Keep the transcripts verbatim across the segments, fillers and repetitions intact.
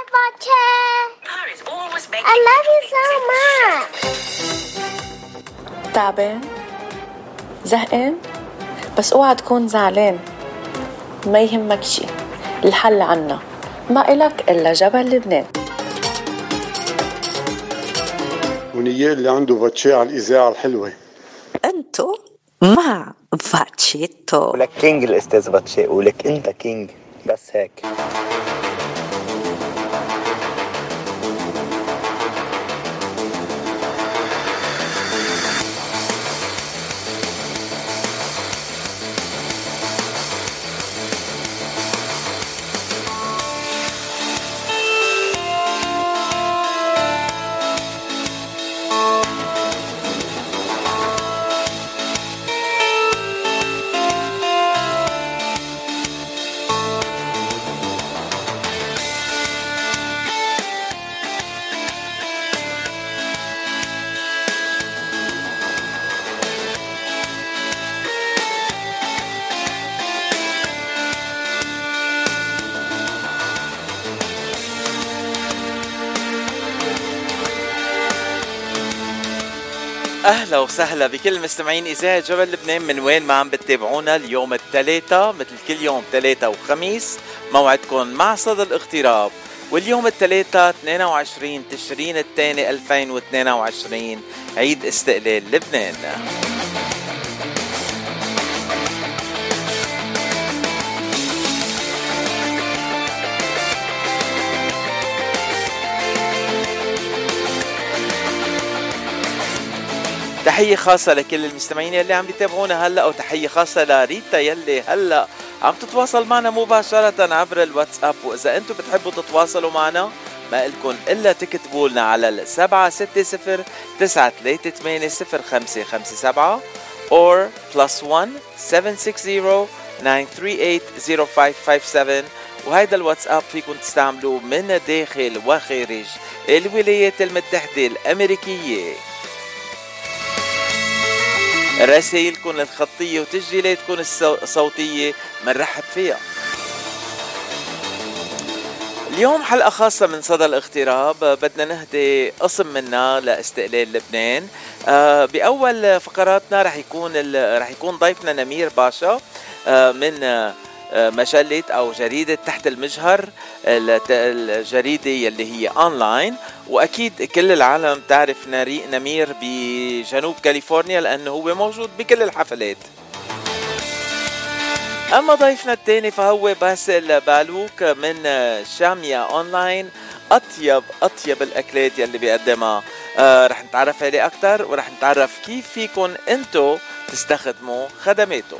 Vache. I love you so much. تعبان؟ زهقان؟ بس اوعى تكون زعلان، ما يهمك شي، الحل عنا، ما إلك إلا جبل لبنان. ونيال اللي عنده فاتشي على الإذاعة الحلوة. أنتو مع فاتشيتو. ولك كينج الأستاذ فاتشي، ولك أنت كينج، بس هيك. أهلا وسهلا بكل مستمعين إذاعة جبل لبنان من وين ما عم بتتابعونا. اليوم الثلاثة مثل كل يوم ثلاثة وخميس موعدكم مع صدى الاغتراب، واليوم الثلاثة اثنين وعشرين تشرين الثاني ألفين واثنين وعشرين عيد استقلال لبنان. تحية خاصة لكل المستمعين يلي عم بيتابعونا هلأ، وتحية خاصة لريتا يلي هلأ عم تتواصل معنا مباشرة عبر الواتساب. وإذا أنتم بتحبوا تتواصلوا معنا ما إلكن إلا تكتبوا لنا على السبعة ستة صفر تسعة ثلاثة ثمانية صفر خمسة خمسة سبعة or plus one seven six zero nine three eight zero five five seven. وهيدا الواتساب فيكم تستعملوه من داخل وخارج الولايات المتحدة الأمريكية. رسائلكم الخطية وتسجيلاتكم الصوتية منرحب فيها. اليوم حلقة خاصة من صدى الاغتراب، بدنا نهدي قسم منها لاستقلال لبنان. آه بأول فقراتنا رح يكون رح يكون ضيفنا نمير باشا آه من آه مجلة أو جريدة تحت المجهر، الجريدة اللي هي أونلاين، وأكيد كل العالم تعرف نمير بجنوب كاليفورنيا لأنه هو موجود بكل الحفلات. أما ضيفنا الثاني فهو باسل بالوك من شامية أونلاين، أطيب أطيب الأكلات يلي بيقدمها. آه رح نتعرف عليه أكتر ورح نتعرف كيف فيكن أنتو تستخدموا خدماته.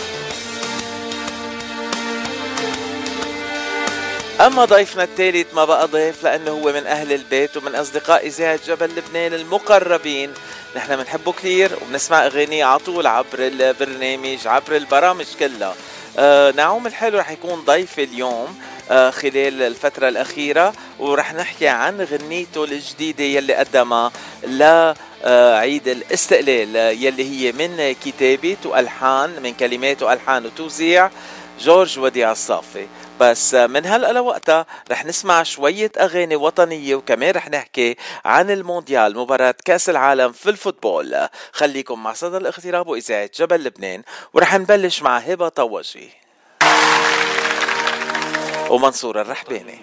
أما ضيفنا الثالث ما بقى ضيف لأنه هو من أهل البيت ومن أصدقاء إذاعة جبل لبنان المقربين. نحن بنحبه كثير وبنسمع أغانيه عطول عبر البرنامج عبر البرامج كلها. آه نعوم الحلو رح يكون ضيف اليوم آه خلال الفترة الأخيرة، ورح نحكي عن غنيته الجديدة يلي قدمها لعيد الاستقلال يلي هي من كتابة وألحان، من كلمات وألحان وتوزيع جورج وديع الصافي. بس من هلأ لوقتها رح نسمع شوية أغاني وطنية، وكمان رح نحكي عن المونديال مباراة كأس العالم في الفوتبول. خليكم مع صدى الاغتراب وإذاعة جبل لبنان، ورح نبلش مع هبة طوجي ومنصور الرحباني.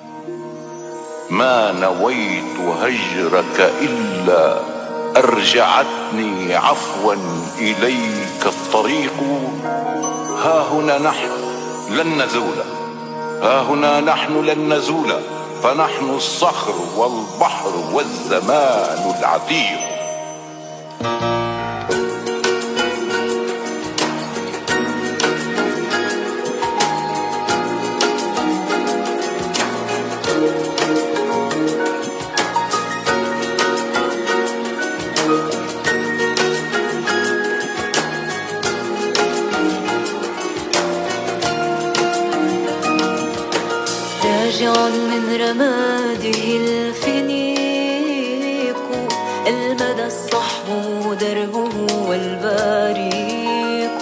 ما نويت هجرك إلا أرجعتني عفوا إليك الطريق. ها هنا نحن لن نزول، ها هنا نحن لن نزول، فنحن الصخر والبحر والزمان العتيق. راجع من رماده الفنيق، المدى الصحب دربه والباريق.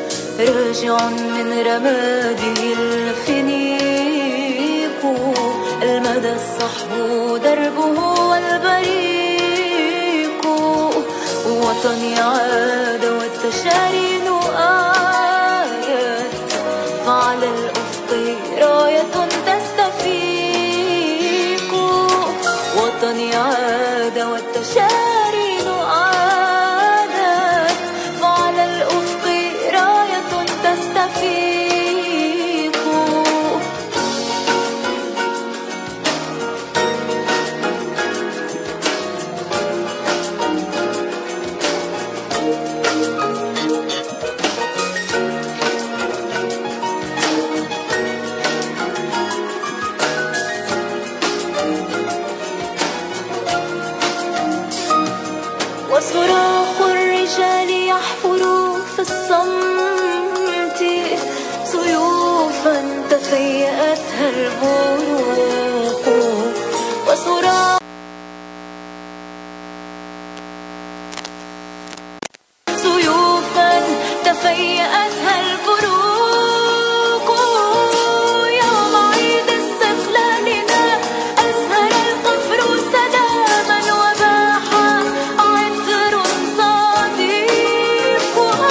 راجع من رماده الفنيق، وطني عاد والتشارين آيات، فعلى الأفق راية تستفيق. وطني عاد والتشارين آيات، فعلى الأفق راية تستفيق. وصراخ الرجال يحفر في الصمت سيوفا تفيأتها البروق. وصراخ سيوفا تفيأتها البروق. يوم عيد استقلالنا أزهر القفر سلاما وباح عطر صديق.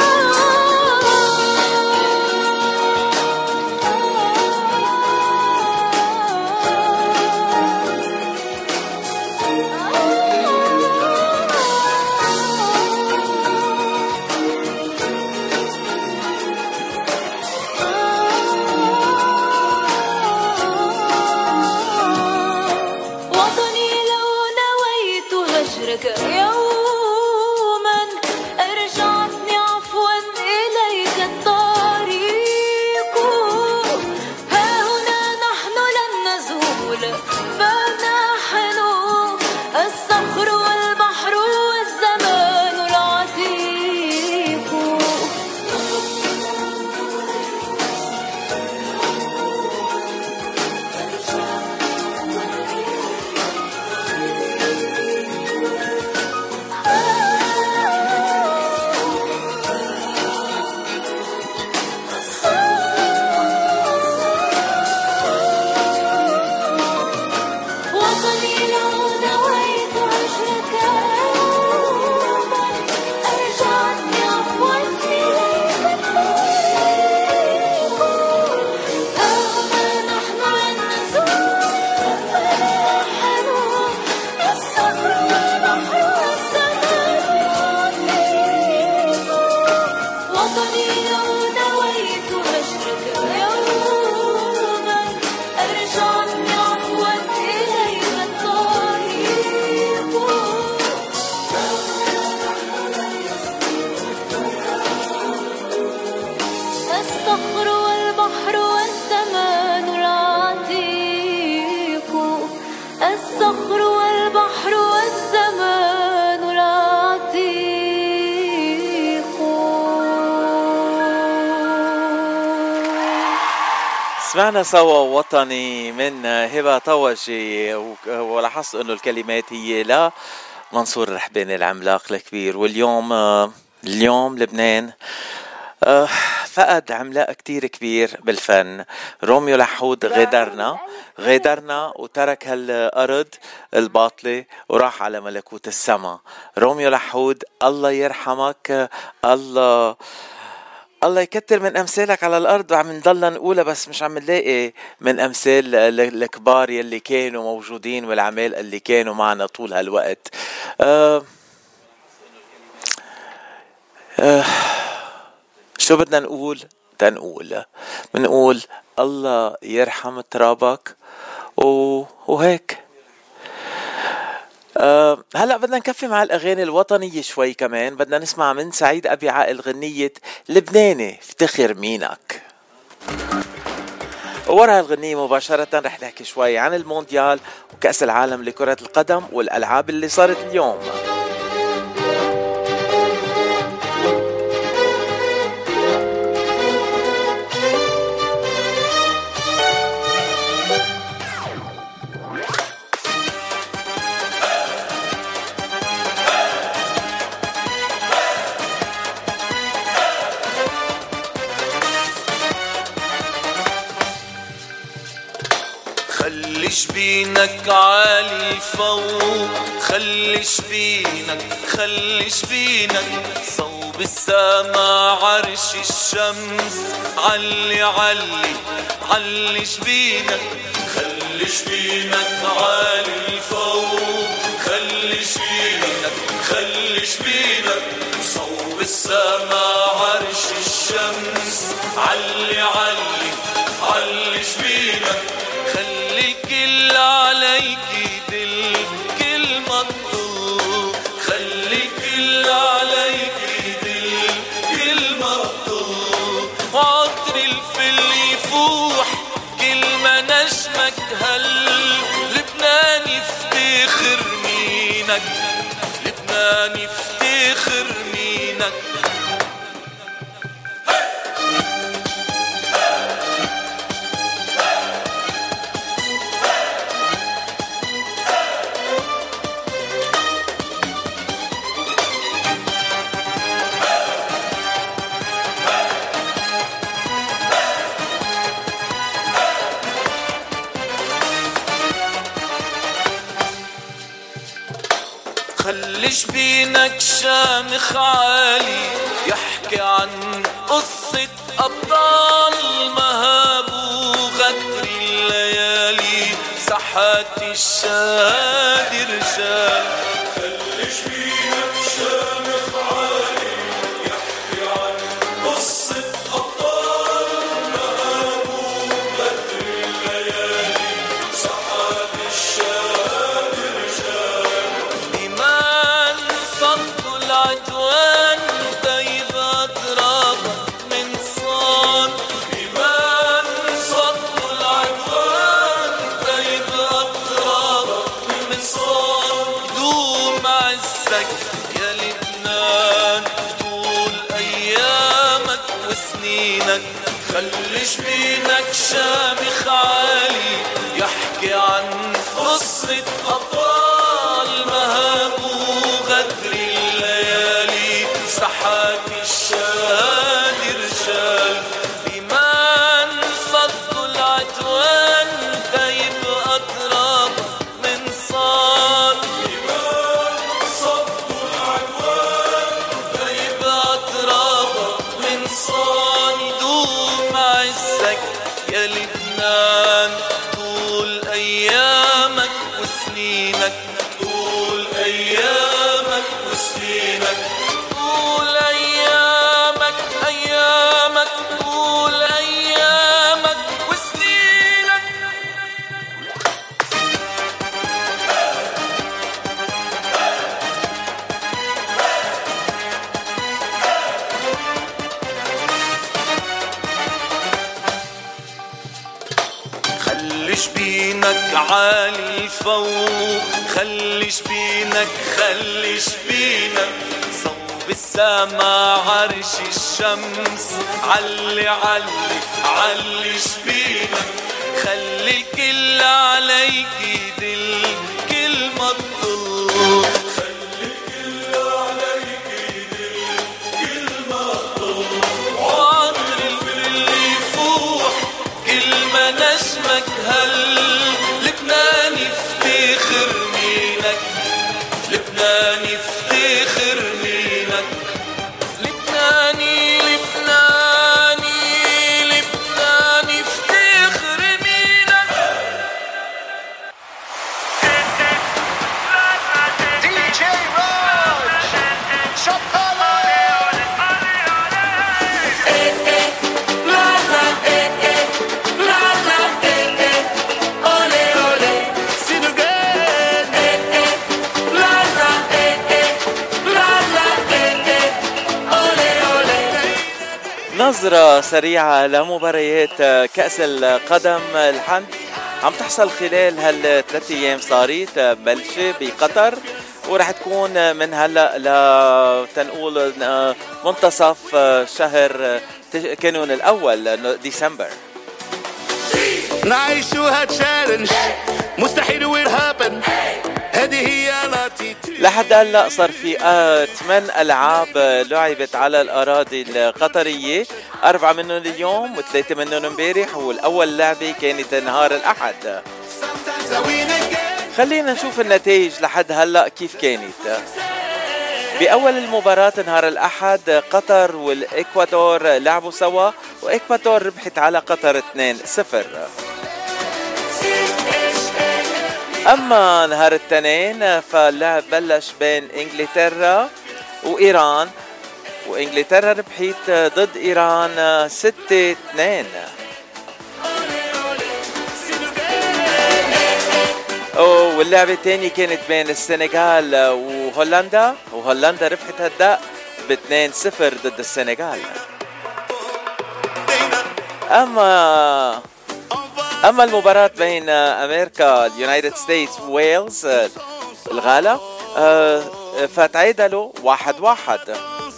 وطني لو نويت هجرك يوما أرجعتني عفوا إليك الطريق. ها هنا نحن لن نزول فنحن الصخر والبحر والزمان العتيق. وطني لو نويت هجرك يوما أرجعتني عفوا إليك الطريق. ها هنا نحن لن نزول فنحن الصخر والبحر والزمان العتيق. وطني لو نويت هجرك يوما أرجعتني عفوا إليك الطريق. الصخر والبحر والزمان العتيق. الصخر والبحر والزمان العتيق. سمعنا سوا وطني من هبة طوجي، ولاحظت انه الكلمات هي لمنصور الرحباني العملاق الكبير. واليوم اليوم لبنان فقد عملاق كتير كبير بالفن. روميو لحود غادرنا غادرنا وترك هالأرض الباطلة وراح على ملكوت السما. روميو لحود الله يرحمك، الله الله يكتر من أمثالك على الأرض، وعم نضلنا نقولها بس مش عم نلاقي من أمثال الكبار يلي كانوا موجودين والعمال اللي كانوا معنا طول هالوقت. أه أه شو بدنا نقول؟ تنقول بنقول الله يرحم ترابك وهيك. أه هلأ بدنا نكفي مع الأغاني الوطنية شوي كمان. بدنا نسمع من سعيد أبي عائل غنية لبناني افتخر مينك. وراء الغنية مباشرة رح نحكي شوي عن المونديال وكأس العالم لكرة القدم والألعاب اللي صارت اليوم. خلي جبينك عالي فوق، خلي شبينك خلي شبينك صوب السما عرش الشمس علي علي علي شبينك خلي شبينك عالي الفوق خلي شبينك خلي شبينك صوب السما عرش الشمس علي علي علي شبينك خلي الكل عليك يدل كل مطلوب خلي الكل عليك يدل كل مطلوب عطر الفل يفوح كل ما نجمك هل لبنان يفتخر مينك لبنان يفتخر مينك خلي شبينك شامخ عالي يحكي عن قصة أبطال مهابو غدر الليالي ساحات الشهادة رجال خلي شبينك شامخ عالي يحكي عن قصة أبطال مهابو غدر الليالي ساحات الشهادة رجال العدوان طيب أطرابك من صان بمان صدوا العدوان طيب أطرابك من صان دوم عزك يا لبنان طول أيامك وسنينك خلي شبينك شامخ عالي يحكي عن قصة أبطال مهابو غدر ساحات الشهادة رجال بمان صدوا العدوان طيب أطراب من صار بمان صدوا العدوان طيب أطراب من صار دوم عزك يا لبنان طول أيامك وسنينك طول أيامك وسنينك طول أيامك أيامك طول أيامك وسنينك خلي شبينك عالي فوق خلي شبينك خلي شبينك بالسما عرش الشمس علي علي علي شبينك خلي الكل عليك يدل كل مطلوب خلي الكل عليك يدل كل مطلوب وعطر الفل يفوح كل ما نجمك هل لبنان يفتخر مينك لبنان يفتخر مينك لبناني لبناني لبناني افتخر مينك دي جي راج شطالة نظرة سريعة لمباريات كأس القدم الحد عم تحصل خلال هالثلاث أيام صارت بلشة بقطر ورح تكون من هلا لتنقول منتصف شهر كانون الأول ديسمبر. نعيشوها تشالنج مستحيل وير هابن هذه هي لاتيتود. لحد هلا صار في ثمان العاب لعبت على الاراضي القطريه، اربعه منهم اليوم وثلاثه منهم امبارح، والاول لعبه كانت نهار الاحد. خلينا نشوف النتائج لحد هلأ كيف كانت. بأول المباراة نهار الأحد قطر والإكوادور لعبوا سوا، وإكوادور ربحت على قطر اثنين صفر. أما نهار الاثنين فاللعب بلش بين إنجلترا وإيران، وإنجلترا ربحت ضد إيران ستة اثنين. واللعبة الثانية كانت بين السنغال وهولندا، وهولندا ربحت هالدق باثنين صفر ضد السنغال. أما أما المباراة بين أمريكا اليونايتد ستيتس وويلز الغالة فتعادلوا واحد واحد.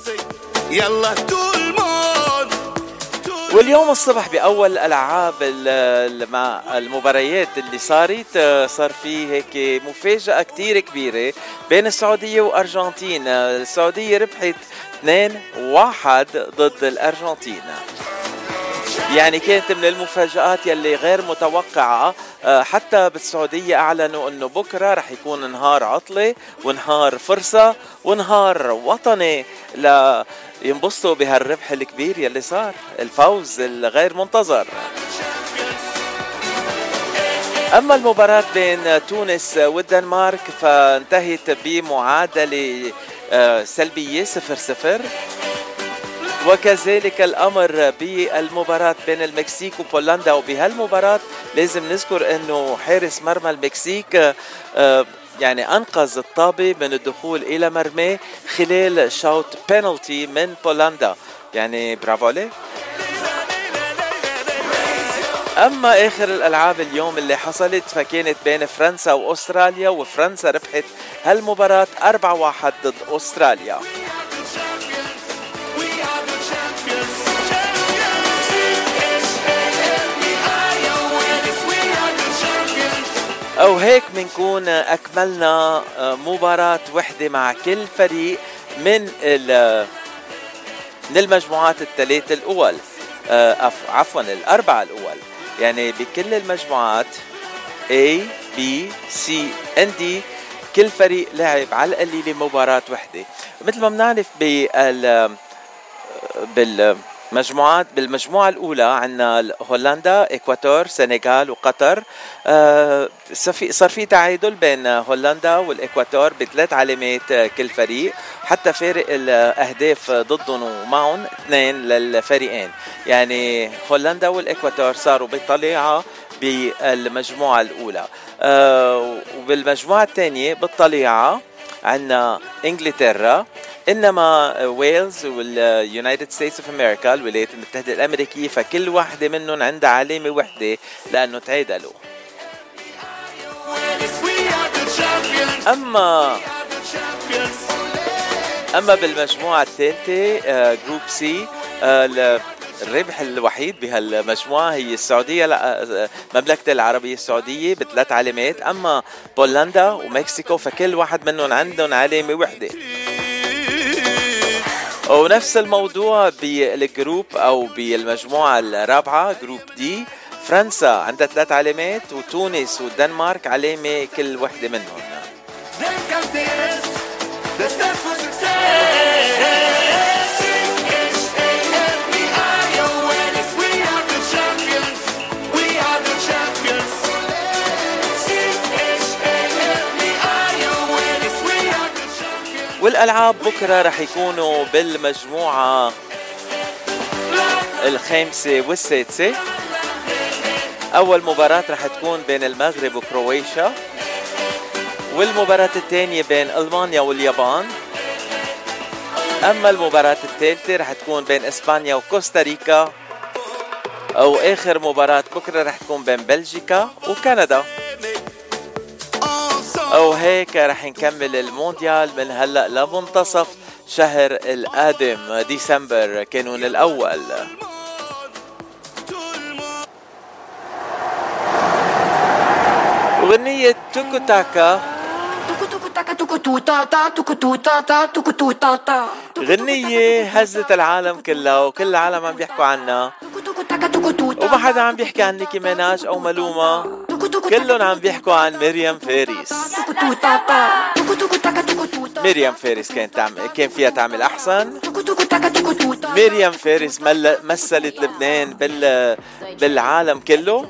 واليوم الصبح بأول ألعاب مع المباريات اللي صارت صار فيه هيك مفاجأة كتير كبيرة بين السعودية وأرجنتين. السعودية ربحت اثنين واحد ضد الأرجنتين، يعني كانت من المفاجآت يلي غير متوقعة. حتى بالسعودية أعلنوا أنه بكرة رح يكون نهار عطلة ونهار فرصة ونهار وطني ل ينبسطوا بهالربح الكبير يلي صار، الفوز الغير منتظر. أما المباراة بين تونس والدنمارك فانتهت بمعادلة سلبية صفر صفر، وكذلك الأمر بالمباراة بين المكسيك وبولندا. وبهالمباراة لازم نذكر أنه حارس مرمى المكسيك يعني أنقذ الطابة من الدخول إلى مرمى خلال شوط بينالتي من بولندا، يعني برافو عليه. أما آخر الألعاب اليوم اللي حصلت فكانت بين فرنسا وأستراليا، وفرنسا ربحت هالمباراة أربعة واحد ضد أستراليا. أو هيك منكون أكملنا مباراة وحدة مع كل فريق من من المجموعات الثلاثة الأول، عفوا الأربعة الأول، يعني بكل المجموعات A B C and D كل فريق لعب على القليلة مباراة وحدة. مثل ما بنعرف بال بال مجموعات بالمجموعة الأولى عنا هولندا، إكوادور، سنغال وقطر. آه صار في تعادل بين هولندا والإكوادور بثلاث علامات كل فريق، حتى فارق الأهداف ضدهم ومعهم اثنين للفريقين، يعني هولندا والإكوادور صاروا بالطليعة بالمجموعة الأولى. آه وبالمجموعة الثانية بالطليعة عنا إنجلترا، إنما ويلز واليونايتد ستيتس اوف امريكا الولايات المتحدة الأمريكية فكل واحدة منهم عندها علامة وحدة لأنه تعادلوا. أما أما بالمجموعة الثالثة جروب سي الربح الوحيد بهالمجموعة هي السعودية، مملكة العربية السعودية بثلاث علامات، أما بولندا ومكسيكو فكل واحد منهم عندهم علامة وحدة. ونفس الموضوع بالجروب أو بالمجموعة الرابعة جروب دي، فرنسا عندها ثلاث علامات وتونس والدنمارك علامة كل وحدة منهم. والألعاب بكرة رح يكونوا بالمجموعة الخامسة والسادسة. أول مباراة رح تكون بين المغرب وكرواتيا، والمباراة الثانية بين ألمانيا واليابان. أما المباراة الثالثة رح تكون بين إسبانيا وكوستاريكا، أو آخر مباراة بكرة رح تكون بين بلجيكا وكندا. أو هيك رح نكمل المونديال من هلأ لمنتصف شهر القادم ديسمبر كانون الأول. غنية توكو تاكا، غنية هزت العالم كلها وكل العالم عم بيحكوا عنها، وما حدا عم بيحكي عن نيكي ميناج أو ملومة. كلهم عم بيحكوا عن مريم فارس. مريم فارس كانت تعمل كان فيها تعمل أحسن. مريم فارس مل... مثلت لبنان بال... بالعالم كله.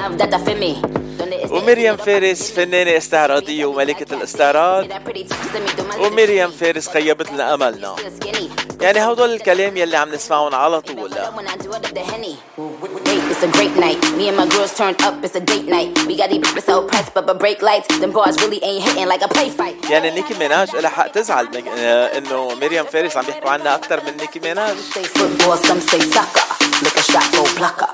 ومريم فارس فنانة استعراضية وملكة الاستعراض. ومريم فارس خيبت لنا أملنا. يعني هودول الكلام يلي عم نسمعهم على طول. It's a great night. Me and my girls turned up. It's a date night. We got these bitches so pressed, but but break lights. Them boys really ain't hitting like a play fight. يعني نيكي ميناج لها حق تزعل من إنه مريم فارس عم بيحكوا عنها أكتر من نيكي ميناج. Say football, some say soccer. Look a shot, go blocker.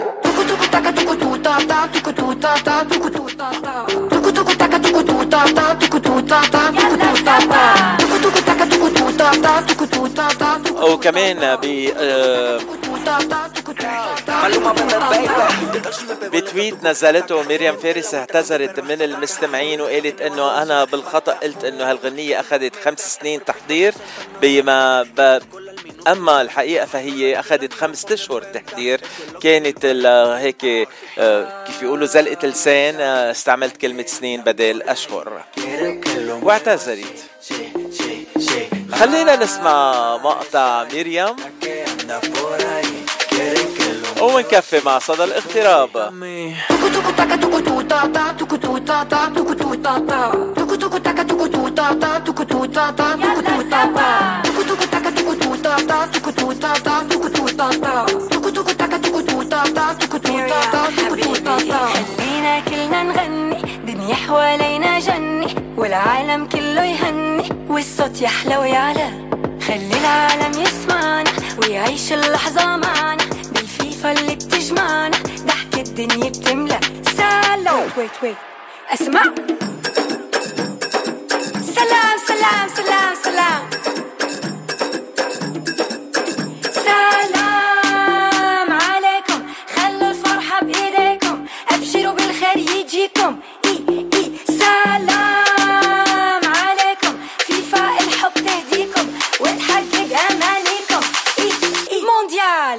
وكمان ب بتويت نزلته مريم فارس اعتذرت من المستمعين وقالت انه انا بالخطأ قلت انه هالغنية اخذت خمس سنين تحضير بما ب... اما الحقيقة فهي اخذت خمسة اشهر تحضير. كانت هيك كيف يقولوا زلقة لسان، استعملت كلمة سنين بدل اشهر واعتذرت. خلينا نسمع مقطع مريم ونكفي مع صدى الاغتراب. خلينا كلنا نغني، دنيا حوالينا جني والعالم كله يهني والصوت يحلى ويعلى. خلي العالم يسمعنا ويعيش اللحظة معنا بالفيفا اللي بتجمعنا، ضحك الدنيا بتملى. سلام ويت ويت اسمع. سلام سلام سلام سلام سلام عليكم، خلوا الفرحة بإيديكم، أبشروا بالخير يجيكم. إي إي سلام عليكم، فيفا الحب تهديكم وتحقق أمانيكم. إي إي مونديال.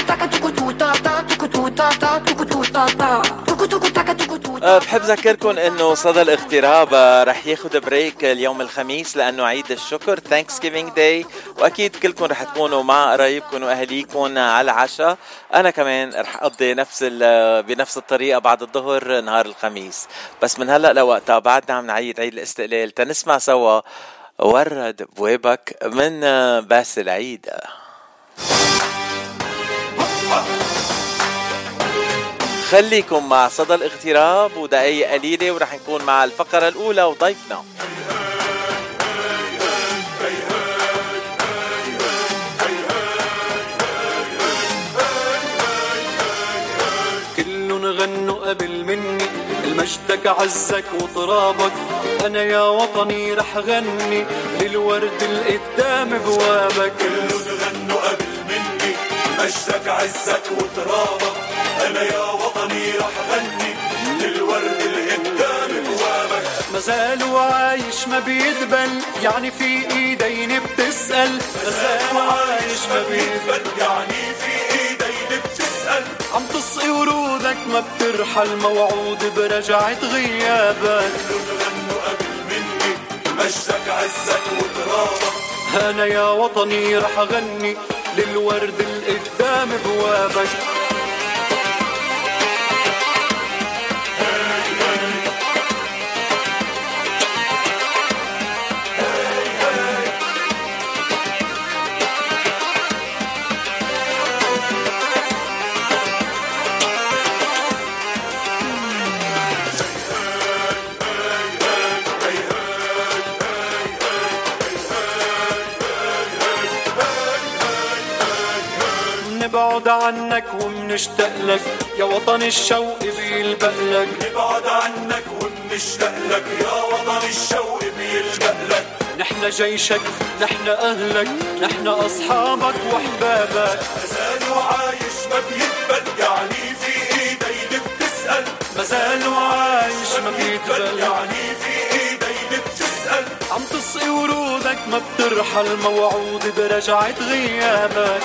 بحب ذكركم انه صدى الاغتراب رح ياخد بريك اليوم الخميس لانه عيد الشكر Thanksgiving Day، واكيد كلكم رح تكونوا مع قرايبكم واهاليكم على العشاء. انا كمان رح اقضي نفس بنفس الطريقه بعد الظهر نهار الخميس، بس من هلا لوقتها بعدنا عم نعيد عيد الاستقلال تنسمع سوا ورد بوابك من باسل عيد. خليكم مع صدى الاغتراب ودقايق قليلة ورح نكون مع الفقرة الأولى وضيفنا. كلن غنوا قبل مني، المجدك عزك وطرابك، أنا يا وطني رح غني للورد القدام بوابك. كلن غنوا قبل مني، المجدك عزك وطرابك، أنا يا وطني رح غني للورد القدام بوابك. مازالوا عايش ما بيدبل، يعني في ايدين بتسأل. مازالوا عايش ما بيدبل، يعني في ايدين بتسأل. عم تسقي ورودك ما بترحل، موعود برجعة غيابك. كلهم غنوا قبل مني، مجدك عزك وترابك، أنا يا وطني رح غني للورد القدام بوابك. نبعد عنك ومنشتاق لك يا وطن الشوق بيلبق لك. نبعد عنك ومنشتاق لك يا وطن الشوق بيلبق لك. نحن جيشك، نحن أهلك، نحن أصحابك وأحبابك. مازالوا عايش ما بيدبل، يعني في إيدين بتسأل. مازالوا عايش ما بيدبل، يعني في إيدين بتسأل. عم تسقي ورودك ما بترحل، موعود برجعة غيابك.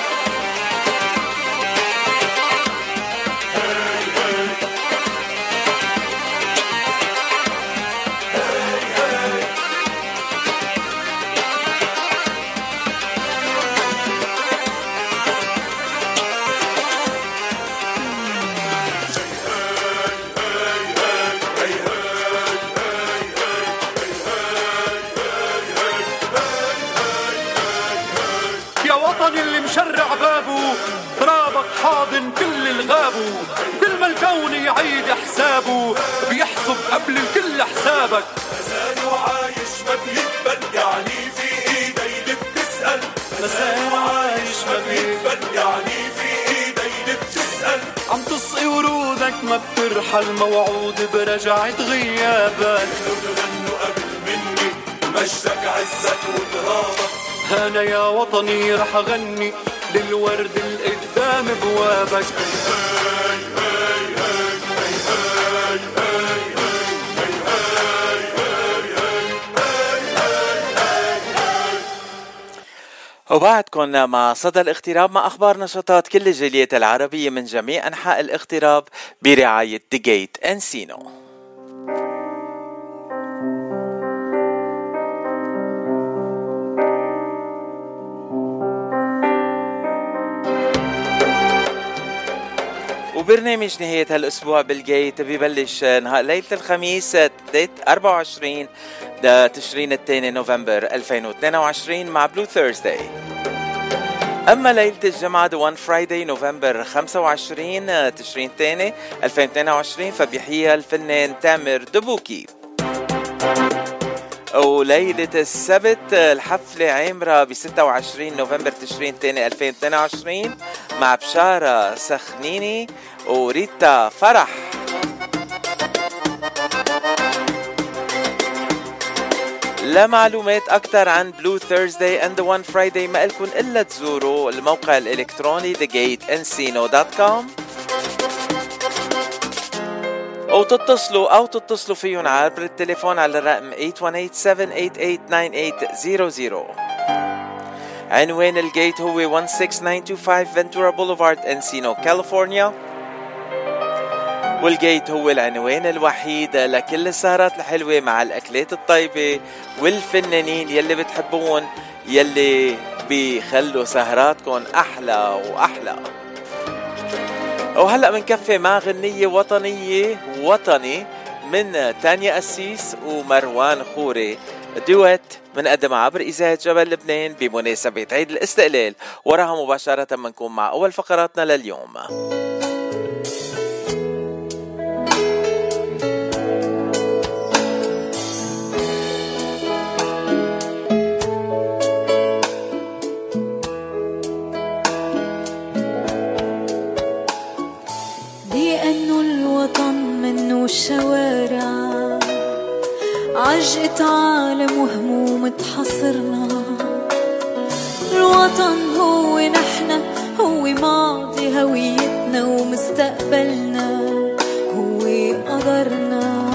الوطن اللي مشرع بابه، ترابك حاضن كل الغابو، كل ما الكون يعيد حسابه بيحسب قبل الكل حسابك. مازال عايش ما بيقبل يعني في ايدي اللي بتسأل، مازال عايش ما بيقبل يعني في ايدي اللي بتسأل. عم تسقي ورودك ما بترحل، موعود برجعة غيابك. تغنوا قبل مني مجدك عزك وترابك، أنا يا وطني رح أغني للورد القدام بوابك. وبعدكم مع صدى الاغتراب مع أخبار نشاطات كل الجاليات العربية من جميع أنحاء الاغتراب برعاية The Gate Encino. وبرنامج نهاية هالأسبوع بالجيت بيبلش نهار ليلة الخميس أربعة وعشرين تشرين الثاني نوفمبر ألفين واثنين وعشرين مع بلو ثيرزداي. أما ليلة الجمعة The One Friday نوفمبر خمسة وعشرين تشرين الثاني ألفين واثنين وعشرين فبيحييها الفنان تامر دبوكي. وليلة السبت الحفلة عامرة ب ستة وعشرين نوفمبر تشرين الثاني ألفين واثنين وعشرين مع بشارة سخنيني وريتا فرح. لمعلومات أكتر عن Blue Thursday and The One Friday ما إلكن إلا تزوروا الموقع الإلكتروني the gate encino dot com أو تتصلوا أو تتصلوا فيهم عبر التليفون على الرقم eight one eight seven eight eight nine eight zero zero. عنوان الجيت هو one six nine two five Ventura Boulevard Encino كاليفورنيا. والجيت هو العنوان الوحيد لكل السهرات الحلوة مع الأكلات الطيبة والفنانين يلي بتحبون يلي بيخلوا سهراتكم أحلى وأحلى. وهلأ منكفي مع غنية وطنية وطني من تانيا أسيس ومروان خوري دويت منقدم عبر إذاعة جبل لبنان بمناسبة عيد الاستقلال. وراها مباشرة منكون مع أول فقراتنا لليوم. لأنه الوطن منه الشوارع عجقة عالم وهموم تحصرنا. الوطن هو نحن، هو ماضي هويتنا ومستقبلنا، هو قدرنا.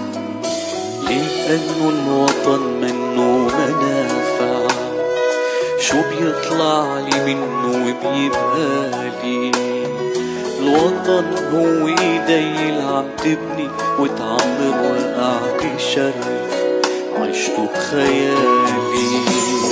لأنه الوطن منه منافع، شو بيطلع لي منه وبيبقى لي. الوطن هو ايدي اللي عم تبني وتعمر وقع بشرف عشته بخيالي.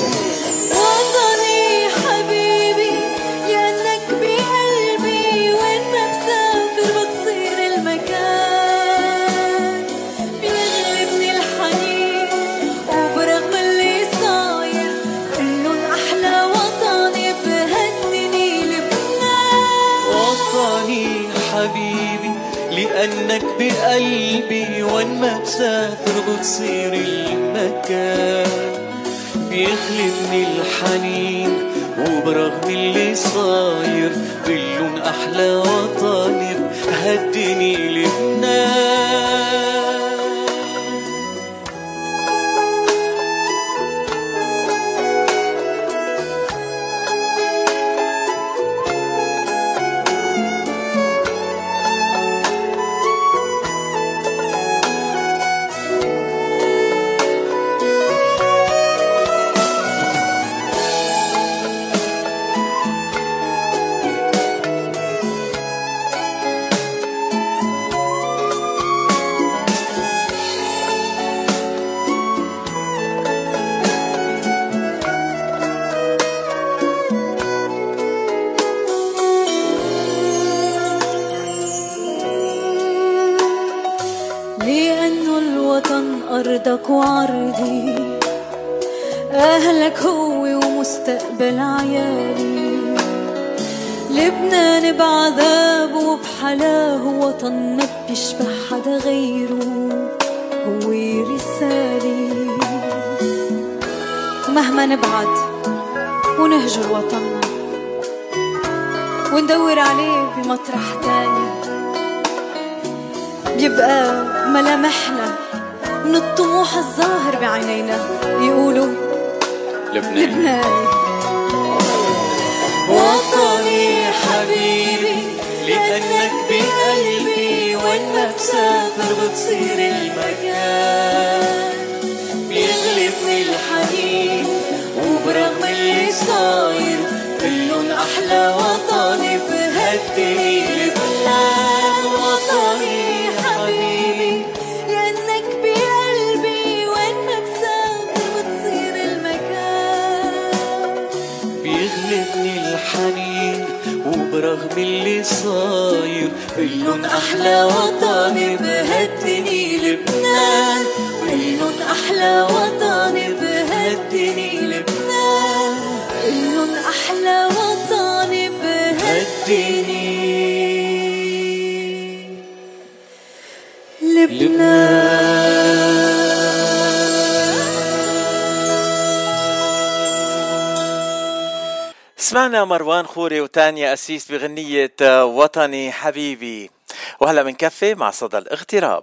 وطني حبيبي لأنك بقلبي، وين ما بسافر بتصير المكان. بيغلبني الحنين وبرغم اللي صاير إنه أحلى وطني بهدني لبنان. وطني حبيبي لأنك بقلبي، وين ما بسافر بتصير المكان. بيغلبني الحنين وبرغم اللي صاير كلن أحلى وطني بهدني لبنان. أرضك وعرضي، أهلك هو مستقبل عيالي. لبنان بعذاب وبحلاه وطن ما بيشبه حدا غيره، هو رسالي. مهما نبعد ونهجر وطننا وندور عليه بمطرح تاني، بيبقى ملامحنا من الطموح الظاهر بعينينا يقولوا لبناني, لبناني. وطني حبيبي لأنك بقلبي، وين ما بسافر بتصير المكان. بيغلبني الحنين وبرغم اللي صاير كلن أحلى وطني بهالدنيا لبنان. وطني حبيبي لأنك بقلبي، وين ما بسافر بتصير المكان. بيغلبني الحنين وبرغم اللي صاير كلن أحلى وطني بهالدنيا لبنان. كلن أحلى وطني بهالدنيا لبنان. كلن أحلى وطني بهالدنيا لبنان. سمعنا مروان خوري وتانيا أسيس بغنية وطني حبيبي. وهلا منكفي مع صدى الاغتراب.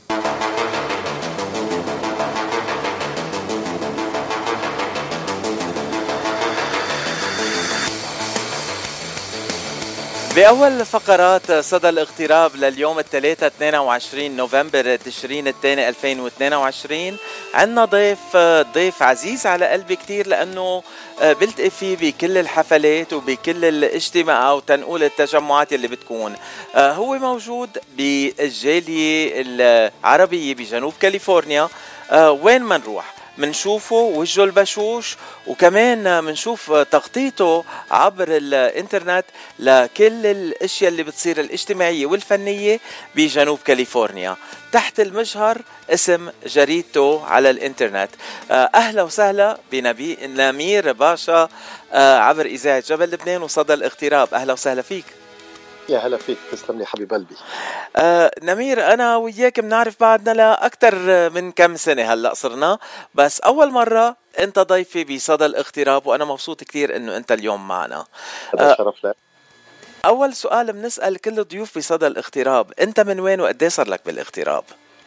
بأول فقرات صدى الاغتراب لليوم الثلاثاء اثنين وعشرين نوفمبر تشرين الثاني ألفين واثنين وعشرين عنا ضيف ضيف عزيز على قلبي كتير، لأنه بلتقي فيه بكل الحفلات وبكل الاجتماعات وتنقول التجمعات اللي بتكون. هو موجود بالجالية العربية بجنوب كاليفورنيا. وين ما نروح منشوفه وجهه البشوش، وكمان منشوف تغطيته عبر الانترنت لكل الاشياء اللي بتصير الاجتماعية والفنية بجنوب كاليفورنيا تحت المجهر اسم جريدته على الانترنت. اهلا وسهلا بنبي نمير باشا عبر اذاعة جبل لبنان وصدى الاغتراب. اهلا وسهلا فيك. يا هلا فيك، تسلم لي حبيب قلبي. آه نمير، أنا وياك بنعرف بعدنا لأكثر من كم سنة هلأ صرنا، بس أول مرة أنت ضيفي بصدى الاغتراب وأنا مبسوط كتير أنه أنت اليوم معنا. هذا آه شرف لك. أول سؤال بنسأل كل الضيوف بصدى الاغتراب، أنت من وين وقديه صار لك بالاغتراب؟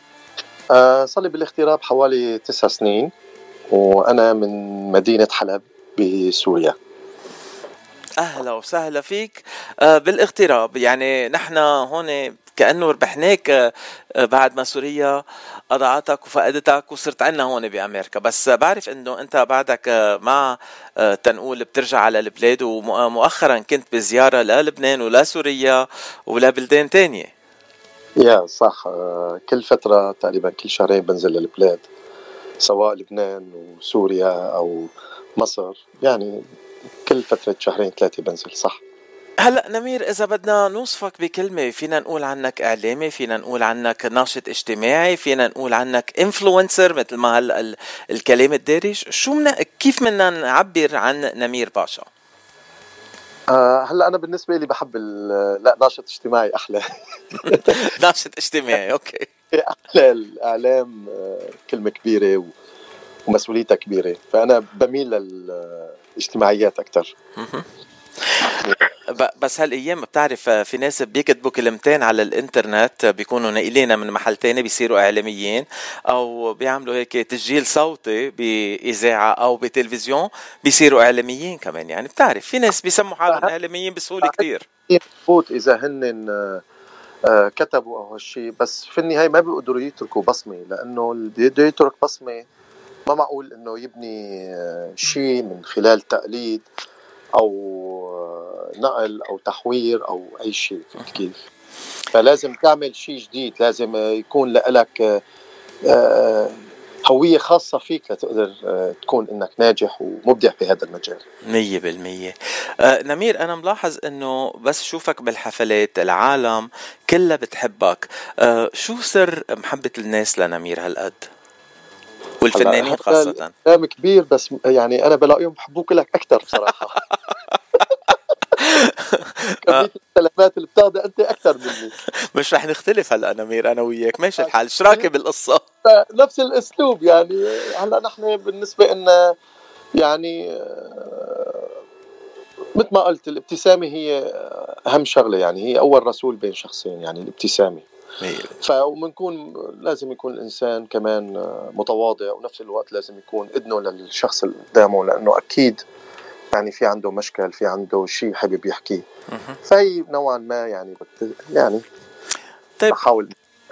آه صار لي بالاغتراب حوالي تسع سنين، وأنا من مدينة حلب بسوريا. أهلا وسهلا فيك بالاغتراب. يعني نحن هون كأنه ربحناك بعد ما سوريا أضعتك وفقدتك وصرت عنا هون بأمريكا، بس بعرف أنه أنت بعدك مع تنقول بترجع على البلاد، ومؤخرا كنت بزيارة للبنان ولا سوريا ولا بلدان تانية. يا صح، كل فترة تقريبا كل شهرين بنزل للبلاد، سواء لبنان وسوريا أو مصر، يعني كل فترة شهرين ثلاثة بنزل. صح. هلأ نمير، إذا بدنا نوصفك بكلمة فينا نقول عنك إعلامي، فينا نقول عنك ناشط اجتماعي، فينا نقول عنك إنفلونسر مثل ما هلا الكلام الدارج. شو منا كيف بدنا نعبر عن نمير باشا؟ آه هلا أنا بالنسبة لي بحب لا ناشط اجتماعي أحلى. ناشط اجتماعي أوكي. أحلى. الإعلام كلمة كبيرة و... ومسؤوليتها كبيرة، فأنا بميل للاجتماعيات أكتر. بس هالأيام بتعرف في ناس بيكتبوا كلمتين على الانترنت بيكونوا ناقلين من محل تاني بيصيروا إعلاميين، أو بيعملوا هيك تسجيل صوتي بإذاعة أو بتلفزيون بيصيروا إعلاميين كمان. يعني بتعرف في ناس بيسموا حالهم إعلاميين بسهولة كتير. فوت إذا هن كتبوا أو هالشي، بس في النهاية ما بيقدروا يتركوا بصمة، لأنه اللي بده يترك بصمة ما معقول إنه يبني شيء من خلال تقليد أو نقل أو تحوير أو أي شيء. كيف؟ فلازم تعمل شيء جديد، لازم يكون لك هوية خاصة فيك لتقدر تكون إنك ناجح ومبدع في هذا المجال. مية بالمية. آه نمير، أنا ملاحظ إنه بس شوفك بالحفلات العالم كلها بتحبك. آه شو سر محبة الناس لنمير هالقد؟ والفنانين خاصة. كلام كبير بس يعني أنا بلاقيهم بحبوك لك أكتر بصراحة. كمية الكلمات اللي بتاخدها أنت أكتر مني. مش رح نختلف هلا نمير أنا وياك، ماشي الحال، شراكة بالقصة. نفس الأسلوب يعني. هلا نحن بالنسبة إن يعني مثل ما قلت الابتسامة هي أهم شغلة، يعني هي أول رسول بين شخصين، يعني الابتسامة. فمنكون لازم يكون الإنسان كمان متواضع، ونفس الوقت لازم يكون إذنه للشخص اللي قدامه، لأنه أكيد يعني في عنده مشكل، في عنده شيء حابب يحكيه. فهي نوعا ما يعني بت... يعني طيب بحاول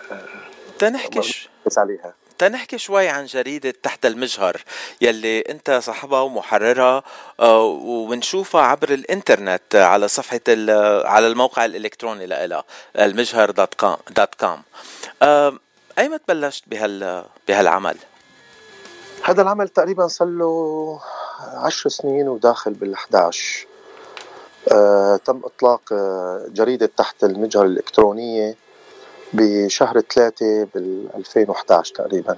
تنحكي عليها. تنحكي شوي عن جريدة تحت المجهر يلي انت صاحبها ومحررها ونشوفها عبر الانترنت على صفحة على الموقع الالكتروني لها المجهر دوت كوم. ايمت بلشت بهال بهالعمل؟ هذا العمل تقريبا صار له عشر سنين وداخل بالحداش. آه، تم إطلاق آه، جريدة تحت المجهر الإلكترونية بشهر ثلاثة بالألفين وإحدى عشر تقريبا.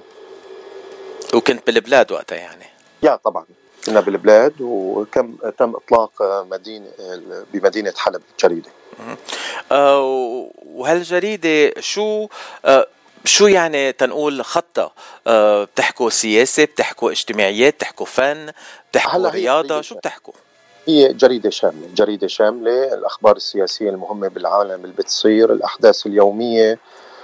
وكنت بالبلاد وقتها يعني؟ يا طبعا كنا بالبلاد، وكم تم إطلاق مدينة بمدينة حلب الجريدة. آه، وهالجريدة شو آه شو يعني تنقول خطة؟ أه بتحكوا سياسة، بتحكوا اجتماعيات، بتحكوا فن، بتحكوا رياضة، شو بتحكوا؟ هي جريدة شاملة، جريدة شاملة. الأخبار السياسية المهمة بالعالم اللي بتصير، الأحداث اليومية،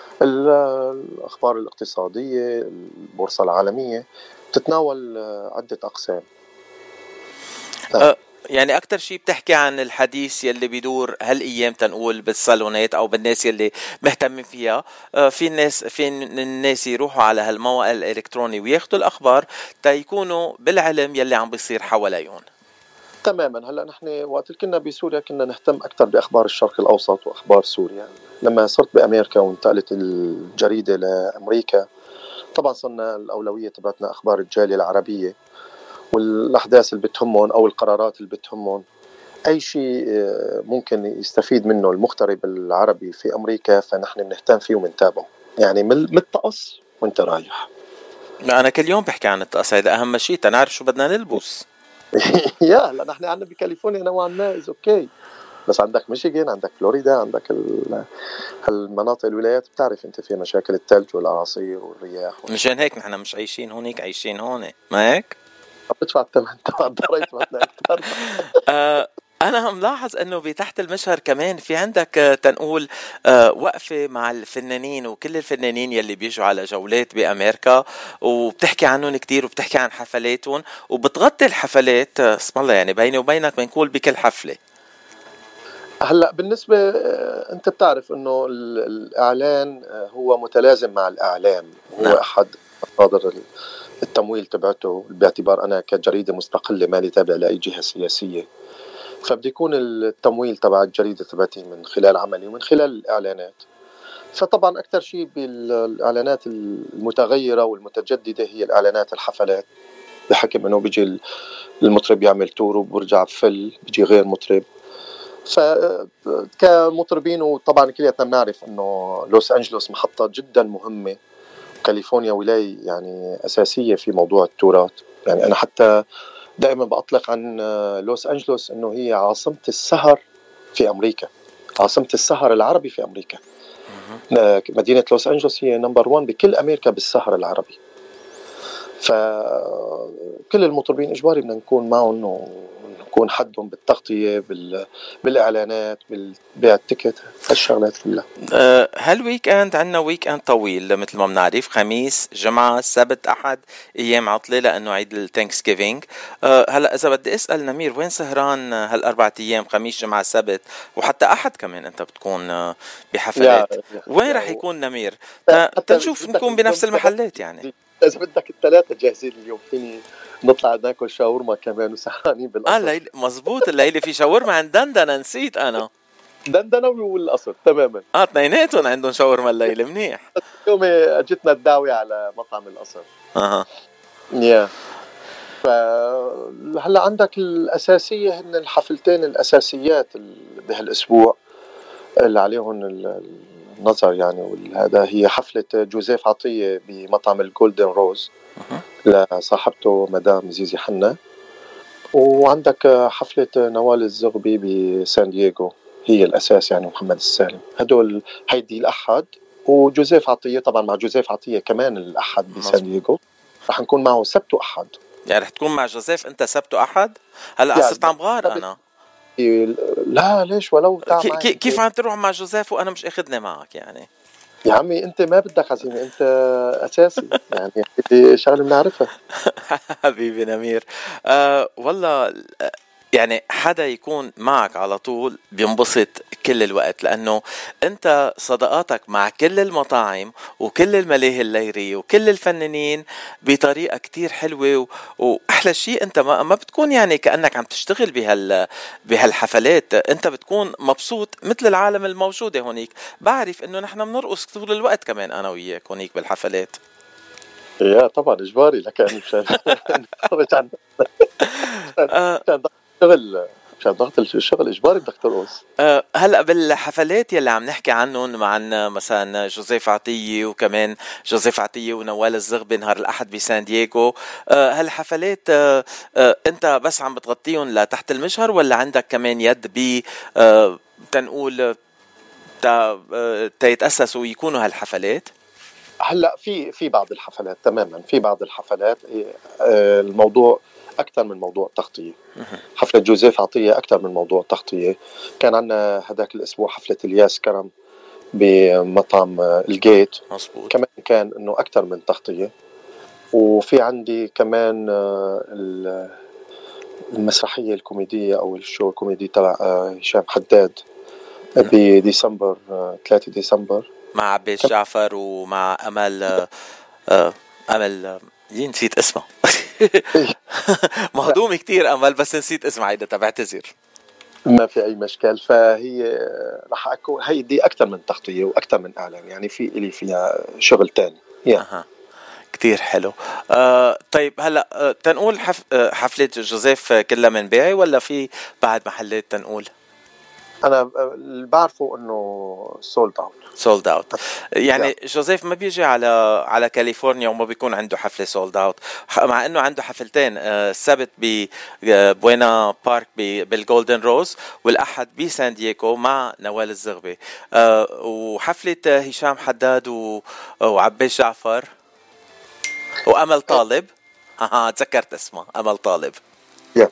الأخبار الاقتصادية، البورصة العالمية، تتناول عدة أقسام. أه يعني أكتر شيء بتحكي عن الحديث يلي بيدور هالأيام تنقول بالصالونات أو بالناس يلي مهتمين فيها. في الناس في الناس يروحوا على هالموقع الإلكتروني وياخدوا الأخبار تيكونوا بالعلم يلي عم بيصير حواليهم. تماما. هلا نحن وقت اللي كنا بسوريا كنا نهتم أكثر بأخبار الشرق الأوسط وأخبار سوريا. لما صرت بأمريكا وانتقلت الجريدة لأمريكا طبعا صرنا الأولوية تبعتنا أخبار الجالية العربية والأحداث اللي بتهمهم أو القرارات اللي بتهمهم. أي شيء ممكن يستفيد منه المغترب العربي في أمريكا فنحن بنهتم فيه ومنتابعه، يعني من الطقس وانت رايح. أنا كل يوم بحكي عن الطقس، هذا أهم شيء تنعرف شو بدنا نلبس. يا لا نحن عندنا بكاليفورنيا نوعا ما إز أوكي، بس عندك ميشيغان، عندك فلوريدا، عندك هالمناطق الولايات بتعرف انت فيها مشاكل الثلج والاعاصير والرياح. مشان هيك نحن مش عايشين هونيك، عايشين هون، ما هيك؟ بدفع الثمن تبع الضرايب مثلا اكثر. أنا ملاحظ أنه بتحت المجهر كمان في عندك تنقول أه وقفة مع الفنانين وكل الفنانين يلي بيجوا على جولات بأمريكا، وبتحكي عنهم كتير وبتحكي عن حفلاتهم وبتغطي الحفلات. اسم الله يعني بيني وبينك بنقول بكل حفلة. هلأ بالنسبة أنت بتعرف أنه الإعلان هو متلازم مع الإعلام، هو نعم. أحد مصادر التمويل تبعته، باعتبار أنا كجريدة مستقلة مالي تابع لأي جهة سياسية، فبدي يكون التمويل تبع الجريدة تبعتي من خلال عملي ومن خلال الإعلانات. فطبعا أكثر شيء بالإعلانات المتغيرة والمتجددة هي الإعلانات الحفلات، بحكم أنه بيجي المطرب يعمل تور وبرجع فل بيجي غير مطرب. فكمطربين وطبعا كلياتنا بنعرف أنه لوس أنجلوس محطة جدا مهمة، كاليفورنيا ولاية يعني أساسية في موضوع التورات. يعني أنا حتى دائما بأطلق عن لوس أنجلوس أنه هي عاصمة السهر في أمريكا، عاصمة السهر العربي في أمريكا. مدينة لوس أنجلوس هي نمبر وان بكل أمريكا بالسهر العربي. فكل المطربين إجباري بدنا نكون معهم ونكون حدهم بالتغطية بالإعلانات بالبيع التيكت، هالشغلات كلها. أه هالويك اند عندنا ويك اند طويل مثل ما بنعرف، خميس جمعة سبت أحد أيام عطلة لأنه عيد الثانكس جيفينج. أه هلا إذا بدي أسأل نمير وين سهران هالأربعة أيام خميس جمعة سبت وحتى أحد كمان أنت بتكون بحفلات، وين رح يكون نمير؟ تنشوف نكون بنفس المحلات يعني. إذا بدك الثلاثة جاهزين اليوم فيني نطلع ناكل شاورما كمان وسهرانين بالقصر. اه الليل مزبوط، الليلة في شاورما عند دندنة، نسيت أنا دندنة والقصر تماما. اه اثنيناتهم عندهم شاورما الليلة، منيح. يوم اجتنا الدعوة على مطعم القصر. اها يا فهلا عندك الأساسية هن الحفلتين الأساسيات بهالأسبوع اللي عليهم النظر يعني، وهذا هي حفلة جوزيف عطية بمطعم الجولدن روز لصاحبته مدام زيزي حنا. وعندك حفلة نوال الزغبي بسان دييغو هي الأساس، يعني محمد السالم. هدول هيدي الأحد، وجوزيف عطية طبعا مع جوزيف عطية كمان الأحد بسان دييغو، رح نكون معه سبت وأحد. يعني رح تكون مع جوزيف أنت سبت وأحد؟ هلأ صرت عم غار أنا. لا ليش ولو كي كي كيف عم تروح مع جوزيف وأنا مش أخذني معك يعني؟ يا عمي أنت ما بدك عزيمة، أنت أساسي يعني، دي شغلة بنعرفها. حبيبي نمير. أه والله يعني حدا يكون معك على طول بينبسط كل الوقت، لأنه أنت صداقاتك مع كل المطاعم وكل الملاهي الليلية وكل الفنانين بطريقة كتير حلوة. وأحلى شيء أنت ما, ما بتكون يعني كأنك عم تشتغل بهال بهالحفلات، أنت بتكون مبسوط مثل العالم الموجودة هونيك. بعرف أنه نحن بنرقص طول الوقت كمان أنا وياك هونيك بالحفلات. يا طبعا إجباري لك يعني مشان مشان شغل مشان ضغط الشغل إجباري بدك ترقص. أه هلأ بالحفلات يلي عم نحكي عنهم مع مثلا جوزيف عطية وكمان جوزيف عطية ونوال الزغبي نهار الأحد بسان دييغو، أه هالحفلات أه أه أنت بس عم بتغطيهم لتحت المجهر ولا عندك كمان يد ب أه تنقول تيتأسسوا ويكونوا هالحفلات؟ هلا في في بعض الحفلات تماما، في بعض الحفلات الموضوع أكثر من موضوع تغطية. حفلة جوزيف عطية أكثر من موضوع تغطية. كان عندنا هذاك الأسبوع حفلة الياس كرم بمطعم الجيت، مصبوط. كمان كان إنه أكثر من تغطية. وفي عندي كمان المسرحية الكوميدية أو الشو الكوميدي تبع هشام حداد بديسمبر ثلاثة ديسمبر مع عباس جعفر ومع أمل آه أمل دي نسيت اسمها مهضومة كتير أمل بس نسيت اسمها عيدة، بعتذر. ما في أي مشكل. فهي رح أكون هي دي أكثر من تغطية وأكثر من إعلان، يعني في إلي فيها شغل تاني. أها كتير حلو. آه طيب هلأ آه تنقول حف... آه حفلة جوزيف كلها منباعي ولا في بعد محلات تنقول؟ أنا بعرفه إنه سولد أوت. سولد أوت يعني جوزيف ما بيجي على على كاليفورنيا وما بيكون عنده حفلة سولد أوت، مع إنه عنده حفلتين، السبت ببوينا بارك بالجولدن روز والأحد بسان دييغو مع نوال الزغبي، وحفلة هشام حداد وعباس جعفر وأمل طالب. ها تذكرت اسمه أمل طالب. يا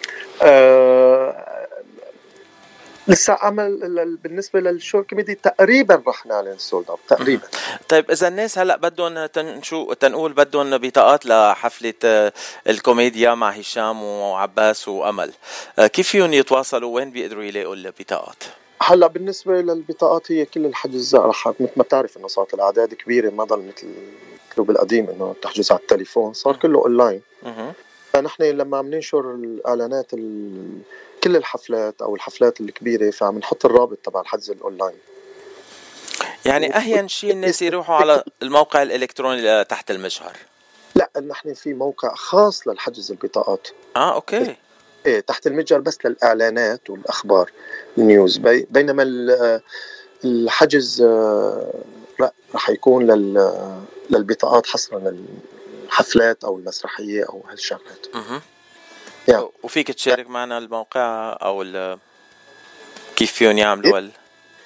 أه لسه عمل بالنسبة للشو الكوميدي تقريبا رح نعلن سولد اوت تقريبا. طيب إذا الناس هلأ بدهم تنشو تنقول بدهم بطاقات لحفلة الكوميديا مع هشام وعباس وأمل، كيف فيهم يتواصلوا؟ وين بيقدروا يلاقوا البطاقات؟ هلا بالنسبة للبطاقات هي كل الحجز رح مثل ما بتعرف إنه صارت الأعداد كبيرة، ما ضل مثل الكلوب القديم إنه تحجز على التليفون، صار كله أونلاين. فنحن لما عم ننشر الإعلانات كل الحفلات أو الحفلات الكبيرة فعم نحط الرابط تبع الحجز الأونلاين. يعني أهين شيء الناس يروحوا على الموقع الإلكتروني تحت المجهر؟ لا نحن في موقع خاص للحجز البطاقات. آه أوكي. إيه تحت المتجر بس للإعلانات والأخبار النيوز، بي بينما الحجز لا رح يكون لل للبطاقات حصرا الحفلات أو المسرحية أو هالشغلات. اها يعني. وفيك تشارك معنا الموقع أو كيف فيهم يعملوا ال...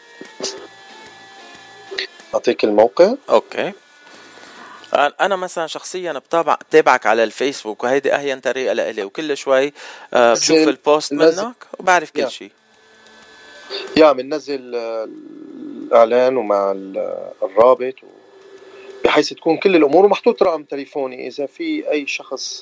أعطيك الموقع. أوكي. أنا مثلا شخصيا بتابع تابعك على الفيسبوك وهيدي أهين طريقة لإلي، وكل شوي بشوف البوست منك وبعرف كل شيء. يا بننزل الإعلان ومع الرابط بحيث تكون كل الأمور، ومحطوط رقم تليفوني إذا في أي شخص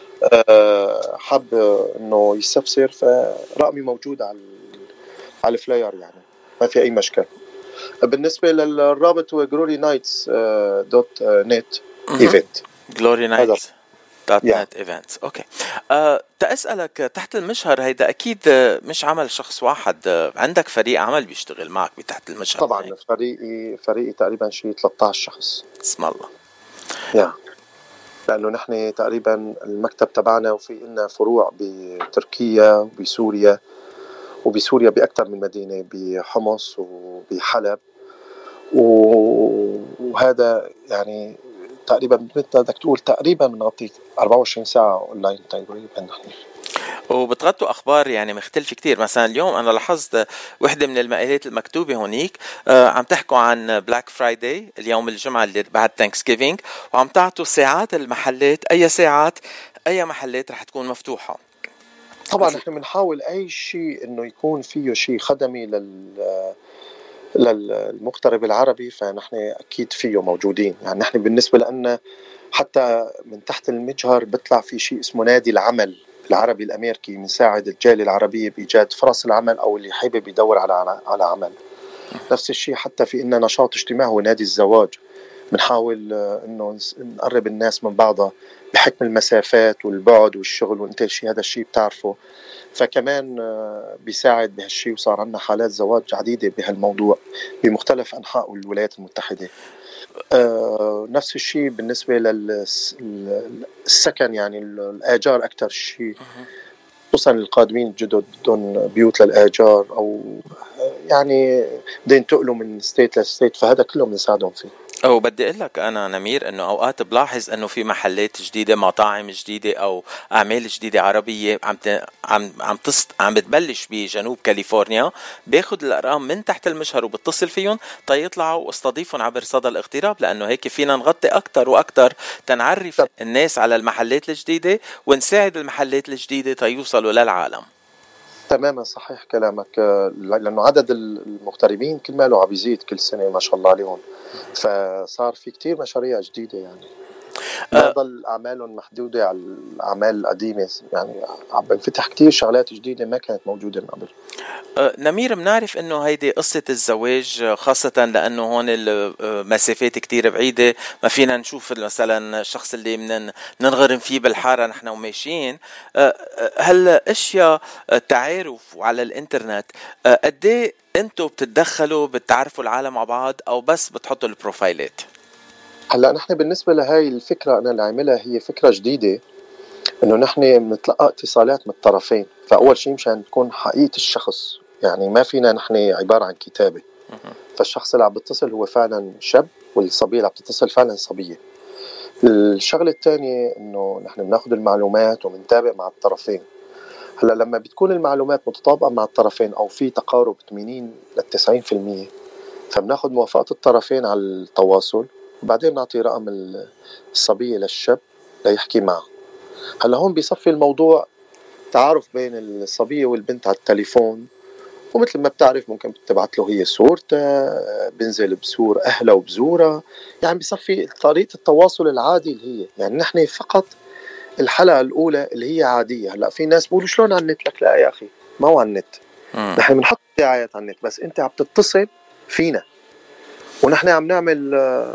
حب إنه يستفسر فرقمي موجود على على الفلاير، يعني ما في أي مشكلة. بالنسبة للرابط هو glory nights دوت نت event. glory nights دوت نت events. أوكي. أه تأسألك تحت المجهر هيدا أكيد مش عمل شخص واحد، عندك فريق عمل بيشتغل معك بتحت المجهر؟ طبعا هيك. فريقي فريقي تقريبا شيء ثلاثة عشر شخص. اسم الله. يا لأنه نحن تقريبا المكتب تبعنا وفي لنا فروع بتركيا وبسوريا، وبسوريا بأكثر من مدينة، بحمص وبحلب، وهذا يعني تقريبا مثل بدك تقول تقريبا بنغطي أربعة وعشرين ساعة أونلاين تقريبا نحن. وبتغطوا أخبار يعني مختلفة كتير. مثلا اليوم أنا لاحظت وحدة من المقالات المكتوبة هونيك آه عم تحكوا عن بلاك فرايداي، اليوم الجمعة اللي بعد تانكسجيفينج، وعم تعطوا ساعات المحلات، أي ساعات أي محلات رح تكون مفتوحة. طبعا نحن بنحاول أي شيء إنه يكون فيه شيء خدمي لل للمغترب العربي، فنحن أكيد فيه موجودين. يعني نحن بالنسبة لنا حتى من تحت المجهر بيطلع في شيء اسمه نادي العمل العربي الأمريكي، بنساعد الجالية العربية بإيجاد فرص العمل أو اللي حابب يدور على على عمل. نفس الشيء حتى في إننا نشاط اجتماعي هو نادي الزواج، بنحاول إنه نقرب الناس من بعضها بحكم المسافات والبعد والشغل، وانت شيء هذا الشيء بتعرفه، فكمان بيساعد بهالشيء. وصار عندنا حالات زواج عديدة بهالموضوع بمختلف أنحاء الولايات المتحدة. آه نفس الشيء بالنسبة للسكن، يعني الآجار أكتر شيء، خصوصا القادمين الجدد بدون بيوت للآجار أو يعني بدين تقلوا من ستيت لستيت، فهذا كلهم نساعدهم فيه. أو بدي أقول لك أنا نمير إنه أوقات بلاحظ إنه في محلات جديدة، مطاعم جديدة أو أعمال جديدة عربية عم ت... عم عم تص... عم بتبلش بجنوب كاليفورنيا، بياخد الأرقام من تحت المجهر وبتصل فيهم تيطلعوا واستضيفهم عبر صدى الاغتراب، لأنه هيك فينا نغطي أكتر وأكتر تنعرف الناس على المحلات الجديدة ونساعد المحلات الجديدة تيوصلوا للعالم. تماما صحيح كلامك، لأنه عدد المغتربين كل ما له عم يزيد كل سنة ما شاء الله عليهم، فصار في كتير مشاريع جديدة. يعني ما ضل أعمالهم محدودة على الأعمال القديمة، يعني عم بنفتح كتير شغلات جديدة ما كانت موجودة من قبل. نمير، منعرف إنه هيدي قصة الزواج، خاصة لأنه هون المسافات كتير بعيدة، ما فينا نشوف مثلا الشخص اللي من ننغرم فيه بالحارة نحن وماشيين. هل أشياء التعارف على الإنترنت قديه أنتوا بتتدخلوا بتعرفوا العالم مع بعض أو بس بتحطوا البروفايلات؟ هلا نحن بالنسبة لهاي الفكرة أنا اللي عاملها هي فكرة جديدة، إنه نحن بنتلقى اتصالات من الطرفين. فأول شيء مشان تكون حقيقة الشخص، يعني ما فينا نحن عبارة عن كتابة. فالشخص اللي عم بتصل هو فعلا شاب، والصبية اللي عم بتتصل فعلا صبية. الشغلة الثانية إنه نحن بناخد المعلومات وبنتابع مع الطرفين. هلا لما بتكون المعلومات متطابقة مع الطرفين أو في تقارب ثمانين لتسعين في المية، فبناخد موافقة الطرفين على التواصل، وبعدين نعطي رقم الصبية للشاب ليحكي معه. هلا هون بيصفي الموضوع تعارف بين الصبية والبنت على التليفون، ومثل ما بتعرف ممكن بتبعت له هي صورتها، بنزل بزور أهلها وبزورها، يعني بيصفي طريقة التواصل العادي اللي هي يعني نحن فقط الحلقة الأولى اللي هي عادية. هلا في ناس بيقولوا شلون على النت؟ لك لا يا أخي، ما هو على النت، نحن بنحط دعايات على النت، بس أنت عم تتصل فينا ونحن عم نعمل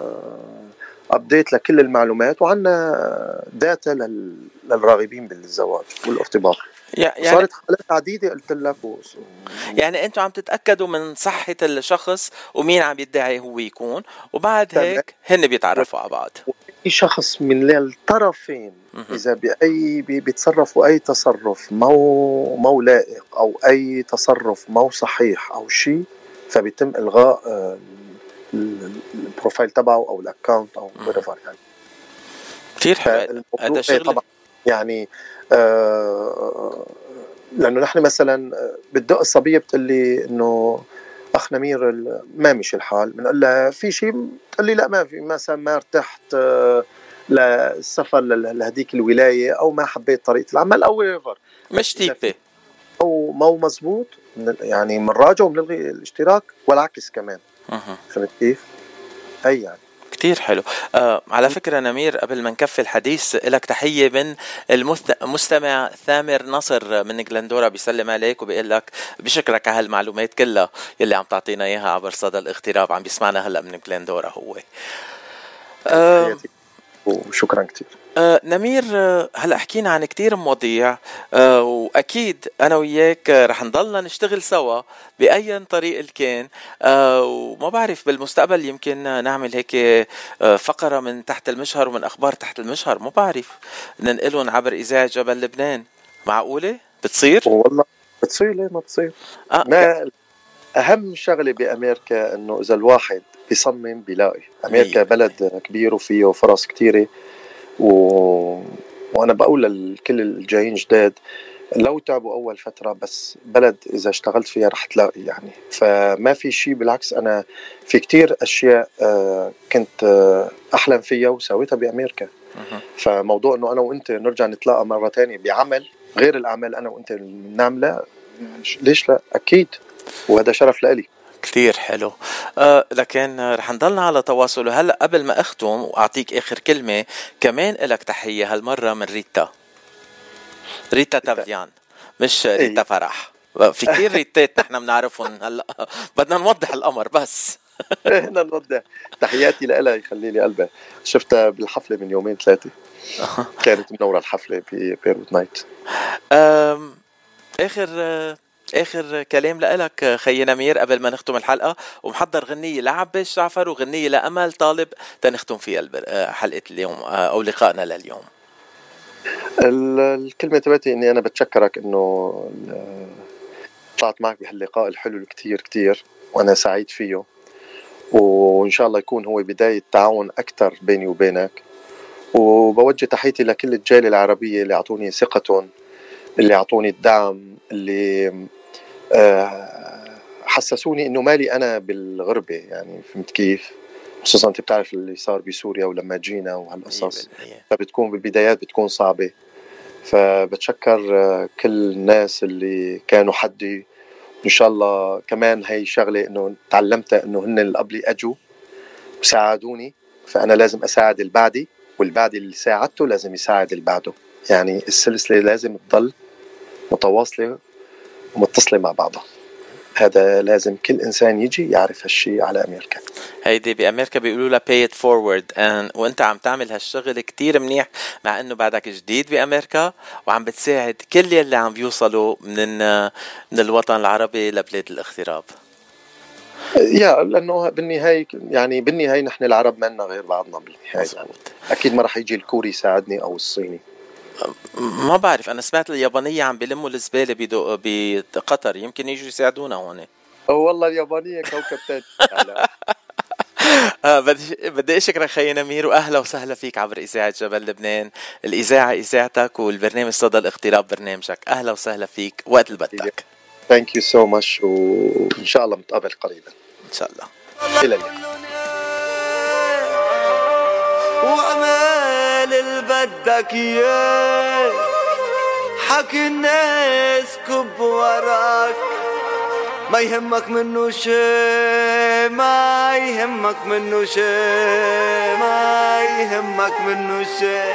أبديت لكل المعلومات، وعنا داتا للراغبين بالزواج والارتباط. يعني صارت حالات عديدة قلت لك و... يعني أنتوا عم تتأكدوا من صحة الشخص ومين عم يدعي هو يكون، وبعد هيك هن بيتعرفوا على بعض. أي شخص من الطرفين إذا بأي بيتصرفوا أي تصرف مو مو لائق أو أي تصرف مو صحيح أو شيء، فبيتم إلغاء البروفايل تبعه أو الأكاونت أو whatever. يعني كثير حلو هذا شغل. طبعا يعني آه لأنه نحن مثلا بتدق الصبية بتقلي إنه أخ نمير ما مش الحال، بنقول لها في شيء، بتقلي لا ما في، مثلا ما ارتحت آه للسفر لهديك الولاية أو ما حبيت طريقة العمل أو whatever، مش تيبي أو مو مزبوط، يعني منراجع وبنلغي الاشتراك والعكس كمان. فهمت كيف؟ هي يعني كتير حلو. آه على فكرة نمير، قبل ما نكفي الحديث لك تحية من المستمع ثامر نصر من جلندورا، بيسلم عليك وبيقول لك بشكرك على هالمعلومات كلها يلي عم تعطينا إياها عبر صدى الاغتراب. عم بيسمعنا هلأ من جلندورا هو. آه وشكرا كتير. آه نمير، آه هلأ حكينا عن كتير مواضيع، آه وأكيد أنا وياك آه رح نضلنا نشتغل سوا بأي طريق كان، آه وما بعرف بالمستقبل يمكن نعمل هيك آه فقرة من تحت المجهر ومن أخبار تحت المجهر، ما بعرف ننقلهم عبر إذاعة جبل لبنان. معقولة؟ بتصير؟ والله بتصير، ليه ما بتصير؟ آه ما أهم شغلة بأمريكا إنه إذا الواحد بيصمم بيلاقي. أمريكا بلد كبير وفيه فرص كتيرة، و... وأنا بقول لكل الجايين جداد لو تعبوا أول فترة، بس بلد إذا اشتغلت فيها رح تلاقي يعني. فما في شيء، بالعكس أنا في كتير أشياء كنت أحلم فيها وسويتها بأمريكا. فموضوع أنه أنا وإنت نرجع نتلاقى مرة تانية بعمل غير الأعمال أنا وإنت نعملها، ليش لا؟ أكيد، وهذا شرف لألي. كتير حلو. أه لكن رح نضلنا على تواصل. هلأ قبل ما أختم وأعطيك آخر كلمة، كمان إلك تحية هالمرة من ريتا ريتا تافليان، مش ريتا ايه. فرح. في كتير ريتات نحن بنعرفهم هلأ، بدنا نوضح الأمر بس. بدنا نوضح. تحياتي لها، يخلي لي قلبها. شفتها بالحفلة من يومين ثلاثة، كانت منورة الحفلة في بيروت نايت. آخر آخر كلام لك خي نمير قبل ما نختم الحلقة، ومحضر غنية لعباس جعفر وغنية لأمل طالب تنختم فيها حلقة اليوم أو لقائنا لليوم. الكلمة تبعتي إني أنا بتشكرك إنه طلعت معك بهاللقاء الحلو الكتير كتير، وأنا سعيد فيه، وإن شاء الله يكون هو بداية تعاون أكتر بيني وبينك. وبوجه تحياتي لكل الجالية العربية اللي أعطوني ثقتهم، اللي أعطوني الدعم، اللي حسسوني إنه مالي أنا بالغربة يعني. فهمت كيف؟ خصوصا أنت بتعرف اللي صار بسوريا ولما جينا وهالقصص، فبتكون بالبدايات بتكون صعبة. فبتشكر كل الناس اللي كانوا حدي، إن شاء الله كمان هاي شغلة إنه تعلمتها، إنه هن اللي قبلي أجوا وساعدوني، فأنا لازم أساعد البعدي، والبعدي اللي ساعدته لازم يساعد البعده. يعني السلسلة لازم تضل متواصلة ومتصلة مع بعضها. هذا لازم كل إنسان يجي يعرف هالشي على أمريكا. هيدي بأمريكا بيقولوا لها pay it forward، and وانت عم تعمل هالشغل كتير منيح، مع انه بعدك جديد بأمريكا، وعم بتساعد كل يلي عم بيوصلوا من من الوطن العربي لبلاد الاغتراب. يا لأنه بالنهاية يعني بالنهاية نحن العرب ما لنا غير بعضنا بالنهاية. أكيد ما رح يجي الكوري يساعدني أو الصيني. ما بعرف، أنا سمعت اليابانية عم بيلموا الزبالة بقطر، يمكن يجوا يساعدونا هون. والله اليابانية كوكب تاني. آه بدي بدي أشكرك خي نمير، وأهلا وسهلا فيك عبر إذاعة جبل لبنان. الإذاعة إذاعتك والبرنامج صدى الاغتراب برنامجك. أهلا وسهلا فيك وقت اللي بدك. Thank you so much، وإن شاء الله نتقابل قريبا إن شاء الله. إلى اللقاء. وعمال البدك ياه، حكي الناس كب وراك، ما يهمك منه شي، ما يهمك منه شي، ما يهمك منه شي،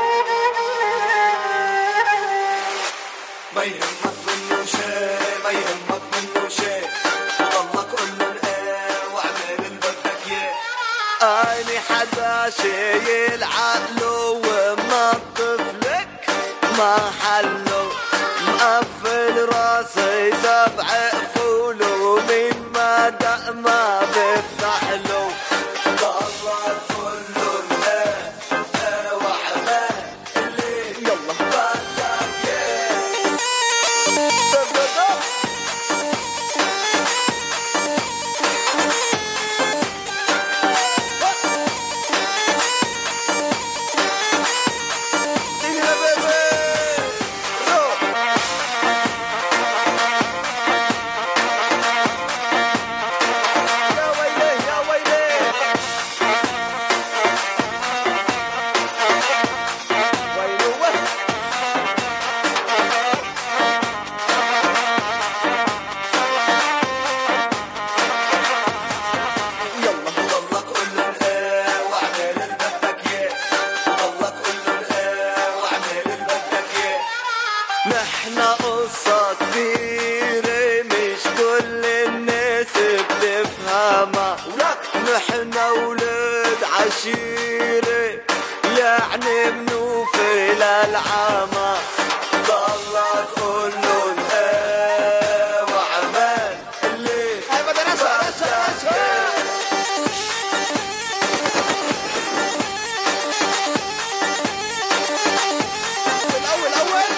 ما يهمك منه شي، ما يهمك منه شي، وضلك قلن ايه واعمل البدك ياه. اني حدا شايل عقله ومنطفلك ما حله، مقفل راسي سبع قفول، ومن ما دق ما بفتح له، ضلت كلن ايه ايه وعمال اللي يلا بدك ياه. عشيرة يعني منوفي للعامة، ضلك قولن ايه وعمال اللي هاي بدنا نسهر نسهر نسهر. الأول أول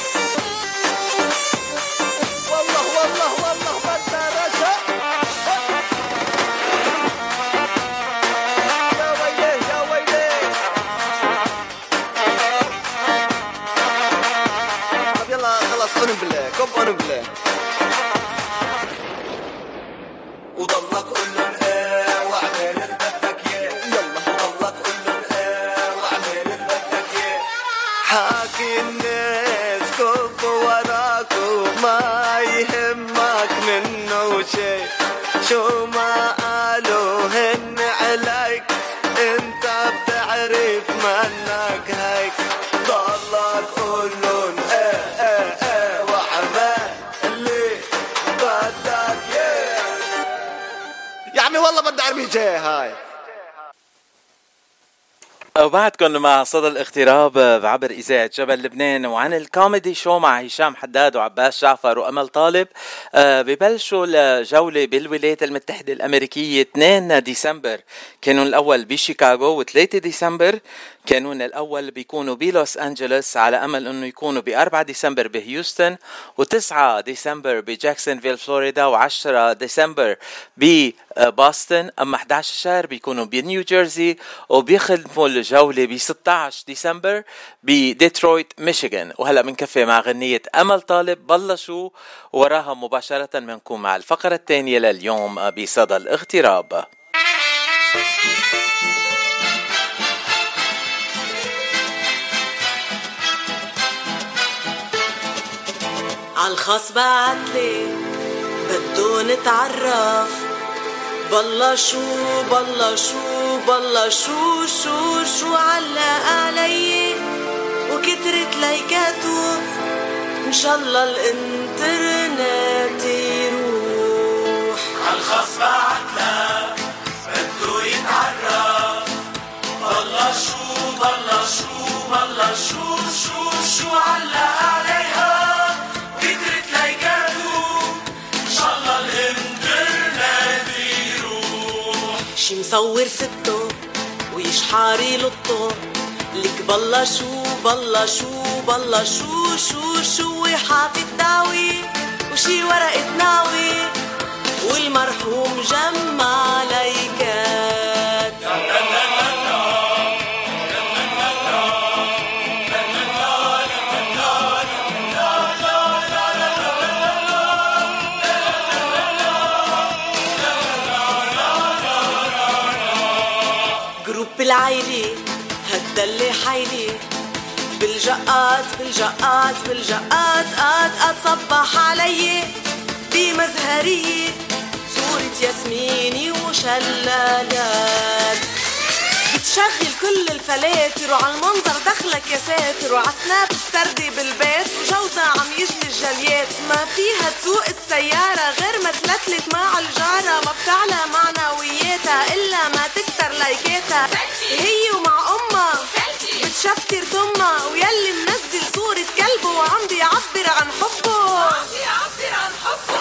والله والله والله بدنا رشا. خلص قولن بالله كم قولن بالله وضلك قولن ايه واعمل اللي بدك اياه يلا وضلك قولن ايه واعمل اللي بدك اياه حاكي الناس كب وراكو ما يهمك منه شي شو ما قالوا هن عليك انت بتعرف منك هيك ضلك قولن ايه ايه ايه وعمال اللي بدك اياه يا عمي والله بدي ارمي جاي هاي. وبعدكم مع صدى الاغتراب بعبر إذاعة جبل لبنان وعن الكوميدي شو مع هشام حداد وعباس جعفر وأمل طالب. أه ببلشوا الجولة بالولايات المتحدة الأمريكية اثنين ديسمبر، كانون الأول بشيكاغو، و3 ديسمبر كانون الأول بيكونوا بلوس أنجلوس، على أمل أنه يكونوا بأربعة ديسمبر بهيوستن، وتسعة ديسمبر بجاكسونفيل فلوريدا، وعشرة ديسمبر ببوسطن. أما أحد عشر شهر بيكونوا بنيو جيرسي، وبيخدموا الجولة ب ستة عشر ديسمبر بديترويت ميشيغان. وهلأ منكفي مع غنية أمل طالب بلشوا، وراها مباشرة منكم مع الفقرة الثانية لليوم بصدى الاغتراب. عالخاص بعتلي بدو نتعرف، بالله شو بالله شو بالله شو شو شو علق علي وكترت لايكاته، ان شاء الله الانترنت يروح. عالخاص بعتلي بدو يتعرف، بالله شو بالله شو بالله شو شو شو علق عليها كترت لايكاته، ان شاء الله الانترنت يروح. شي مصور ستو ويشحاري لطو، لك بالله شو بالله شو بالله شو شو شو وحاطط داوي وشي ورقة ناوي، والمرحوم جمع لايكات. جروب العيلة هدا اللي حيلي، بالجقات بالجقات بالجقات قات قات صبح علي بمزهرية صورة ياسميني وشلالات، بتشغل كل الفلاتر وعالمنظر دخلك يا ساتر، وعسناب السردي بالبيت وجوزها عم يجلي الجليات، ما فيها تسوق السيارة غير ما تلتلت مع الجارة، ما بتعلى معنوياتها إلا ما تكتر لايكاتها، هي ومع أمها بتشفتر تمها، ويلي منزل صورة كلبه وعم بيعبر عن حبه عم بيعبر عن حبه.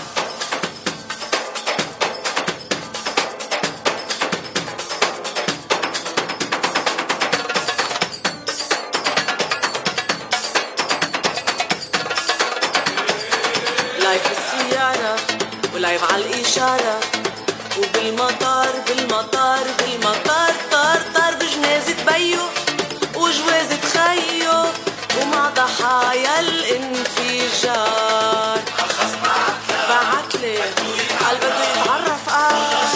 لايف بالسيارة ولايف عالإشارة، وبالمطار بالمطار بالمطار طار طار بجنازة بيو وجوازة خيو، ومع ضحايا الانفجار. بعتلي عالبدو يتعرف قال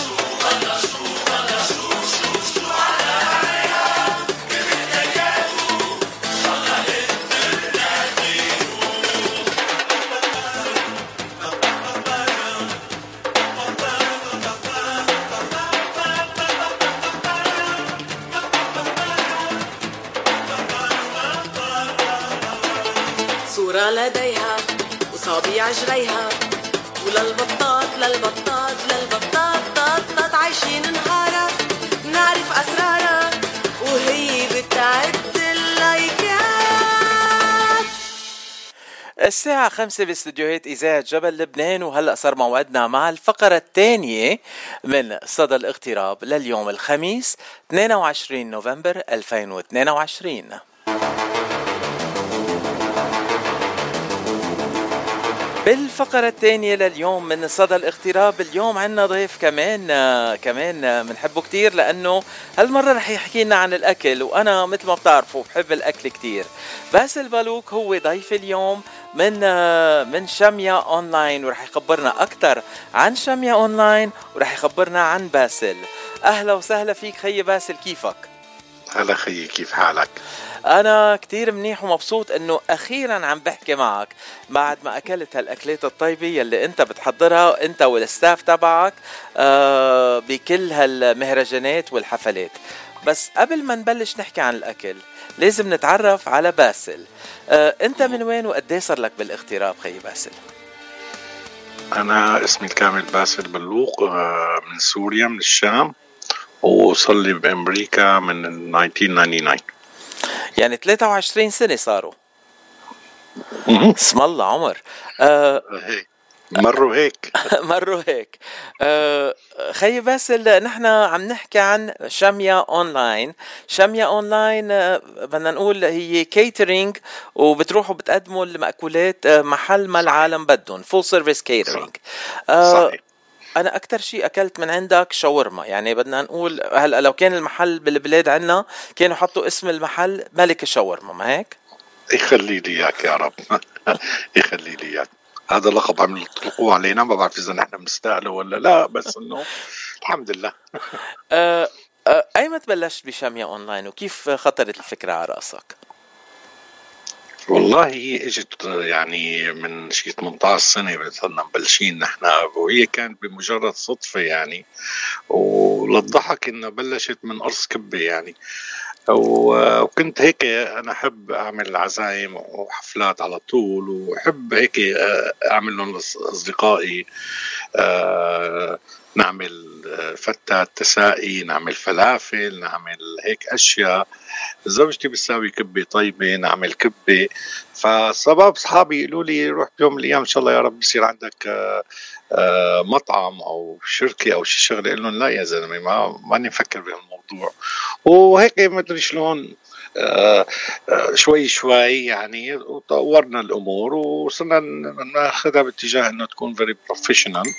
صورة لديها وصابيع جريها، وللبطاط للبطاط للبطاط طاط طاط عايشين نهارا نعرف أسرارها، وهي بتعد اللايكات. الساعة خمسة باستديوهات إذاعة جبل لبنان، وهلأ صار موعدنا مع الفقرة الثانية من صدى الاغتراب لليوم الخميس اثنين وعشرين نوفمبر ألفين واثنين وعشرين. بالفقرة الثانية لليوم من صدى الاغتراب، اليوم عنا ضيف كمان كمان بنحبه كتير، لأنه هالمرة رح يحكي لنا عن الأكل، وأنا مثل ما بتعرفوا بحب الأكل كتير. باسل بالوك هو ضيف اليوم من من شامية أونلاين، ورح يخبرنا أكتر عن شامية أونلاين، ورح يخبرنا عن باسل. أهلا وسهلا فيك خي باسل، كيفك؟ هلا خيي، كيف حالك؟ أنا كتير منيح ومبسوط إنه أخيراً عم بحكي معك بعد ما أكلت هالأكلات الطيبة يلي أنت بتحضرها أنت والستاف تبعك آه بكل هالمهرجانات والحفلات. بس قبل ما نبلش نحكي عن الأكل لازم نتعرف على باسل. آه أنت من وين وقديه صار لك بالاغتراب خي باسل؟ أنا اسمي الكامل باسل بلوق، آه من سوريا من الشام، وصار لي بأمريكا من ألف وتسعمية وتسعة وتسعين. يعني ثلاثة وعشرين سنة صاروا. اسم الله عمر. آه مروا هيك مروا هيك. آه خي باسل، نحن عم نحكي عن شامية أونلاين. شامية أونلاين آه بدنا نقول هي كيترينج، وبتروحوا بتقدموا المأكولات آه محل ما العالم بدهم، فول سيرفيس كيترينج. صحيح. أنا أكتر شيء أكلت من عندك شاورما، يعني بدنا نقول هلأ لو كان المحل بالبلاد عنا كانوا حطوا اسم المحل ملك الشاورما، ما هيك؟ يخلي لي إياك يا رب. يخلي لي إياك. هذا اللقب عم يطلقوه علينا، ما بعرف إذا نحن بنستاهله ولا لا، بس إنه الحمد لله. أه أه أيمتى بلشت بشامية أونلاين وكيف خطرت الفكرة على رأسك؟ والله هي اجت يعني من شي ثمانية عشر سنة صرنا مبلشين نحن، وهي كانت بمجرد صدفة يعني، وللضحك انه بلشت من قرص كبة يعني. وكنت هيك انا احب اعمل عزايم وحفلات على طول، وحب هيك اعمل لهم اصدقائي، نعمل فتات تسائي، نعمل فلافل، نعمل هيك اشياء. زوجتي بتساوي كبة طيبة، نعمل كبة. فسبب صحابي يقولوا لي روح بيوم من الايام ان شاء الله يا رب بصير عندك مطعم او شركة او شي شغلة. قال لهم لا يا زلمة، ما ماني مفكر بهالموضوع. وهيك ما ادري شلون آه آه شوي شوي يعني وطورنا الامور، وصرنا ناخذها باتجاه انه تكون very professional،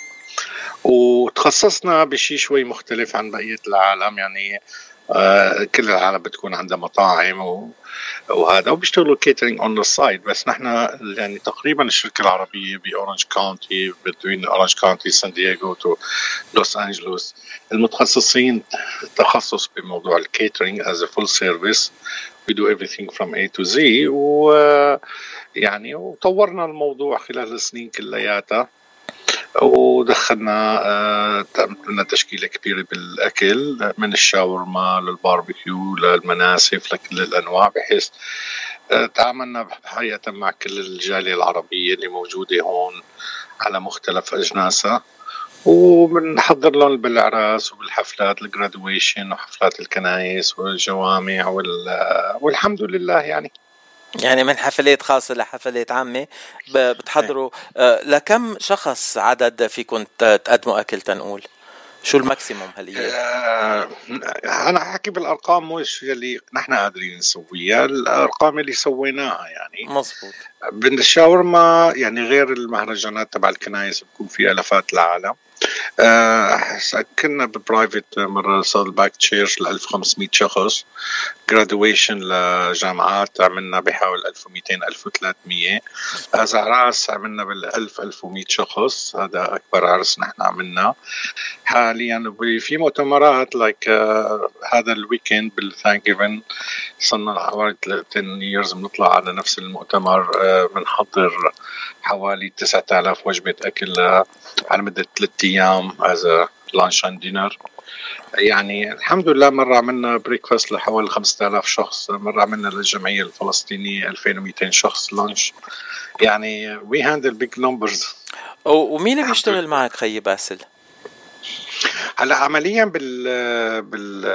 وتخصصنا بشي شوي مختلف عن بقية العالم. يعني آه كل العالم بتكون عندها مطاعم وهذا، وبيشتغلوا كيترينج اون ذا سايد. بس نحن يعني تقريبا الشركة العربية بأورنج كاونتي، بين أورنج كاونتي سان دييغو تو لوس أنجلوس، المتخصصين تخصص بموضوع الكيترينج as a full service. we do everything from A to Z. ويعني وطورنا الموضوع خلال السنين كلياتها، ودخلنا آه تشكيلة كبيرة بالأكل، من الشاورما للباربيكيو للمناسف لكل الأنواع، بحيث آه تعاملنا حقيقة مع كل الجالية العربية اللي موجودة هون على مختلف أجناسها، وبنحضر لهم بالأعراس وبالحفلات الجرادويشن وحفلات الكنائس والجوامع والحمد لله. يعني يعني من حفلات خاصة لحفلات عامة بتحضروا. آه لكم شخص عدد فيكم تقدموا أكل تنقول؟ شو الماكسيموم هالأيام؟ آه أنا حكي بالأرقام مش اللي نحن قادرين نسويها، الأرقام اللي سويناها يعني مظبوط. بالشاورما يعني غير المهرجانات تبع الكنائس بكون في ألفات العالم. آه كنا ببرايفت مرة صار باك تشيرش ل ألف وخمسمية شخص، graduation لجامعات عملنا بحاول ألف ومئتين ألف وثلاثمية، أعراس عملنا بالألف ألف ومئة شخص، هذا أكبر عرس نحن عملنا حاليا. في مؤتمرات لايك آه هذا الويكند بالثانكيفن صرنا حوالي عشرة years بنطلع على نفس المؤتمر، بنحضر آه حوالي تسعة آلاف وجبة أكل على مدة ثلاثة أيام as a lunch and dinner. يعني الحمد لله مرة عملنا بريكفاست لحوالي خمسة آلاف شخص، مرة عملنا للجمعية الفلسطينية ألفين ومئتين شخص لانش. يعني we handle big numbers. ومين بيشتغل معك خي باسل؟ هلا عمليا بال بال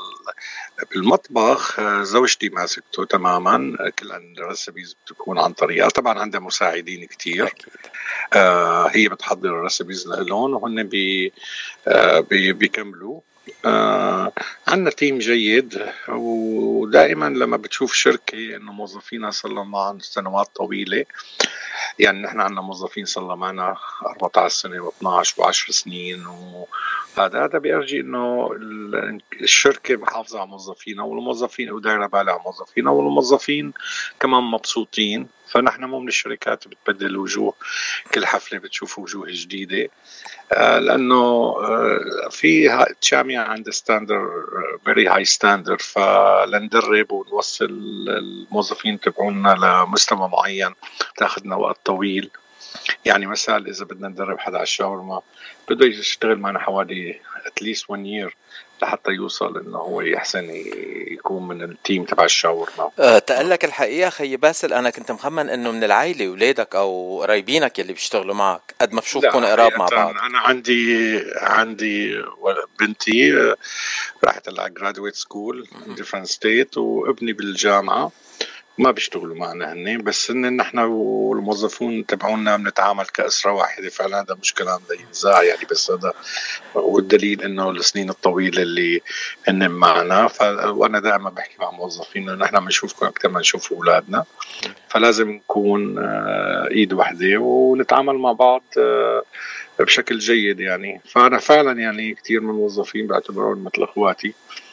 بالمطبخ زوجتي ماسكته تماما، كل الريسبيز بتكون عن طريقها، طبعا عندها مساعدين كتير. آه هي بتحضر الريسبيز لهم وهن بي آه بي بيكملوا آه عندنا تيم جيد، ودائما لما بتشوف شركة انه موظفينها صار لهم معهم سنوات طويلة، يعني نحن عندنا موظفين صار معنا أربعة عشر سنة و12 و10 سنين، وهذا هذا بيرجي انه الشركة محافظة على موظفينها، والموظفين ودايرة بالها على موظفينها، والموظفين كمان مبسوطين. فنحن مو من الشركات بتبدل وجوه، كل حفلة بتشوف وجوه جديدة، آه لأنه آه في تشاميا عند ستاندر فيري هاي ستاندر، فلندرب ونوصل الموظفين تبعونا لمستوى معين تاخذنا وقت طويل. يعني مثلا إذا بدنا ندرب حدا على الشاورما بده يشتغل معنا حوالي at least one year لحتى يوصل انه هو يحسن يكون من التيم تبع الشاورما. أه تقلك الحقيقه خي باسل، انا كنت مخمن انه من العائله اولادك او قرايبينك اللي بيشتغلوا معك قد ما بشوفكم قراب مع بعض. انا عندي عندي بنتي راحت على جرادويت سكول ديفرنت ستيت، وابني بالجامعه ما بيشتغلوا معنا هنين، بس ان نحن والموظفون تبعونا بنتعامل كأسرة واحدة. فعلا هذا مش كلام لا ينزاع يعني، بس هذا والدليل انه السنين الطويلة اللي هن معنا. وانا دائما بحكي مع موظفين انه نحن بنشوفكم اكثر ما نشوف اولادنا، فلازم نكون ايد واحدة ونتعامل مع بعض بشكل جيد يعني. فانا فعلا يعني كثير من الموظفين بعتبرون مثل اخواتي،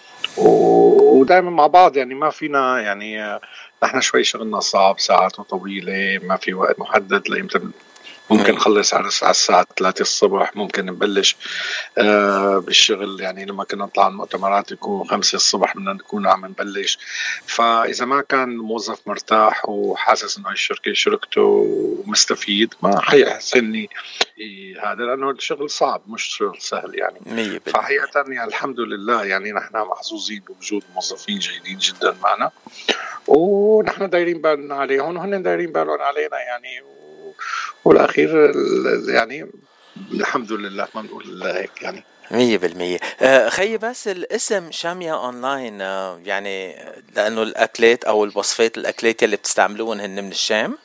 ودائما مع بعض يعني. ما فينا يعني نحن شوي شغلنا صعب، ساعاته طويلة، ما في وقت محدد لإمتى ممكن نخلص على الساعة ثلاثة الصبح، ممكن نبلش آه بالشغل يعني. لما كنا نطلع المؤتمرات يكون خمسة الصبح بدنا نكون عم نبلش. فإذا ما كان الموظف مرتاح وحاسس إنه الشركة شركته ومستفيد ما حيحسنني هذا، لأنه الشغل صعب مش شغل سهل يعني. فحقيقة يعني الحمد لله يعني نحن محظوظين بوجود موظفين جيدين جدا معنا، ونحن دايرين بالنا عليهم وهن دايرين بالهم علينا يعني. والأخير يعني الحمد لله ما نقول هيك يعني مية بالمية. آه خي بس الاسم شاميا أونلاين آه يعني لأنه الأكلات أو الوصفات الأكلات اللي بتستعملوهن هن من الشام؟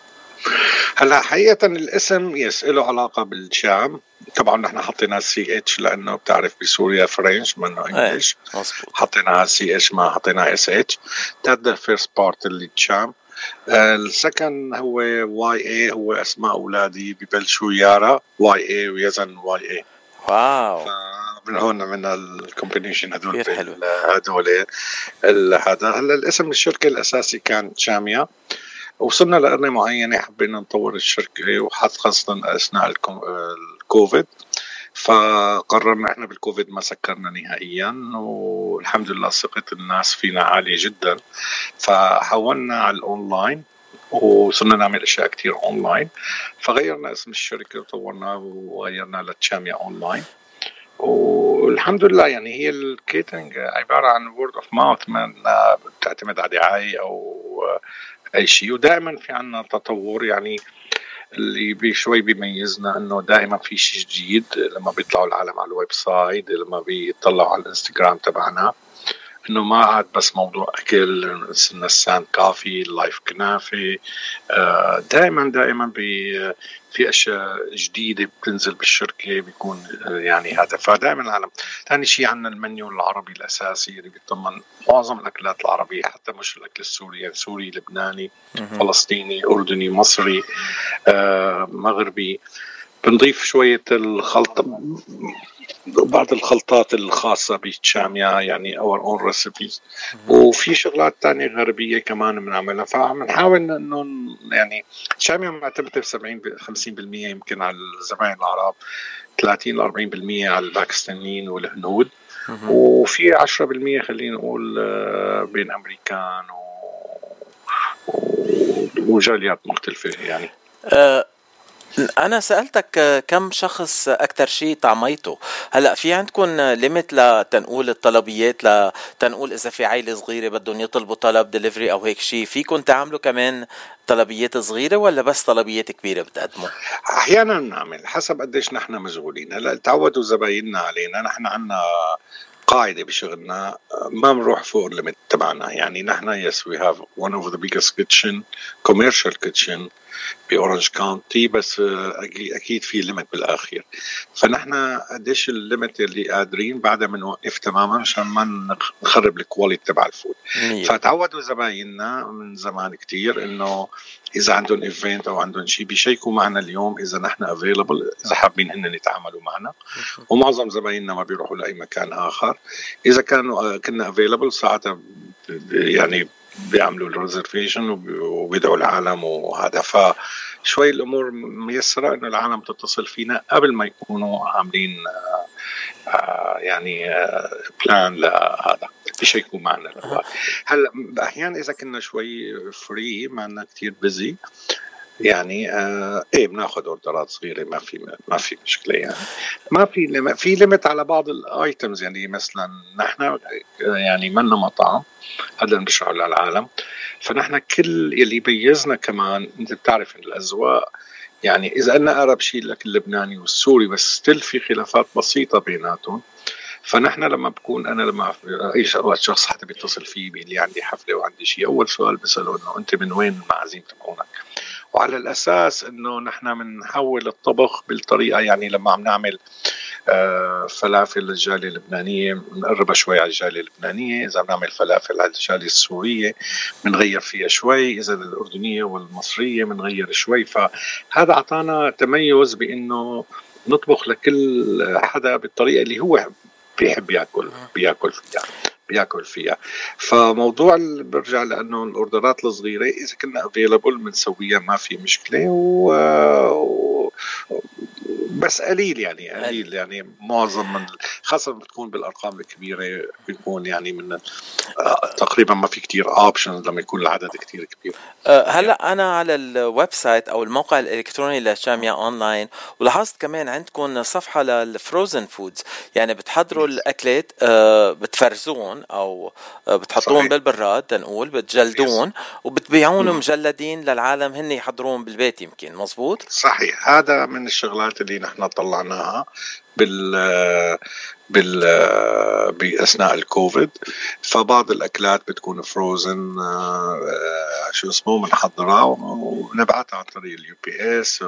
هلا حقيقة الاسم يسأله علاقة بالشام. طبعا نحن حطينا سي اتش لأنه بتعرف بسوريا فرنش منه انجلش، حطينا سي اتش ما حطينا اس اتش. ده first part اللي الشام. السكن هو واي اي، هو اسماء اولادي ببلشوا يارا واي اي ويزن واي اي. واو، من هون من الكومبينيشن هذول هذول هذا. هلا الاسم الشركه الاساسي كان شاميا، وصلنا لقرنة معينه حبينا نطور الشركه، وخاصه اثناء الكوفيد فقررنا احنا بالكوفيد ما سكرنا نهائيا، والحمد لله ثقة الناس فينا عالية جدا، فحولنا على الاونلاين وصرنا نعمل اشياء كتير اونلاين. فغيرنا اسم الشركة وطورناه وغيرنا لتشاميا اونلاين. والحمد لله يعني هي الكيترينج عبارة عن وورد اوف ماوث، ما بتعتمد على دعاية او اي شيء، ودائما في عنا تطور يعني. اللي بشوي بيميزنا انه دائما في شيء جديد لما بيطلعوا العالم على الويب سايت، لما بيطلعوا على الانستغرام تبعنا، انه ما عاد بس موضوع اكل نسان كافي اللايف كنافه. دائما دائما في اشياء جديده بتنزل بالشركه بيكون يعني هذا. فدائما العالم. ثاني شيء عندنا المنيو العربي الاساسي اللي بيتضمن معظم الاكلات العربيه، حتى مش الاكل السوري يعني سوري لبناني فلسطيني اردني مصري آه، مغربي. بنضيف شويه الخلطه، بعض الخلطات الخاصة بتشاميا يعني اور اون ريسيبيز، وفي شغلات تانية غربية كمان بنعملها. فعم نحاول انه يعني تشاميا معتمدة سبعين خمسين بالمية يمكن على الزبائن العرب، ثلاثين لأربعين بالمية على الباكستانيين والهنود، وفي عشرة بالمية خلينا نقول بين أمريكان وجاليات مختلفة يعني. أه أنا سألتك كم شخص أكتر شيء طعميته. هلأ في عندكم ليميت لتنقول الطلبيات، لتنقول إذا في عائلة صغيرة بدهم يطلبوا طلب دليفري أو هيك شيء، فيكم تعملوا كمان طلبيات صغيرة ولا بس طلبيات كبيرة بتقدموا؟ أحيانا نعمل حسب قديش نحن مشغولين. هلأ تعودوا زبايننا علينا، نحن عنا قاعدة بشغلنا ما بنروح فوق الليميت تبعنا يعني. نحن yes we have one of the biggest kitchen commercial kitchen بأورنج كاونتي، بس أكيد في ليمت بالآخر. فنحن قديش الليمت اللي قادرين بعدها بنوقف تماما عشان ما نخرب الكواليتي تبع الفود. فتعودوا زبايننا من زمان كتير إنه إذا عندهم إيفنت أو عندهم شيء بيشيكوا معنا اليوم إذا نحن افيلبل، إذا حابين هن يتعاملوا معنا. ومعظم زبايننا ما بيروحوا لأي مكان آخر. إذا كانوا كنا افيلبل ساعتها يعني بيعملوا الريزرفيشن وبيدعوا العالم وهذا. فشوي الأمور ميسرة إنه العالم تتصل فينا قبل ما يكونوا عاملين آه يعني آه بلان لهذا بيشيكوا معنا الأول. هلا أحيانا إذا كنا شوي فري معنا كتير بيزي يعني آه ايه بناخذ اوردرات صغيره، ما في ما في مشكله يعني. ما في في ليميت على بعض الايتمز، يعني مثلا نحن يعني منا مطعم، هذا اللي بنشرحه للعالم. فنحن كل اللي بيزنا كمان انت بتعرف الاذواق، يعني اذا قلنا اقرب شيء لك اللبناني والسوري بس ستيل في خلافات بسيطه بيناتهم. فنحن لما بكون انا لما اي شخص حتى بيتصل فيه بيقول لي عندي حفله وعندي شيء، اول سؤال بساله انه انت من وين المعازيم تبعونك، وعلى الأساس إنه نحن بنحول الطبخ بالطريقة، يعني لما عم نعمل آه فلافل للجالية اللبنانية بنقربها شوي على الجالية اللبنانية، إذا بنعمل فلافل على الجالية السورية بنغير فيها شوي، إذا الأردنية والمصرية بنغير شوي. فهذا عطانا تميز بإنه نطبخ لكل حدا بالطريقة اللي هو بيحب يأكل بيأكل فيها بياكل فيها. فموضوع برجع لأنه الأوردرات الصغيرة إذا كنا افيلبل بنسويها ما في مشكلة، و... و... بس قليل يعني قليل يعني معظم من خاصة بتكون بالأرقام الكبيرة بيكون يعني من تقريبا ما في كتير اوبشنز لما يكون العدد كتير كبير. أه هلا انا على الويب سايت او الموقع الالكتروني لشامية اونلاين، ولاحظت كمان عندكم صفحة للفروزن فودز، يعني بتحضروا الاكلات أه بتفرزون او بتحطوهم بالبراد تنقول بتجلدون وبتبيعون مجلدين للعالم هن يحضرون بالبيت، يمكن مزبوط؟ صحيح. هذا من الشغلات اللي نحن طلعناها بال بال باثناء الكوفيد. فبعض الاكلات بتكون فروزن شو اسمه بنحضرها ونبعتها عن طريق اليو بي اس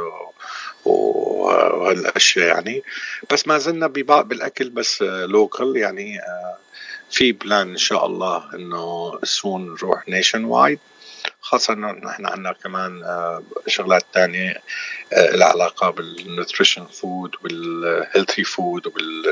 وهالاشياء يعني. بس ما زلنا ببعض بالاكل بس لوكال يعني. في بلان ان شاء الله انه سون نروح نيشن وايد، خاصة انه نحن عندنا كمان شغلات تانية العلاقة بالنوتريشن فود والهيلثي فود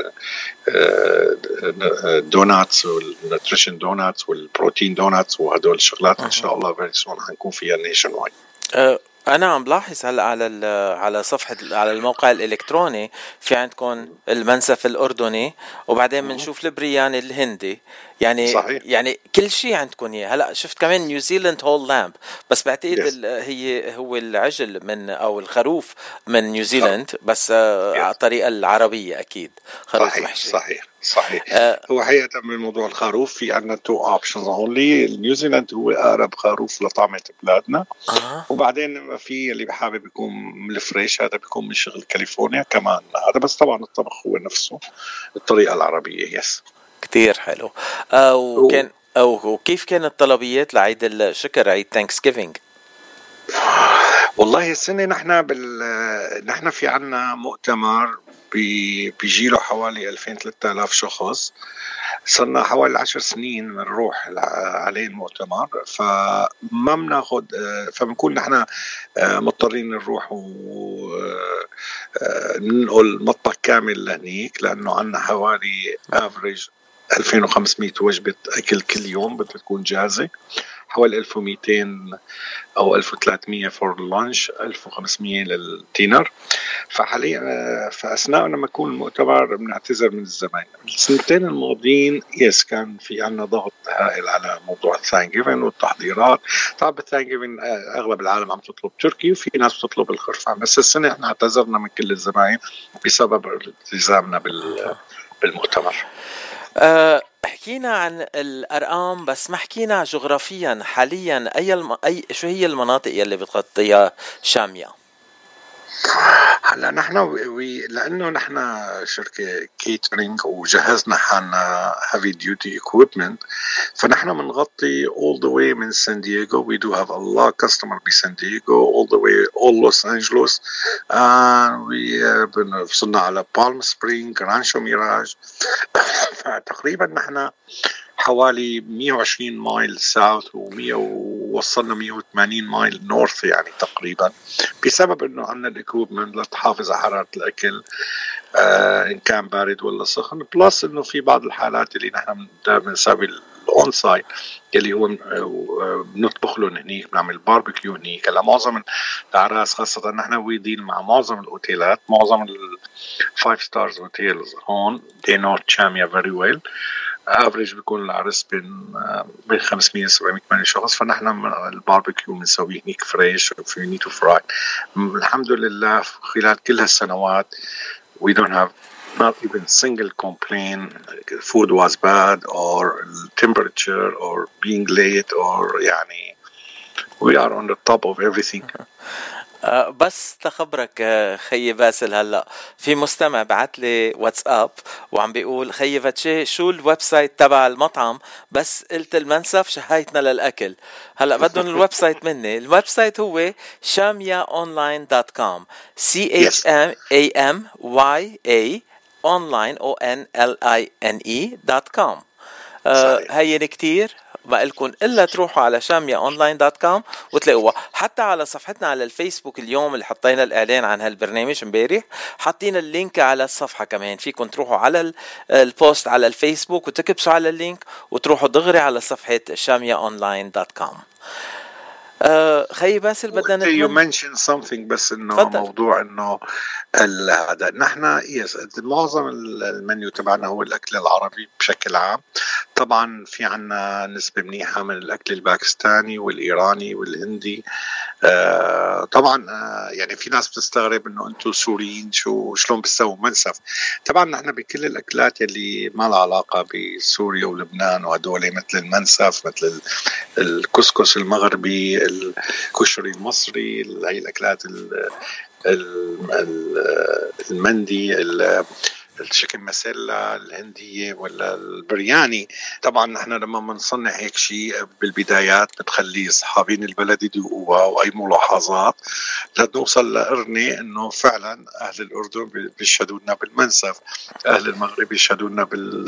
وبالدوناتس والنوتريشن دوناتس والبروتين دوناتس، وهدول الشغلات ان شاء الله very soon حنكون فيها نيشن وايد. أنا عم بلاحظ هلا على على صفحة على الموقع الإلكتروني في عندكم المنسف الأردني، وبعدين بنشوف البرياني الهندي، يعني صحيح. يعني كل شيء عندكم إياه. هلا شفت كمان نيوزيلند هول لامب، بس بعتقد yes. هي هو العجل من أو الخروف من نيوزيلند yes. بس yes. على الطريقة العربية أكيد خروف صحيح محشي. صحيح صحيح. آه هو حقيقة من موضوع الخروف في عندنا تو اوبشنز اونلي. نيوزيلند هو اقرب خروف لطعمة بلادنا آه. وبعدين في اللي بحابب يكون من الفريش هذا بيكون من شغل كاليفورنيا كمان هذا، بس طبعا الطبخ هو نفسه الطريقة العربية. يس كتير حلو. آه وكان أو وكيف كانت الطلبيات لعيد الشكر عيد ثانكسجيفينج؟ والله السنة نحن بال نحن في عنا مؤتمر بيجيله حوالي ألفين ثلاثة آلاف شخص. صرنا حوالي عشر سنين بنروح عليه المؤتمر، فما بناخد فبنكون نحن مضطرين نروح وننقل مطبخ كامل لهنيك، لأنه عنا حوالي افريج ألفين وخمسمية وجبة أكل كل يوم بدها تكون جاهزة، حوالي ألف ومئتين أو ألف وثلاثمية فور اللانش، ألف وخمسمية للدينر. فحاليا فأثناء لما يكون المؤتمر بنعتذر من الزبائن. السنتين الماضيين يس كان في عنا ضغط هائل على موضوع الثانكجيفين والتحضيرات. طبعا الثانكجيفين أغلب العالم عم تطلب تركي وفي ناس بتطلب الخرفان، بس السنة احنا اعتذرنا من كل الزبائن بسبب التزامنا بالمؤتمر. أه حكينا عن الأرقام بس ما حكينا جغرافيا حاليا أي الم... أي شو هي المناطق يلي بتغطيها شامية؟ هلا نحن وي لانه نحن شركه كيترينج وجهزنا حالنا heavy duty equipment, فنحن بنغطي all the way من سان دييغو. we do have a lot of customer بسان دييغو all the way all Los Angeles. uh, we uh, وصلنا على بالم سبرينج, رانشو ميراج. فتقريبا نحن حوالي مية وعشرين مايل ساوث و100 ووصلنا مية وثمانين مايل نورث يعني تقريبا, بسبب انه عندنا الاكويبمنت لتحافظ على حراره الاكل آه ان كان بارد ولا سخن. بلس انه في بعض الحالات اللي نحن بنسوي الاون سايت اللي هو بنطبخ لهم هنيك, بنعمل باربيكيو هنيك. هلا معظم الاعراس خاصه نحن ويدين مع معظم الاوتيلات, معظم الفايف ستارز اوتيلز هون they know Shamya very well. افريج بيكون العرس بين بين خمسمية سبعمية ثمانمية شخص, فنحن الباربيكيو بنسويه هنيك فريش وفي نيتو فراي. الحمد لله خلال كل هالسنوات we don't have not even single complaint food was bad or temperature or being late or يعني we are on the top of everything. أه بس تخبرك خيي باسل, هلا في مستمع بعت لي واتساب وعم بيقول خيي فاتشي شو الويب سايت تبع المطعم, بس قلت المنسف شهايتنا للأكل. هلا بدهم الويب سايت مني. الويب سايت هو شاميا أونلاين دوت كوم, C H M A M Y A online O N L I N E دوت كوم. أه هين كتير ما لكم إلا تروحوا على شاميا أونلاين دوت كوم وتلاقوها. حتى على صفحتنا على الفيسبوك اليوم اللي حطينا الإعلان عن هالبرنامج امبارح, حاطين اللينك على الصفحة كمان. فيكم تروحوا على البوست على الفيسبوك وتكبسوا على اللينك وتروحوا دغري على صفحة شاميا أونلاين دوت كوم. آه خيي باسل بدنا you mention something بس انه فضل. موضوع انه هذا نحن يس معظم المنيو تبعنا هو الاكل العربي بشكل عام. طبعا في عنا نسبة منيحة من الاكل الباكستاني والايراني والهندي. آه طبعا آه يعني في ناس بتستغرب انه انتم سوريين شو شلون بتسووا منسف. طبعا نحن بكل الاكلات اللي ما لها علاقة بسوريا ولبنان وهدول, مثل المنسف, مثل الكسكس المغربي, الكشري المصري, هاي الاكلات المندي, الشكل مسلة الهندية ولا البرياني. طبعا نحن لما بنصنع هيك شيء بالبدايات بتخلي اصحابين البلد يدوقوها واي ملاحظات لنوصل لقرنة انه فعلا اهل الاردن بيشهدوا لنا بالمنسف, اهل المغرب بيشهدوا لنا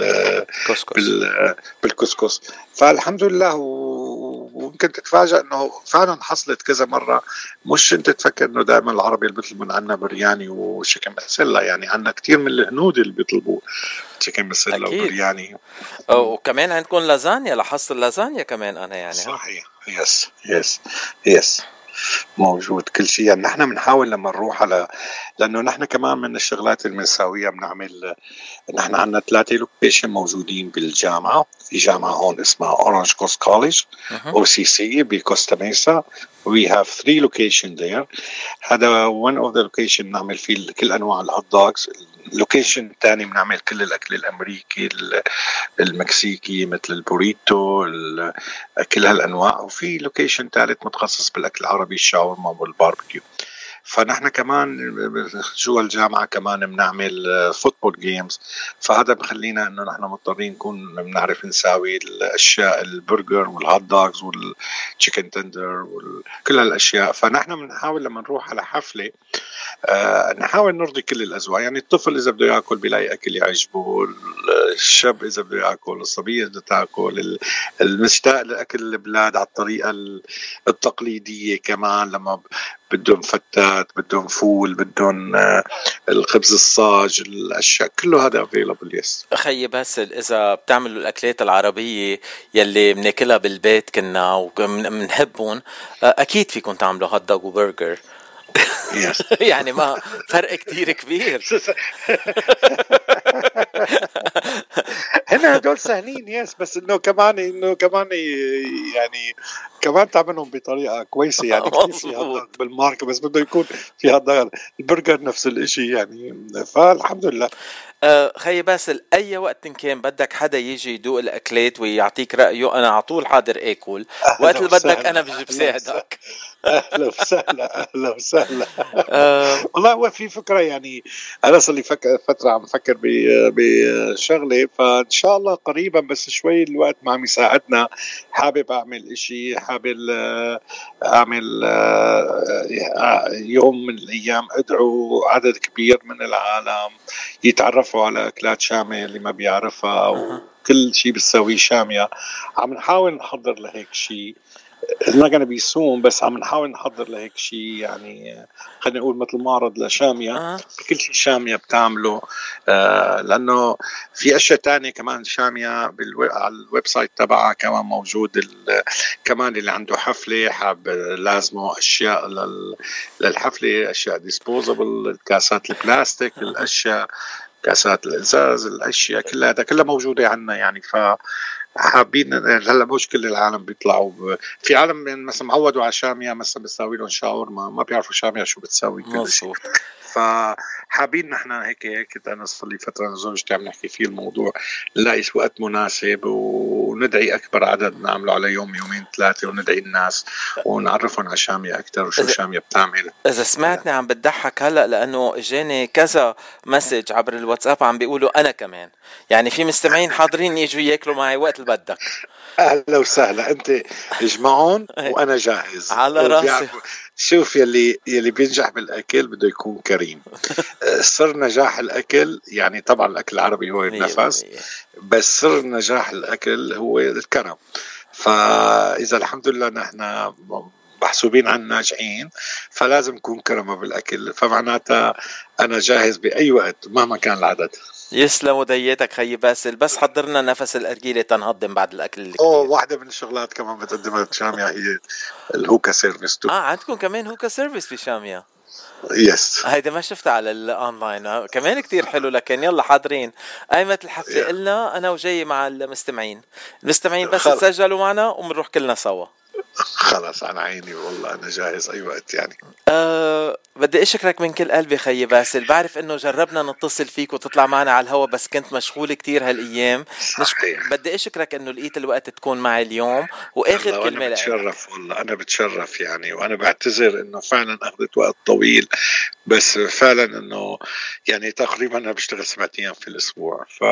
بال بالكسكس. فالحمد لله وممكن تتفاجأ انه فعلا حصلت كذا مرة. مش انت تفكر انه دائما العربي اللي بيطلب من عنا برياني وشيكن مسلة, يعني عنا كتير من الهنود اللي بيطلبوا شيكن مسلة وبرياني, وكمان عندكم لازانيا. لاحظت اللازانيا كمان انا يعني صحيح. يس يس يس موجود كل شيء. يعني نحن بنحاول لما نروح على, لانه نحن كمان من الشغلات المنساويه بنعمل, نحن عندنا ثلاثه لوكيشن موجودين بالجامعه. في جامعه هون اسمها اورانج كوست كوليج او سي سي بكوستا ميسا. we have three location there. هذا one of the location نعمل فيه كل انواع الهوت دوغز. اللوكيشن الثاني بنعمل كل الاكل الامريكي المكسيكي مثل البوريتو كل هالانواع. وفي لوكيشن ثالث متخصص بالاكل العربي, الشاورما والباربيكيو. فنحن كمان جوا الجامعة كمان بنعمل فوتبول جيمز, فهذا بخلينا انه نحن مضطرين نكون بنعرف نساوي الاشياء البرجر والهوت دوغز والتشيكن تندر وكل هالاشياء. فنحن بنحاول لما نروح على حفلة آه نحاول نرضي كل الاذواق. يعني الطفل اذا بده ياكل بيلاقي اكل يعجبه, الشاب اذا بده ياكل, الصبية بده تاكل, المشتاق لاكل البلاد على الطريقة التقليدية. كمان لما بدهم فتات, بدهم فول, بدهم الخبز الصاج, الاشياء كله هذا available. يس خيي باسل, اذا بتعملوا الاكلات العربيه يلي بناكلها بالبيت كنا وبنحبهم, اكيد فيكم تعملوا هوت دوغ وبرجر. يعني ما فرق كتير كبير. هنا هدول سهلين. يس بس انه كمان انه كمان يعني كمان تعملهم بطريقه كويسه. يعني كتير بالماركه, بس بده يكون في هذا البرجر نفس الاشي يعني. فالحمد لله. أه خيي باسل, اي وقت كان بدك حدا يجي يدوق الاكلات ويعطيك رايه, انا على طول حاضر اكل. وقت اللي بدك انا بجي بساعدك. اهلا وسهلا اهلا وسهلا. والله هو في فكره، يعني انا صار لي فك... فتره عم فكر ب... بشغله، فان شاء الله قريبا، بس شوي الوقت ما عم يساعدنا. حابب اعمل اشي، حابب اعمل يوم من الايام ادعو عدد كبير من العالم يتعرفوا على اكلات شاميه اللي ما بيعرفها، او كل شيء بتسويه شاميه. عم نحاول نحضر لهيك شيء، ما كان بيسوم، بس عم نحاول نحضر لهيك شيء، يعني خلينا نقول مثل معرض لشامية. آه. بكل شيء شامية بتعمله، آه لأنه في أشياء تانية كمان شامية بالو... على الويب سايت تبعها كمان موجود. ال... كمان اللي عنده حفلة حاب لازمه أشياء لل... للحفلة، أشياء ديسبوزبل، الكاسات البلاستيك، الأشياء كاسات الإزاز، الأشياء كلها كلها موجودة عنا يعني. ف حابين هلا مش كل العالم بيطلعوا ب... في عالم يعني مثلا معودوا على شامية، مثلا بتساوي لهم شاورما، ما بيعرفوا شامية شو بتساوي كل شيء. فحابين نحن هيك هيك انا صار لي فتره زوجتي عم نحكي فيه الموضوع، نلاقي وقت مناسب وندعي اكبر عدد، نعمله على يوم يومين ثلاثه، وندعي الناس ونعرفهم على شامية اكثر وشو شامية بتعمل. اذا سمعتني عم بتضحك هلا، لانه اجاني كذا مسج عبر الواتساب عم بيقولوا انا كمان، يعني في مستمعين حاضرين يجوا ياكلوا معي وقت اللي بدك. اهلا وسهلا، انت اجمعون وانا جاهز على راسي. شوف، يلي يلي بينجح بالاكل بده يكون كريم. سر نجاح الاكل يعني طبعا الاكل العربي هو النفس، بس سر نجاح الاكل هو الكرم. فاذا الحمد لله نحن محسوبين عن ناجحين، فلازم نكون كرمه بالاكل، فمعناتها انا جاهز باي وقت مهما كان العدد. يسلم وديتك خيي باسل، بس حضرنا نفس الأرجيلة تنهضم بعد الأكل اللي أوه واحدة من الشغلات كمان بتقدمها شامية هي الهوكا سيرفيس تو. آه عندكم كمان هوكا سيرفيس في شامية؟ يس. هيدا ما شفتها على الأونلاين، كمان كتير حلو. لكن يلا حاضرين قايمة الحفلة yeah. قلنا أنا وجاي مع المستمعين المستمعين بس خل... تسجلوا معنا ومنروح كلنا سوا. خلاص على عيني والله، أنا جاهز أي وقت يعني. أه بدي أشكرك من كل قلبي خيي باسل. بعرف إنه جربنا نتصل فيك وتطلع معنا على الهوا، بس كنت مشغول كتير هالأيام. صحيح. بدي أشكرك إنه لقيت الوقت تكون معي اليوم. وآخر كلمة أنا بتشرف والله، أنا بتشرف يعني، وأنا بعتذر إنه فعلا أخذت وقت طويل، بس فعلا إنه يعني تقريبا أنا بشتغل سبعة أيام في الأسبوع، ف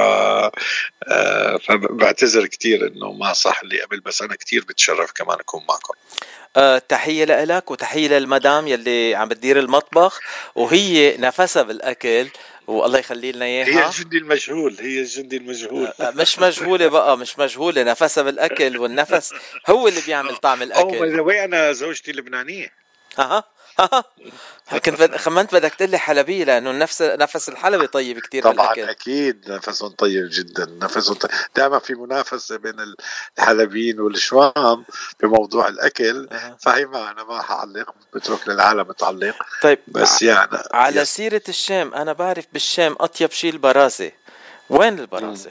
آه فبعتذر كتير إنه ما صح اللي قبل، بس أنا كتير بتشرف كمان أكون معكم. أه تحية لك وتحية للمدام يلي عم بتدير المطبخ، وهي نفسها بالأكل والله يخلي لنا إياها. هي الجندي المجهول، هي الجندي المجهول. أه مش مجهولة بقى، مش مجهولة، نفسها بالأكل، والنفس هو اللي بيعمل طعم الأكل. أو وين أنا زوجتي لبنانية. أها أها كنت بد... خمنت بدك تقلي حلبية، لأنه نفس نفس الحلبي طيب كتير طبعا بالأكل. أكيد نفسهم طيب جدا، نفسهم طيب. دائما في منافسة بين الحلبيين والشوام في موضوع الأكل. أه. فهي ما أنا ما حعلق، بترك للعالم تعلق. طيب بس يعني على يس. سيرة الشام، أنا بعرف بالشام أطيب شيء البرازة. وين البرازة؟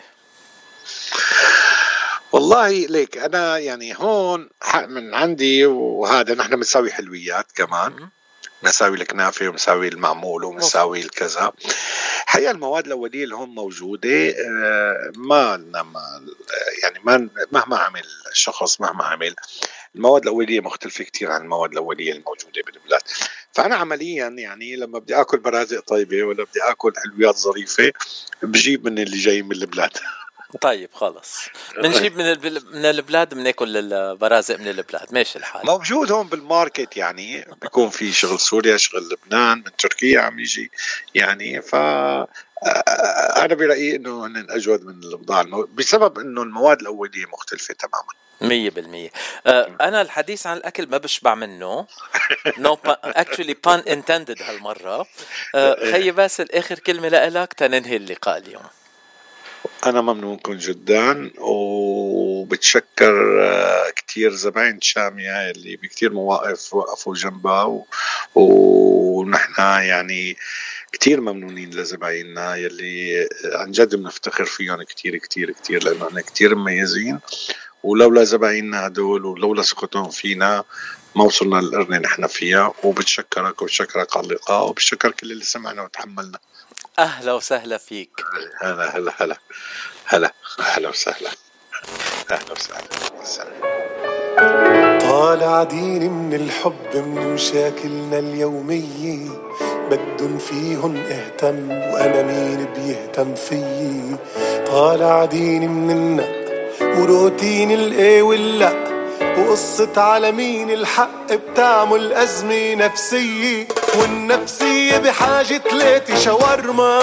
والله ليك أنا يعني هون من عندي، وهذا نحن بنساوي حلويات كمان، بنساوي الكنافة ومساوي المعمول ومساوي الكذا. حقيقة المواد الأولية اللي هون موجودة، ما يعني ما مهما عمل الشخص مهما عمل المواد الأولية مختلفة كتير عن المواد الأولية الموجودة بالبلاد. فأنا عمليا يعني لما بدي أكل برازق طيبة ولا بدي أكل حلويات ظريفة بجيب من اللي جاي من البلاد. طيب خلص بنجيب من من البلاد، بناكل البرازق من البلاد، ماشي الحال. موجود هون بالماركت يعني، بيكون في شغل سوريا، شغل لبنان، من تركيا عم يجي يعني. ف أنا برأيي إنه هن أجود من البضاعة المو... بسبب إنه المواد الأولية مختلفة تماما. مية بالمية. أه أنا الحديث عن الأكل ما بشبع منه. no actually pun intended هالمرة. أه خي باسل آخر كلمة لك تننهي اللقاء اليوم. أنا ممنونكم جدا، وبتشكر كتير زباين شامية اللي بكتير مواقف وقفوا جنبها، ونحن يعني كتير ممنونين لزبايننا يلي عن جد بنفتخر فيهم كتير كتير كتير، لأنه كتير مميزين، ولولا زبايننا هدول ولولا ثقتهم فينا ما وصلنا للقرن نحن فيها. وبتشكرك وبتشكرك على اللقاء، وبتشكر كل اللي سمعنا وتحملنا. أهلا وسهلا فيك. هلا هلا هلا هلا أهلا وسهلا أهلا وسهلا. طالع ديني من الحب من مشاكلنا اليومية بدن فيهن اهتم وانا مين بيهتم فيي. طالع ديني من النق وروتين الايه واللا وقصة على مين الحق بتعمل أزمة نفسية والنفسية بحاجة تلاتي شاورما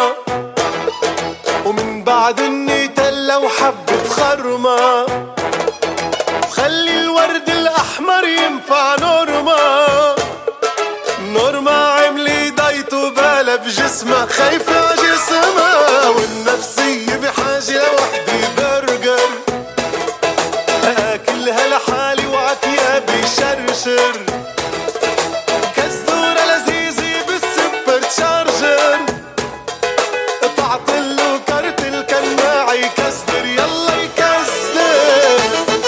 ومن بعد النيتلا وحبة خرمة وخلي الورد الأحمر ينفع نورما. نورما عملي دايت وبالا بجسمها خايفة عجسمها والنفسية بحاجة لوحدي برجر أكلها لحالي وعتيابي شرشر كزدورة لذيذة بالسوبر تشارجر تعطله كارت الكناعي كزدر يلا يكزدر.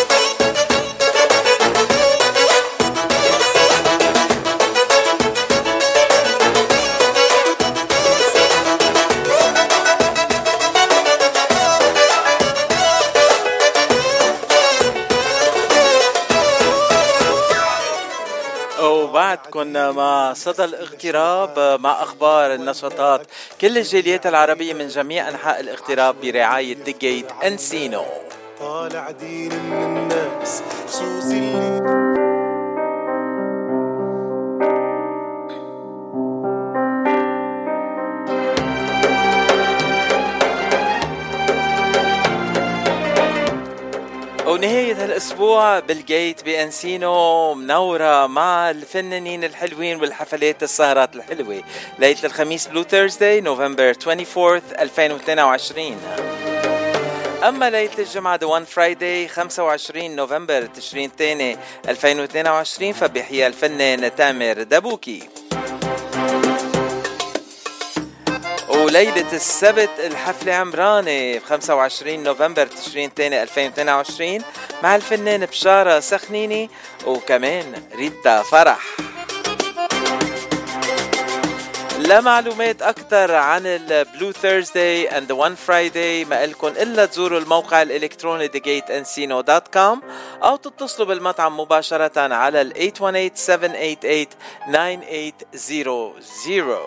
وبعد كنا مع صدى الاغتراب مع أخبار النشاطات كل الجاليات العربية من جميع أنحاء الاغتراب برعاية The Gate Encino. طالع دين من الناس خصوصي اللي ونهاية هالأسبوع بالجيت بأنسينو منورة مع الفنانين الحلوين والحفلات السهرات الحلوة. ليلة الخميس بلو ثيرزداي نوفمبر أربعة وعشرين ألفين واثنين وعشرين. أما ليلة الجمعة The One Friday خمسة وعشرين نوفمبر تشرين الثاني ألفين واثنين وعشرين فبيحيى الفنان تامر دبوكي. وليلة السبت الحفلة عمرانة خمسة وعشرين نوفمبر تشرين الثاني ألفين واثنين وعشرين مع الفنان بشارة سخنيني وكمان ريتا فرح. لمعلومات أكتر عن البلو ثيرزداي and the one Friday ما إلكن إلا تزوروا الموقع الإلكتروني the gate encino dot com أو تتصلوا بالمطعم مباشرة على ال eight one eight seven eight eight nine eight zero zero.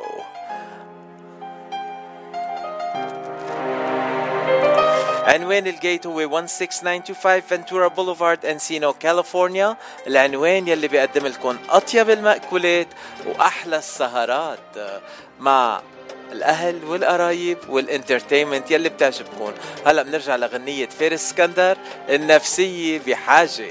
عنوان الجيت هو one six nine two five Ventura Boulevard Encino كاليفورنيا. العنوان يلي بيقدم لكم أطيب المأكولات وأحلى السهرات مع الأهل والقرايب والانترتينمنت يلي بتعجبكم. هلأ بنرجع لغنية فارس اسكندر النفسية بحاجة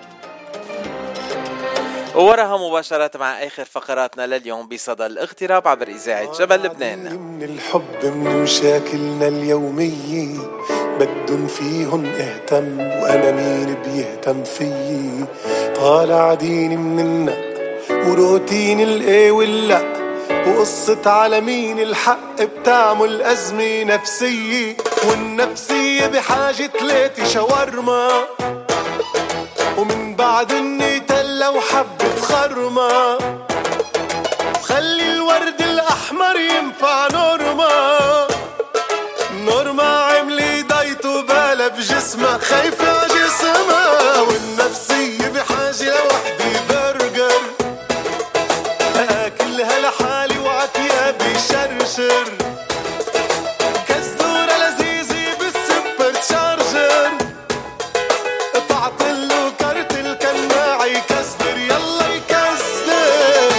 ووراها مباشرة مع آخر فقراتنا لليوم بصدى الاغتراب عبر إذاعة جبل لبنان. من الحب من مشاكلنا اليومية بدن فيهن اهتم وانا مين بيهتم فيي. طالع ديني من النق وروتين الايه واللا وقصة على مين الحق بتعمل أزمة نفسية والنفسية بحاجة تلاتي شاورما ومن بعد النيتلا وحبة خرمة وخلي الورد الأحمر ينفع نورما. نورما عملي دايت وبالا بجسمها خايفة عجسمها والنفسية بحاجة لوحدي برجر أكلها لحالي وعتيابي شرشر كزدورة لذيذة بالسوبر تشارجر تعطله كارت الكناعي كزدر يلا يكزدر.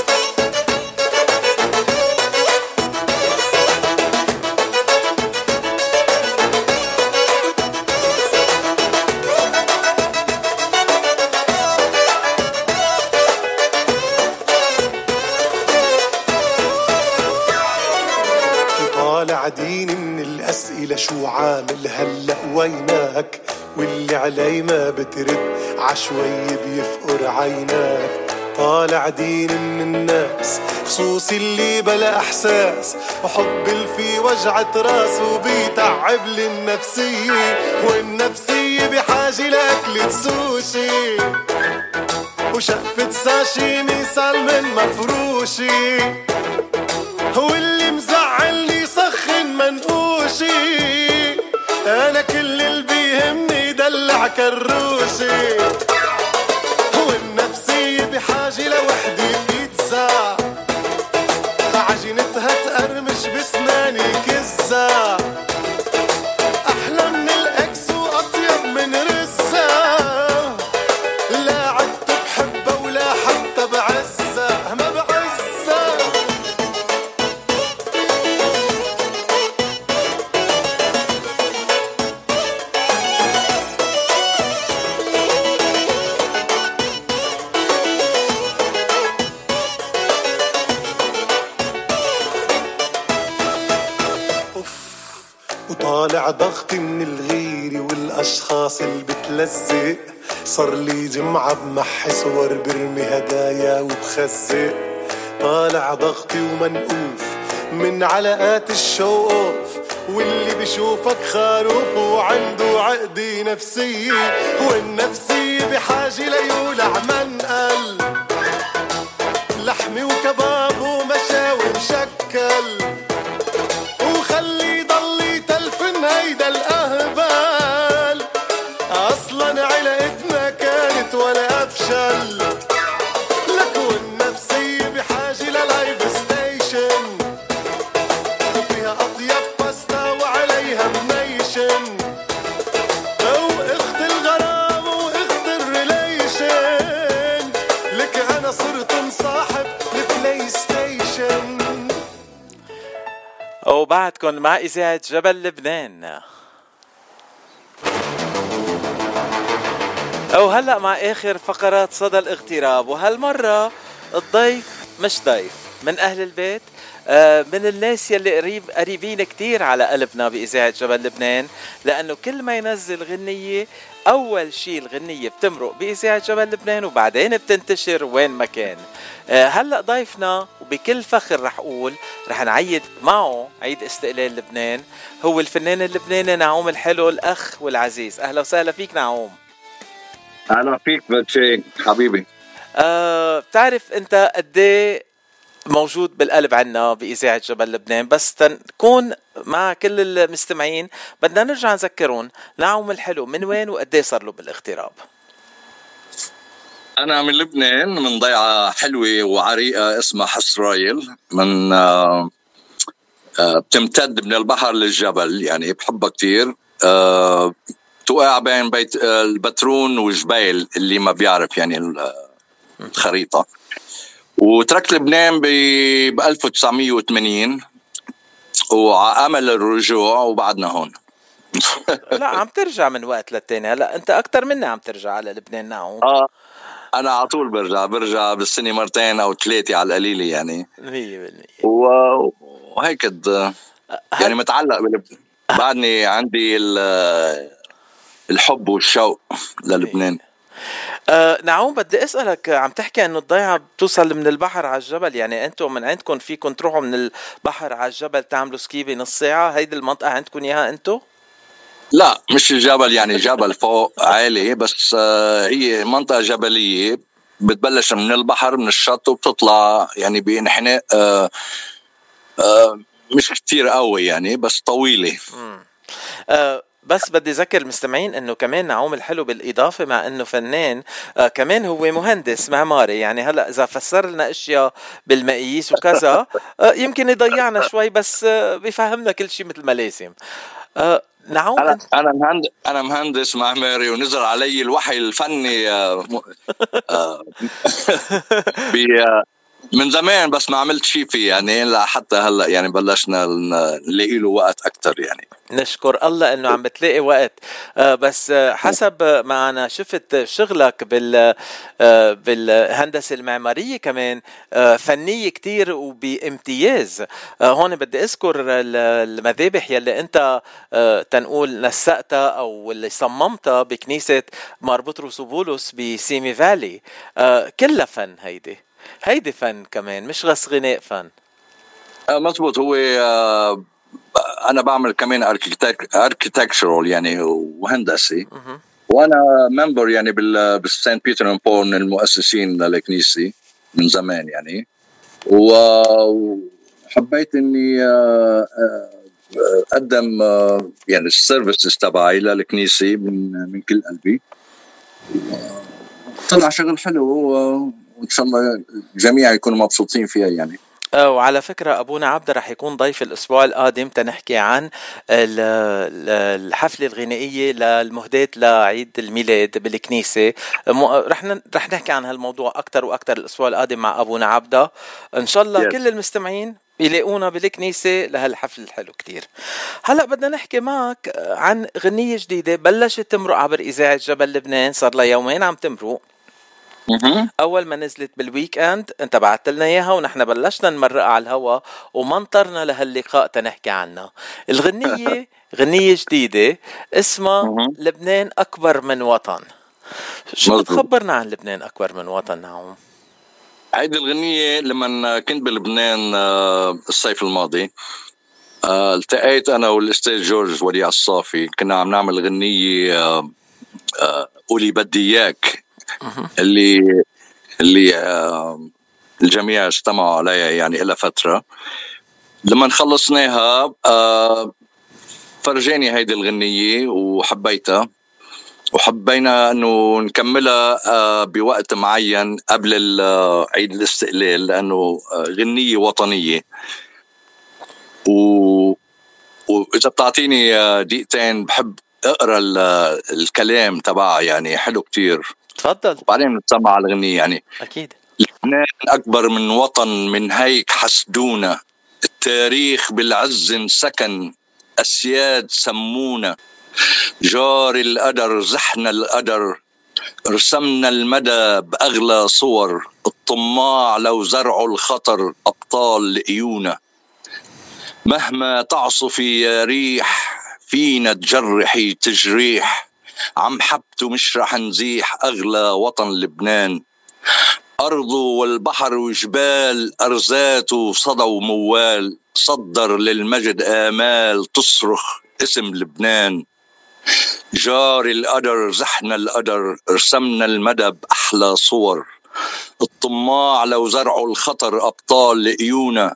طالع ديني من الأسئلة شو عامل هلأ وينك واللي علي ما بترد عشوي بيفقر عينك. طالع ديني من الناس خصوصي اللي بلا إحساس وحب اللي في وجعة راس وبيتعب للنفسية والنفسية بحاجة لأكلة سوشي وشقفة ساشيمي سالمن مفروشي واللي مزعلني سخن منقوشي. أنا كل اللي بيهمني دلع كروشي بحاجة لوحدة بيتزا عجينتها تقرمش بسناني كزة أحلى من الأكس وأطيب من رزة لا عدت بحبها ولا حتى بعزة ما بعزة. وطالع ضغطي من الغيرة والأشخاص اللي بتلزق صار لي جمعة بمحي صور برمي هدايا وبخزق طالع ضغطي ومنقوف من علاقات الشوقوف واللي بيشوفك خروف وعنده عقدة نفسية والنفسية بحاجة ليولع منقل لحمي وكباب ومشاوي مشكل وخلي ضلي تلفن هيدا الأهبال أصلا علاقتنا كانت ولا أفشل لك والنفسية بحاجة للايف ستيشن فيها أطيب باستا وعليها منيشن وأخت الغرام وأخت الريليشن لك أنا صرت مصاحب البلاي ستيشن. وبعدكم مع إذاعة جبل لبنان. أو هلأ مع آخر فقرات صدى الاغتراب، وهالمرة الضيف مش ضيف من أهل البيت، من الناس يلي قريب قريبين كتير على قلبنا بإذاعة جبل لبنان، لأنه كل ما ينزل غنية أول شي الغنية بتمرق بإذاعة جبل لبنان وبعدين بتنتشر وين ما كان. هلأ ضيفنا وبكل فخر رح أقول رح نعيد معه عيد استقلال لبنان هو الفنان اللبناني نعوم الحلو الأخ والعزيز. أهلا وسهلا فيك نعوم. أهلا فيك باتشي حبيبي. أه بتعرف أنت قديه موجود بالقلب عنا بإذاعة جبل لبنان، بس تنكون مع كل المستمعين بدنا نرجع نذكرون نعوم الحلو من وين وقديه صار له بالاغتراب. أنا من لبنان، من ضيعة حلوة وعريقة اسمها حسرايل، من آه آه بتمتد من البحر للجبل، يعني بحبها كتير. آه توقع بين بيت آه البترون وجبيل اللي ما بيعرف يعني الخريطة. وتركت لبنان ب ألف وتسعمية وثمانين وعمل الرجوع وبعدنا هون. لا عم ترجع من وقت للتاني، هلا انت اكتر منا عم ترجع على لبنان نعوم. اه انا على طول برجع برجع بالسنه مرتين او ثلاثه على القليله يعني مية بالمية وهيك يعني متعلق بلبنان. بعدني عندي الحب والشوق للبنان. أه نعوم بدي أسألك، عم تحكي أنه الضيعة بتوصل من البحر على الجبل، يعني أنتم من عندكم فيكم تروحوا من البحر على الجبل تعملوا سكي بنص ساعة؟ هيدي المنطقة عندكم إياها أنتم؟ لا مش الجبل، يعني جبل فوق عالي، بس آه هي منطقة جبلية بتبلش من البحر من الشط وبتطلع يعني بانحناء آه آه مش كتير قوي يعني بس طويلة. آه بس بدي ذكر المستمعين انه كمان نعوم الحلو بالاضافه مع انه فنان آه كمان هو مهندس معماري، يعني هلا اذا فسر لنا اشياء بالمقاييس وكذا آه يمكن يضيعنا شوي، بس آه بيفهمنا كل شيء مثل ما لازم. آه نعوم انا انا مهندس انا مهندس معماري ونزل علي الوحي الفني آه آه من زمان، بس ما عملت شيء فيه يعني لحتى هلا يعني بلشنا نلاقي له وقت اكثر. يعني نشكر الله انه عم بتلاقي وقت. آه بس آه حسب ما انا شفت شغلك بال آه بالهندسه المعماريه كمان آه فنيه كتير وبامتياز. آه هون بدي اذكر المذابح يلي انت آه تنقول نسقتها او اللي صممتها بكنيسه مار بطرس وبولس بسيمي فالي. آه كلها فن، هيدي هيدي فن كمان، مش غس غناء فن. آه مزبوط. هو آه انا بعمل كمان اركيتكتشرال يعني وهندسي، وانا ممبر يعني بالسان بيتر اند بول من المؤسسين للكنيسه من زمان يعني، وحبيت اني اقدم يعني السيرفيسز تبعي للكنيسه من من كل قلبي. طلع شغل حلو وإن شاء الله الجميع يكونوا مبسوطين فيها يعني. وعلى فكرة أبونا عبدة رح يكون ضيف الأسبوع القادم تنحكي عن الحفلة الغنائية للمهداة لعيد الميلاد بالكنيسة. رح رح نحكي عن هالموضوع أكتر وأكتر الأسبوع القادم مع أبونا عبدة إن شاء الله. yes. كل المستمعين يلاقونا بالكنيسة لهالحفل الحلو كتير. هلأ بدنا نحكي معك عن غنية جديدة بلشت تمرق عبر إذاعة جبل لبنان، صار لها يومين عم تمرق. أول ما نزلت بالويك أند أنت بعت لنا إياها ونحن بلشنا نمرقها على الهوا ومنطرنا لهاللقاء تنحكي عنها. الغنية غنية جديدة اسمها لبنان أكبر من وطن. شو تخبرنا عن لبنان أكبر من وطن نعم؟ هيدي الغنية لما كنت بلبنان الصيف الماضي التقيت أنا والأستاذ جورج وديع الصافي، كنا عم نعمل غنية قولي بدي إياك اللي اللي الجميع استمعوا عليها يعني إلى فترة. لما خلصناها فرجاني هيدي الغنية وحبيتها، وحبينا أنه نكملها بوقت معين قبل عيد الاستقلال لأنه غنية وطنية. و... وإذا بتعطيني دقيقتين بحب أقرأ الكلام تبعها يعني حلو كتير. تفضل. وبعدين نسمع الغنية يعني. أكيد. لبنان أكبر من وطن، من هيك حسدونا، التاريخ بالعز سكن، أسياد سمونا، جار القدر زحنا القدر، رسمنا المدى بأغلى صور، الطماع لو زرعوا الخطر أبطال لقيونا، مهما تعصفي يا ريح فينا تجرحي تجريح، عم حبته مش رح نزيح أغلى وطن لبنان، أرضه والبحر وجبال أرزاته صدى وموال، صدر للمجد آمال تصرخ اسم لبنان، جار القدر زحنا القدر رسمنا المدى بأحلى صور، الطماع لو زرعوا الخطر أبطال لقيونا،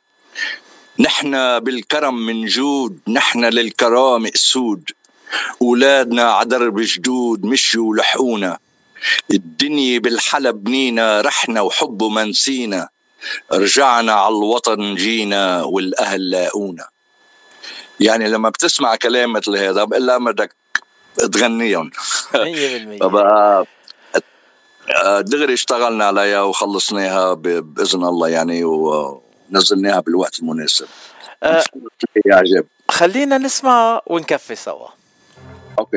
نحن بالكرم من جود، نحن للكرامة أسود، أولادنا عدرب جدود مشوا لحقونا، الدنيا بالحلا بنينا رحنا وحبه منسينا، رجعنا على الوطن جينا والأهل لاقونا. يعني لما بتسمع كلام مثل هذا بقلا بدك تغنيهم. فبقى دغري اشتغلنا عليها وخلصناها بإذن الله يعني ونزلناها بالوقت المناسب. أه يعجب. خلينا نسمع ونكفي سوا. اوكي.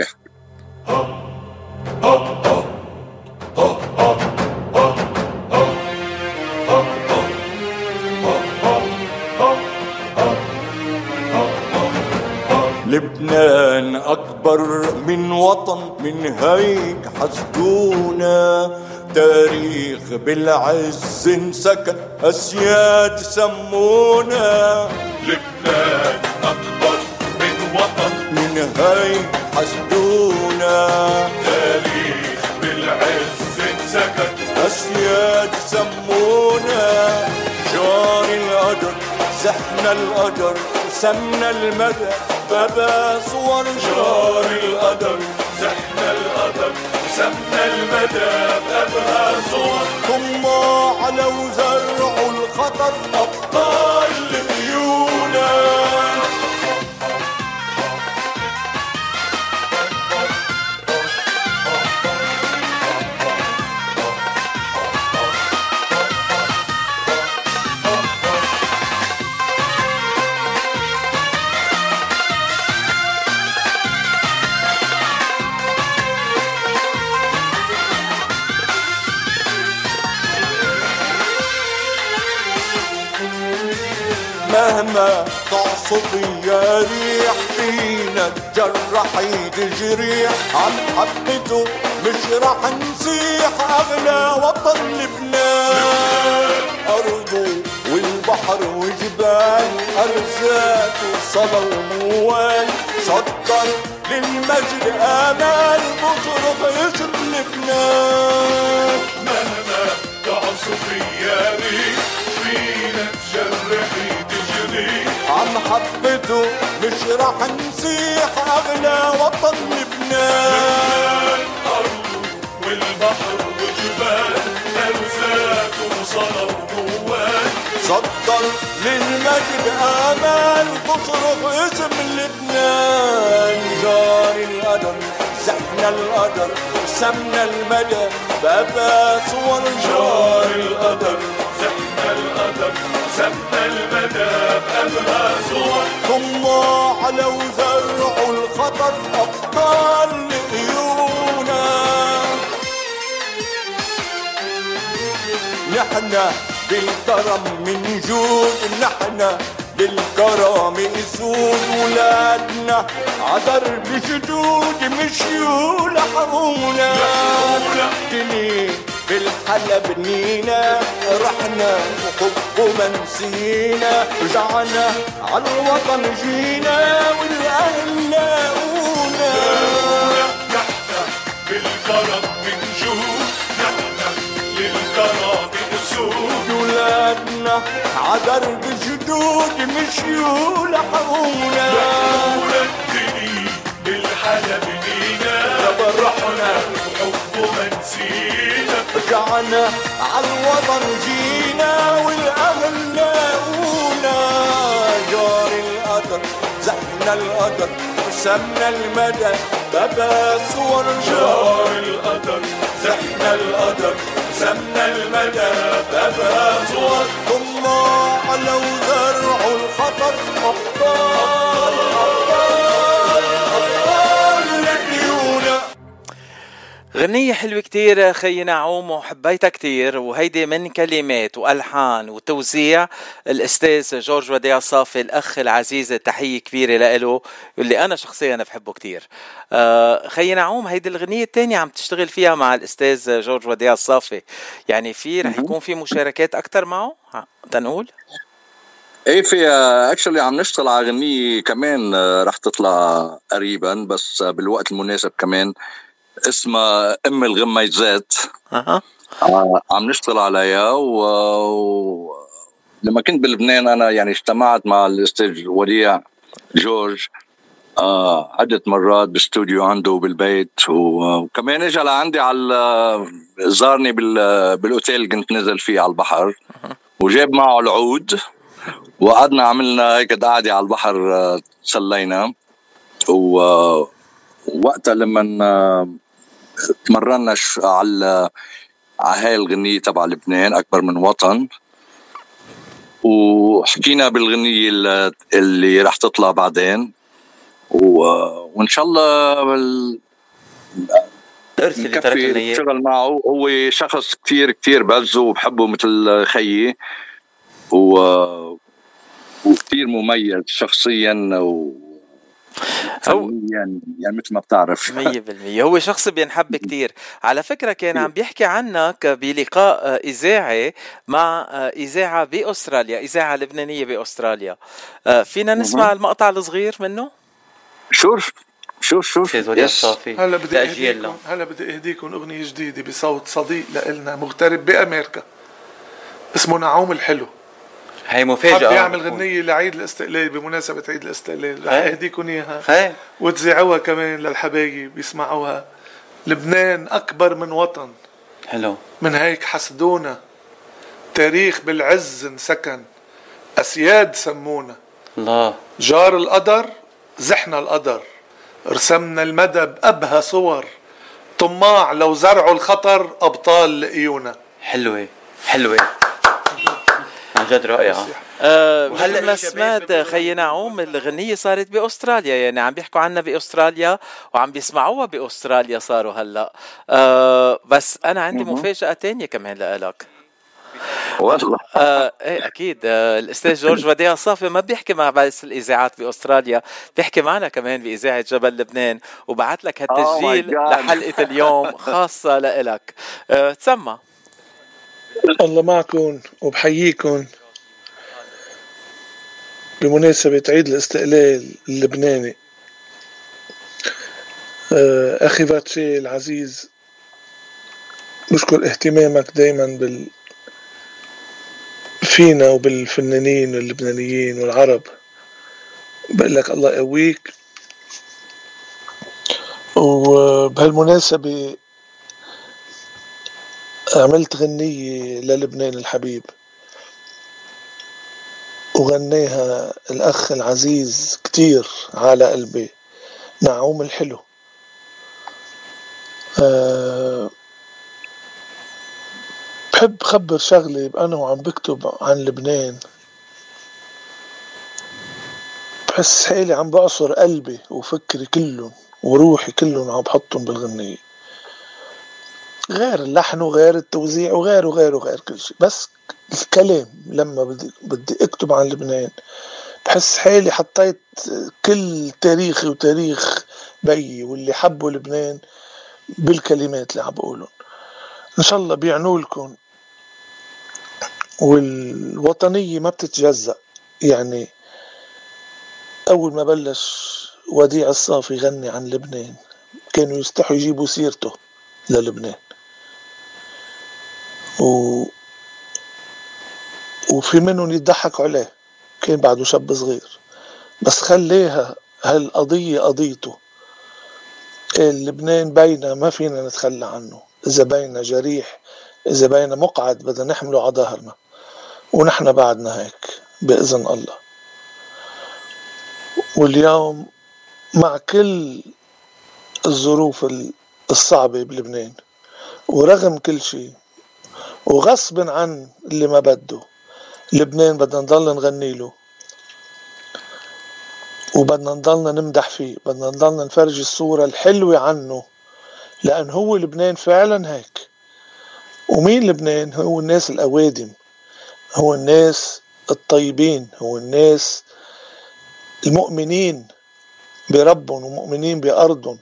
لبنان أكبر من وطن، من هيك حسدونا، تاريخ بالعز سكن، أسياد سمونا. لبنان أكبر من وطن، من هيك حسدونا، تاريخ بالعز سكن، أسياد سمونا، جار القدر زحنا القدر رسمنا المدى بابا صور، جار القدر زحنا القدر رسمنا المدى بابا صور، طماع لو زرعوا الخطر أبطال لقيونا. مهما تعصفي يا ريح فينا تجرحي تجريح، عن حبته مش رح نسيح أغلى وطن لبنان، أرضه والبحر وجبال أرزاته صدى وموال، صدر للمجد آمال بصرخ اسم لبنان. مهما تعصفي يا ريح فينا تجرحي عن حبته مش رح نسيح أغلى وطن لبنان، أرضه والبحر وجبال أرزاقه صلاة وجوان صدر للمجد آمال تصرخ اسم لبنان. جار القدر زحنا القدر سمنا المدى بابا صور جار القدر زحنا القدر سمنا المدى بأبهى صور. طماع لو زرعوا الخطر أبطال لقيونا. نحنا بالكرم من جود نحنا بالكرم اسود ولادنا عذر بشدود مشيوا لحقونا. دني بالحلا بنينا رحنا وحب ما نسينا رجعنا عالوطن جينا والاهل لاقونا. نحنا بالكرم من جود نحنا للكرم اسود ولادنا عذر بجدود مشيوا لحقونا. ولدني بالحلا بنينا فرحنا وحب ما نسينا رجعنا عالوطن جينا والاهل لاقونا. جار القدر زحنا القدر سمنا المدى بابا صور. جار القدر زحنا القدر سمنا المدى بابا صور. طماع لو زرعوا الخطر أبطال أبطال أبطال لقيونا. غنية حلوة كتير خي نعوم وحبيتها كتير، وهيدي من كلمات وألحان وتوزيع الأستاذ جورج وديع صافي الأخ العزيز. تحية كبيرة لإله اللي أنا شخصيا بحبه كتير. آه خي نعوم، هيدي الغنية التانية عم تشتغل فيها مع الأستاذ جورج وديع صافي، يعني في رح يكون في مشاركات أكتر معه تنقول؟ ايه في اكشلي عم نشتغل على غنية كمان رح تطلع قريبا بس بالوقت المناسب كمان، اسمها ام الغميزات. اها عم نشتغل عليها و... و... لما كنت بلبنان انا يعني اجتمعت مع الاستاذ وديع جورج آه عدة مرات باستوديو عنده بالبيت، وكمان اجى لعندي على زارني بال... بالاوتيل اللي كنت نزل فيه على البحر، وجاب معه العود وقعدنا عملنا هيك قعدة على البحر تسلينا. ووقتها لما تمرنا على على هاي الغنية تبع لبنان أكبر من وطن، وحكينا بالغنية اللي رح تطلع بعدين، وإن شاء الله بال... نكفي نشتغل معه. هو شخص كتير كتير بعزه وبحبه مثل خيي، و... وكتير مميز شخصيا و هو يعني يعني مثل ما بتعرف مية بالمية هو شخص بينحب كتير. على فكرة كان عم بيحكي عنك بلقاء إذاعي مع إذاعة بأستراليا، إذاعة لبنانية بأستراليا. فينا نسمع المقطع الصغير منه؟ شوف شوف شوف هلا بدي اهديكم هلا بدي اهديكم اغنية جديدة بصوت صديق لنا مغترب بأمريكا اسمه نعوم الحلو. هي مفاجأة. حب يعمل غنية لعيد الاستقلال بمناسبة عيد الاستقلال، رح اهديكم اياها وتذيعوها كمان للحبايب يسمعوها. لبنان اكبر من وطن، حلو من هيك حسدونا، تاريخ بالعز انسكن، اسياد سمونا. الله. جار القدر زحنا القدر رسمنا المدى بأبهى صور. طماع لو زرعوا الخطر أبطال لقيونا. حلوة حلوة عن جد رائعة. أه وهلا ما سمعت خي نعوم الغنية صارت بأستراليا، يعني عم بيحكوا عنها بأستراليا وعم بيسمعوها بأستراليا صاروا هلا. أه بس أنا عندي مفاجأة تانية كمان لإلك. والله آه ايه اكيد. آه الاستاذ جورج وديع صافي ما بيحكي مع بس الاذاعات باستراليا، بيحكي معنا كمان باذاعه جبل لبنان، وبعت لك هالتسجيل oh لحلقه اليوم خاصه لإلك. آه تسمع. الله معكم وبحييكم بمناسبة عيد الاستقلال اللبناني. آه اخي فاتشي العزيز، بشكر اهتمامك دايما بال فينا وبالفنانين اللبنانيين والعرب. بقول لك الله يقويك. وبهالمناسبة عملت غنية للبنان الحبيب وغنيها الأخ العزيز كتير على قلبي، نعوم الحلو. أه بحب خبر شغلي أنا وعم بكتب عن لبنان، بحس حالي عم بعصر قلبي وفكري كلهم وروحي كلهم عم بحطهم بالغنية، غير اللحن وغير التوزيع وغير وغير وغير كل شيء. بس الكلام لما بدي, بدي اكتب عن لبنان بحس حالي حطيت كل تاريخي وتاريخ بيي واللي حبوا لبنان بالكلمات اللي عم بقولهم. ان شاء الله بيعنوا لكم. والوطنية ما بتتجزأ، يعني اول ما بلش وديع الصافي يغني عن لبنان كانوا يستحوا يجيبوا سيرته للبنان، و... وفي منهم يضحكوا عليه، كان بعده شاب صغير بس خليها هالقضية قضيته. لبنان بينا ما فينا نتخلى عنه، إذا بينا جريح إذا بينا مقعد بدنا نحمله على ظهرنا، ونحن بعدنا هيك بإذن الله. واليوم مع كل الظروف الصعبة بلبنان ورغم كل شيء وغصب عن اللي ما بده، لبنان بدنا نضل نغني له وبدنا نضلنا نمدح فيه، بدنا نضلنا نفرجي الصورة الحلوة عنه، لأن هو لبنان فعلا هيك. ومين لبنان؟ هو الناس الأوادم، هو الناس الطيبين، هو الناس المؤمنين بربهم ومؤمنين بأرضهم.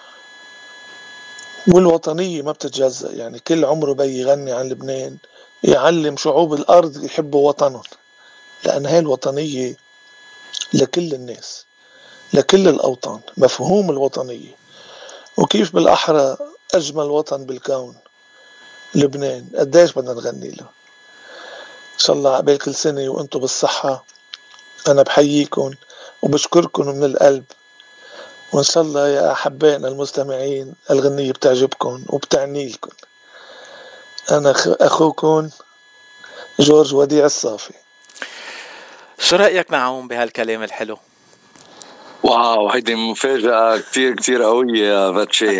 والوطنية ما بتتجزأ، يعني كل عمره بي يغني عن لبنان يعلم شعوب الأرض يحبوا وطنهم، لأن هاي الوطنية لكل الناس لكل الأوطان، مفهوم الوطنية. وكيف بالأحرى أجمل وطن بالكون لبنان، قديش بدنا نغني له. إن شاء الله عقبال كل سنة وأنتم بالصحة. أنا بحييكم وبشكركم من القلب، وإن شاء الله يا أحبائنا المستمعين الغنية بتعجبكم وبتعني لكم. أنا أخوكم جورج وديع الصافي. شو رأيك نعوم بهالكلام الحلو؟ واو، هيدي مفاجأة كتير كتير قوية يا باتشي.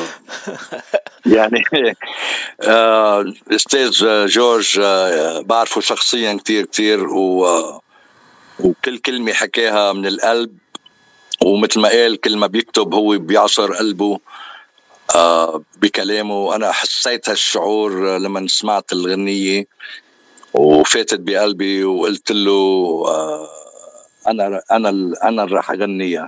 يعني أستاذ جورج بعرفه شخصيا كتير كتير، وكل كلمة حكاها من القلب، ومثل ما قال كل ما بيكتب هو بيعصر قلبه بكلامه. أنا حسيت هالشعور لما سمعت الغنية وفاتت بقلبي، وقلت له أنا أنا أنا اللي راح أغنيها،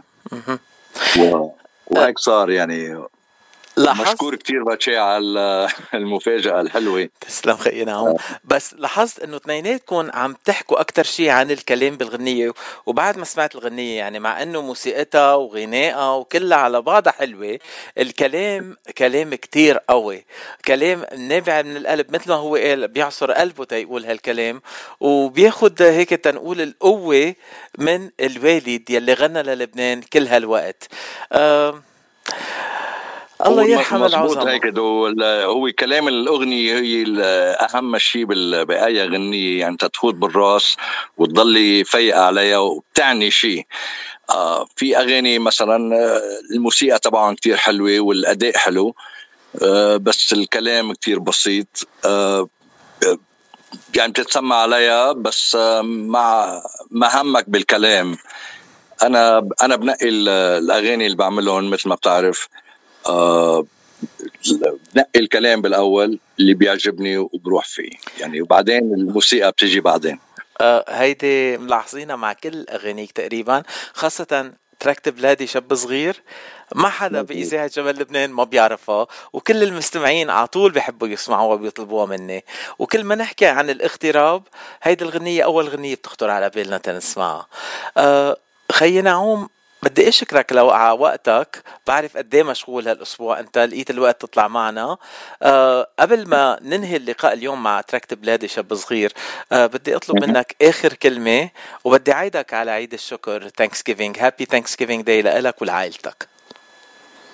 وهيك صار. يعني مشكور كتير باتشي على المفاجأة الحلوة. تسلم خينا نعوم. بس لاحظت انه اثنيناتكم عم تحكوا اكتر شيء عن الكلام بالغنية، وبعد ما سمعت الغنية يعني مع انه موسيقتها وغنائها وكلها على بعضها حلوة، الكلام كلام كتير قوي، كلام نابع من القلب مثل ما هو قال، بيعصر قلبه تيقول هالكلام، وبياخد هيك تنقول القوة من الوالد يلي غنى للبنان كل هالوقت. أه الله يرحم العظمة. هيك هو كلام الأغنية هي أهم شيء بأي غنية، يعني تفوت بالراس وتضلي فيقة عليها وبتعني شيء. آه في أغاني مثلا الموسيقى طبعا كتير حلوة والأداء حلو، آه بس الكلام كتير بسيط، آه يعني بتتسمع عليها بس آه مع ما همك بالكلام. أنا أنا بنقي الأغاني اللي بعملهم مثل ما بتعرف، آه نقي الكلام بالأول اللي بيعجبني وبروح فيه يعني، وبعدين الموسيقى بتيجي بعدين. آه هيدي ملاحظينها مع كل أغانيك تقريبا، خاصة تركت بلادي شاب صغير ما حدا بإذاعة جبل لبنان ما بيعرفها، وكل المستمعين عطول بيحبوا يسمعوها وبيطلبوها مني. وكل ما نحكي عن الاغتراب هيدي الغنية أول غنية بتخطر على بالنا تنسمعها. آه خينا نعوم، بدي اشكرك لو على وقتك، بعرف قد ايه مشغول هالاسبوع انت، لقيت الوقت تطلع معنا. أه قبل ما ننهي اللقاء اليوم مع تركت بلادي شاب صغير، أه بدي اطلب منك اخر كلمه، وبدي عيدك على عيد الشكر Thanksgiving. Happy Thanksgiving Day لك ولعائلتك.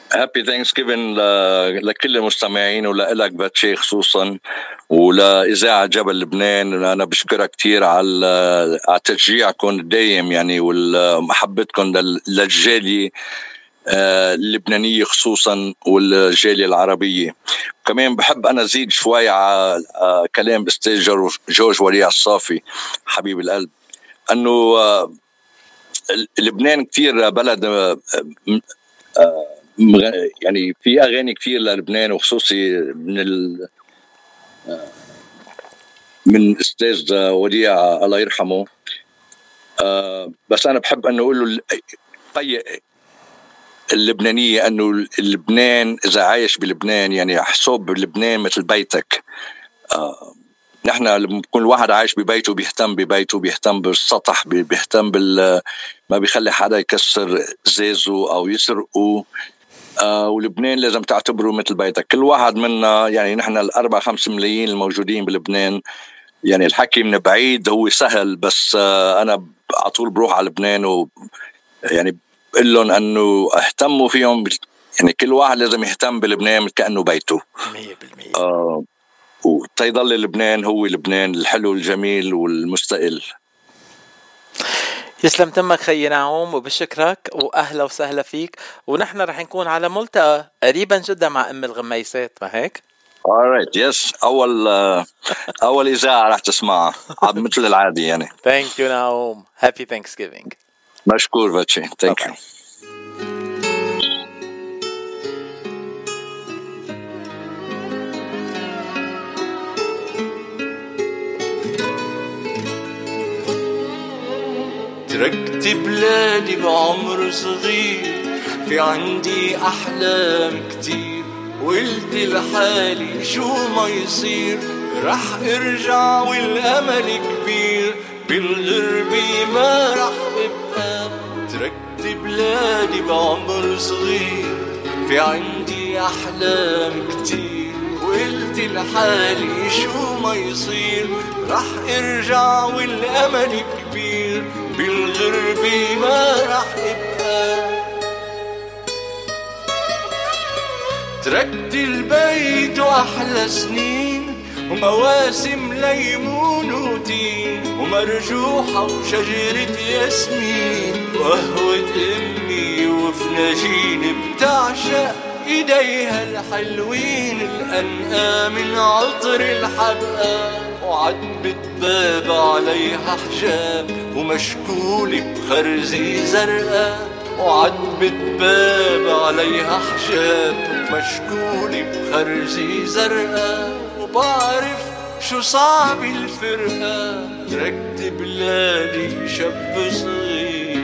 هابي ثانكس جيفن لكل المستمعين ولك باتشي خصوصا ولإذاعة جبل لبنان. أنا بشكرك كتير على على تشجيعكم الدايم يعني ومحبتكم للجالية اللبنانية خصوصا والجالية العربية. كمان بحب أنا زيد شوي على كلام أستاذ جورج وليع الصافي حبيب القلب، أنه لبنان كتير بلد يعني في أغاني كتير للبنان وخصوصي من ال من أستاذ وديع الله يرحمه. بس أنا بحب أنه أقول له اللبنانية أنه لبنان إذا عايش بلبنان يعني حسوب بلبنان مثل بيتك. نحن لما يكون الواحد عايش ببيته بيهتم ببيته، بيهتم بالسطح، بيهتم بال ما بيخلي حدا يكسر زازه أو يسرقه. آه ولبنان لازم تعتبره مثل بيتك. كل واحد منا يعني نحن الأربع خمس ملايين الموجودين بلبنان يعني الحكي من بعيد هو سهل، بس آه أنا على طول بروح على لبنان و يعني بقول لهم أنه اهتموا فيهم، يعني كل واحد لازم يهتم بلبنان كأنه بيته مية بالمية. آه وتيضل لبنان هو لبنان الحلو الجميل والمستقل. يسلم تمك خي نعوم وبشكرك وأهلا وسهلا فيك، ونحن رح نكون على ملتقى قريبا جدا مع أم الغميسات، ما هيك؟ alright yes أول أول إذاعة رح تسمعها مثل العادي يعني. Thank you نعوم. Happy Thanksgiving. مشكور باتشي. Thank you. تركت بلادي بعمر صغير، في عندي أحلام كتير، وقلت لحالي شو ما يصير رح ارجع والأمل كبير، بالغربة ما رح ابقى. تركت بلادي بعمر صغير، في عندي أحلام كتير، وقلت لحالي شو ما يصير رح ارجع والأمل كبير، بالغربة ما رح ابقى. تركت البيت وأحلى سنين، ومواسم ليمون وتين، ومرجوحة وشجرة ياسمين، وقهوة أمي وفناجين بتعشق إيديها الحلوين، الأنقى من عطر الحبقى، وعتبة باب عليها حجاب، ومشكولة بخرزي زرقاء، وعتبة باب عليها حجاب، ومشكولة بخرزي زرقاء، وبعرف شو صعب الفرقة. تركت بلادي شاب صغير.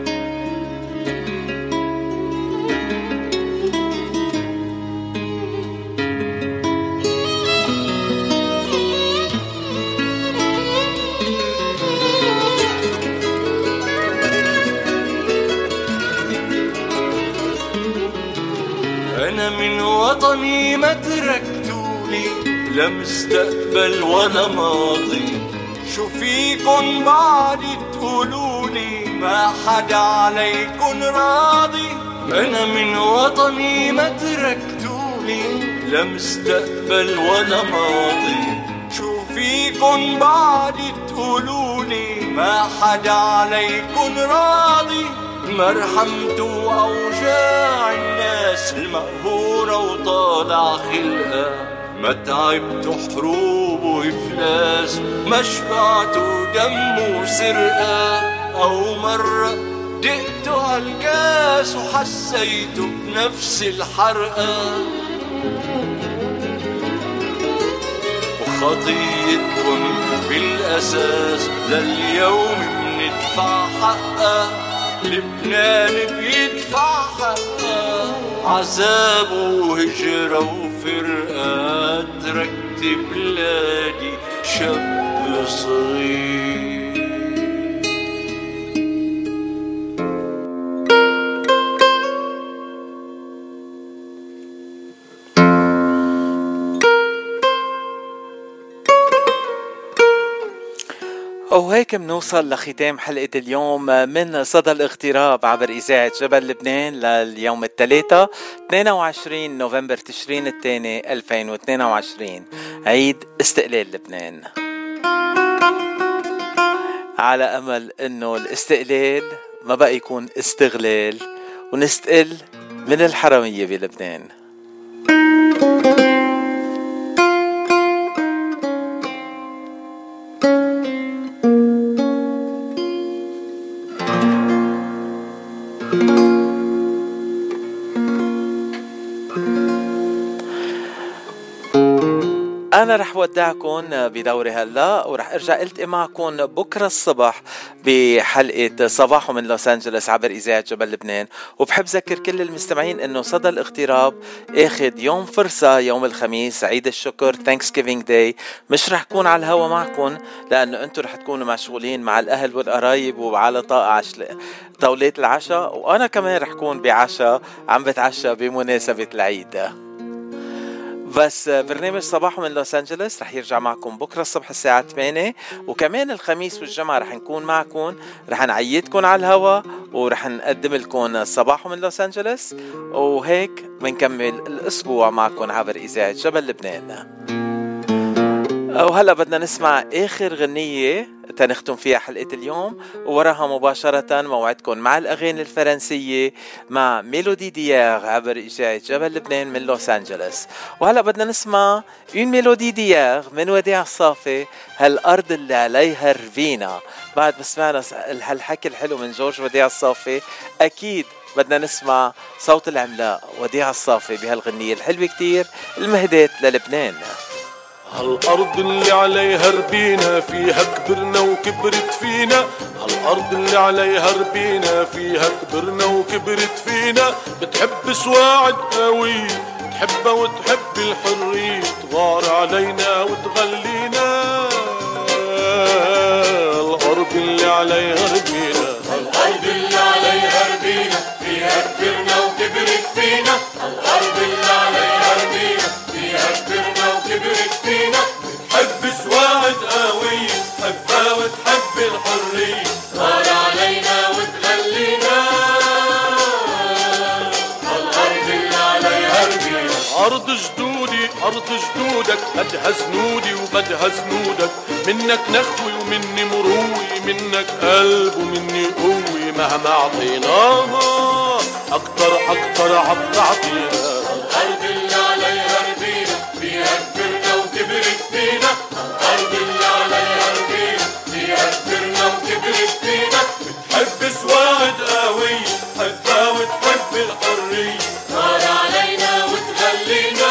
أنا من وطني ما تركتولي لا مستقبل ولا ماضي، شو فيكن بعد تقولولي ما حدا عليكن راضي. أنا من وطني ما تركتولي لا مستقبل ولا ماضي، شو فيكن بعد تقولولي ما حدا عليكن راضي. مرحمتوا أوجاع الناس المقهورة وطالع خلقها، ما تعبتوا حروب وإفلاس، ما شبعتوا دم وسرقة، أو مرة دقتوا هالكاس وحسيتوا بنفس الحرقة. وخطيتكم بالأساس لليوم بندفع حقها، لبنان بيدفع حقها، عذاب وهجرة وفرقة. تركت بلادي شاب صغير. وهيك منوصل لختام حلقة اليوم من صدى الاغتراب عبر إذاعة جبل لبنان لليوم الثلاثاء اثنين وعشرين نوفمبر تشرين الثاني ألفين واثنين وعشرين، عيد استقلال لبنان. على أمل أنه الاستقلال ما بقى يكون استغلال ونستقل من الحرامية بلبنان. أنا رح ودعكم بدوري هلا ورح أرجع ألتقي معكم بكرة الصبح بحلقة صباحو من لوس أنجلوس عبر إذاعة جبل لبنان. وبحب ذكر كل المستمعين إنه صدى الاغتراب أخذ يوم فرصة يوم الخميس عيد الشكر Thanksgiving Day. مش رح كون على الهوا معكم لأنه أنتم رح تكونوا مشغولين مع الأهل والقرايب وعلى طاقة طاولات العشاء، وأنا كمان رح كون بعشاء عم بتعشى بمناسبة العيد. بس برنامج صباحو من لوس أنجلوس رح يرجع معكم بكرة الصبح الساعة ثمانية، وكمان الخميس والجمعة رح نكون معكم، رح نعيدكم على الهوا ورح نقدم لكم صباحو من لوس أنجلوس، وهيك بنكمل الأسبوع معكم عبر إذاعة جبل لبنان. وهلأ بدنا نسمع آخر غنية تنختم فيها حلقة اليوم، ووراها مباشرة موعدكم مع الأغاني الفرنسية مع ميلودي ديار عبر إذاعة جبل لبنان من لوس أنجلوس. وهلأ بدنا نسمع une ميلودي ديار من وديع الصافي، هالأرض اللي عليها ربينا. بعد ما سمعنا هالحكي الحلو من جورج وديع الصافي، أكيد بدنا نسمع صوت العملاق وديع الصافي بهالغنية الحلوة كتير المهدات للبنان. هالأرض اللي عليها ربينا فيها كبرنا وكبرت فينا، هالأرض اللي عليها ربينا فيها كبرنا وكبرت فينا. بتحب سواعد قوي تحبها وتحب الحرية، تغار علينا وتغلينا. الأرض اللي عليها ربينا، الأرض اللي عليها ربينا فيها كبرنا وكبرت فينا. الأرض اللي عليها ربينا فيها كبرنا وكبرت فينا. بتحب سواعد قوي تحبها وتحب الحرية، تغار علينا وتغلينا. الأرض اللي عليها ربينا، أرض جدودي أرض جدودك، بدها زنودي وبدها زنودك. منك نخوي ومني مروي، منك قلب ومني قوي. مهما عطيناها أكتر أكتر عم تعطينا. الأرض اللي عليها ربينا فيها كبرنا وكبرت فينا. الأرض اللي عليها ربينا فيها كبرنا وكبرت فينا. بتحب سواعد قوي تحبها وتحب الحرية، تغار علينا وتغلينا.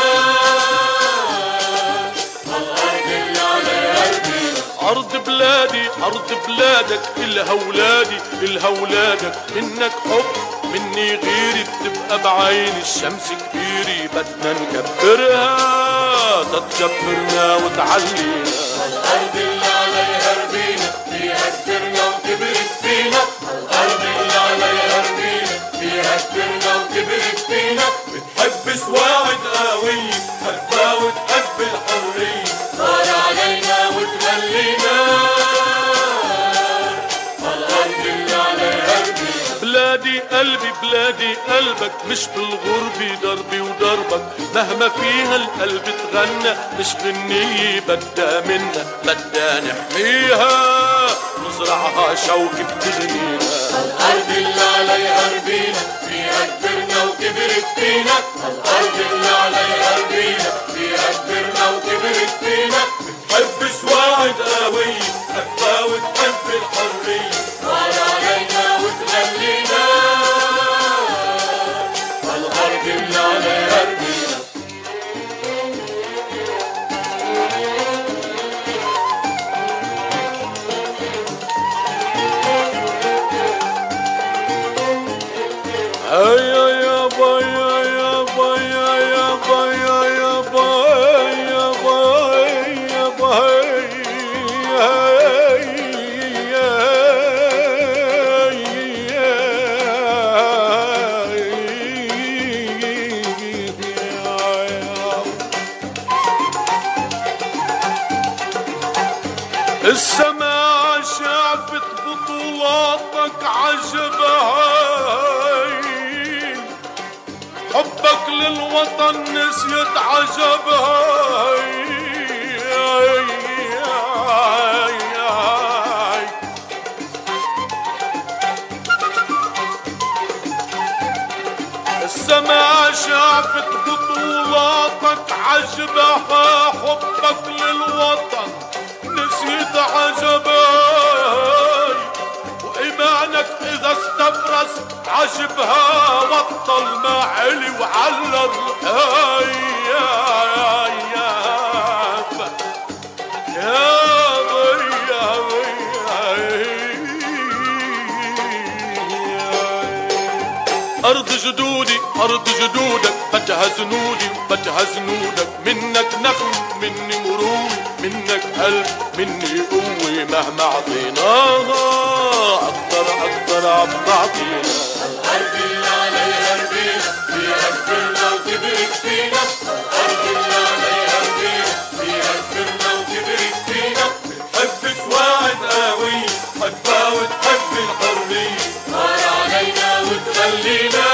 الأرض اللي عليها ربينا، أرض بلادي أرض بلادك، إلها ولادي إلها ولادك. منك حب مني غيري، بتبقى بعين الشمس كبيري. بدنا نكبرها تتكبرنا وتعلينا. الأرض اللي عليها ربينا فيها كبرنا وكبرت فينا. الأرض اللي عليها ربينا فيها كبرنا وكبرت فينا. بتحب سواعد قوي تحبها وتحب الحرية، تغار علينا وتغلينا. الأرض اللي عليها ربينا، بلادي قلبي بلادي قلبك، مش بالغربة دربي ودربك. مهما فيها القلب تغنى، مش غنية بدها منا، بدها نحميها نزرعها شوك بتغنينا. الأرض اللي عليها ربينا فيها كبرنا وكبرت فينا. الأرض اللي عليها ربينا فيها كبرنا وكبرت فينا. بتحب سواعد قوي تحبها وتحب الحرية، تغار علينا وتغلينا. الأرض اللي عليها ربينا. هيا يا بايا يا بايا يا بايا يا بايا يا بايا يا بايا شافت بطولاتك عجبهاي، حبك للوطن نسيت عجبهاي. السما شافت بطولاتك عجبها، حبك للوطن نسيت عجباي، وإيمانك إذا استفرس عجبها، بطل ما علي وعلى الرقاي. يا يا أرض جدودي أرض جدودك، بدها زنودي وبدها زنودك، منك نخل مني مروي، منك قلب مني قوة، مهما عطيناها أكتر أكتر عم تعطينا. الأرض اللي عليها ربينا فيها كبرنا وكبرت فينا، الأرض اللي عليها ربينا فيها كبرنا وكبرت فينا، بتحب سواعد قوية، حبها وتحب الحرية، صار علينا وتخلينا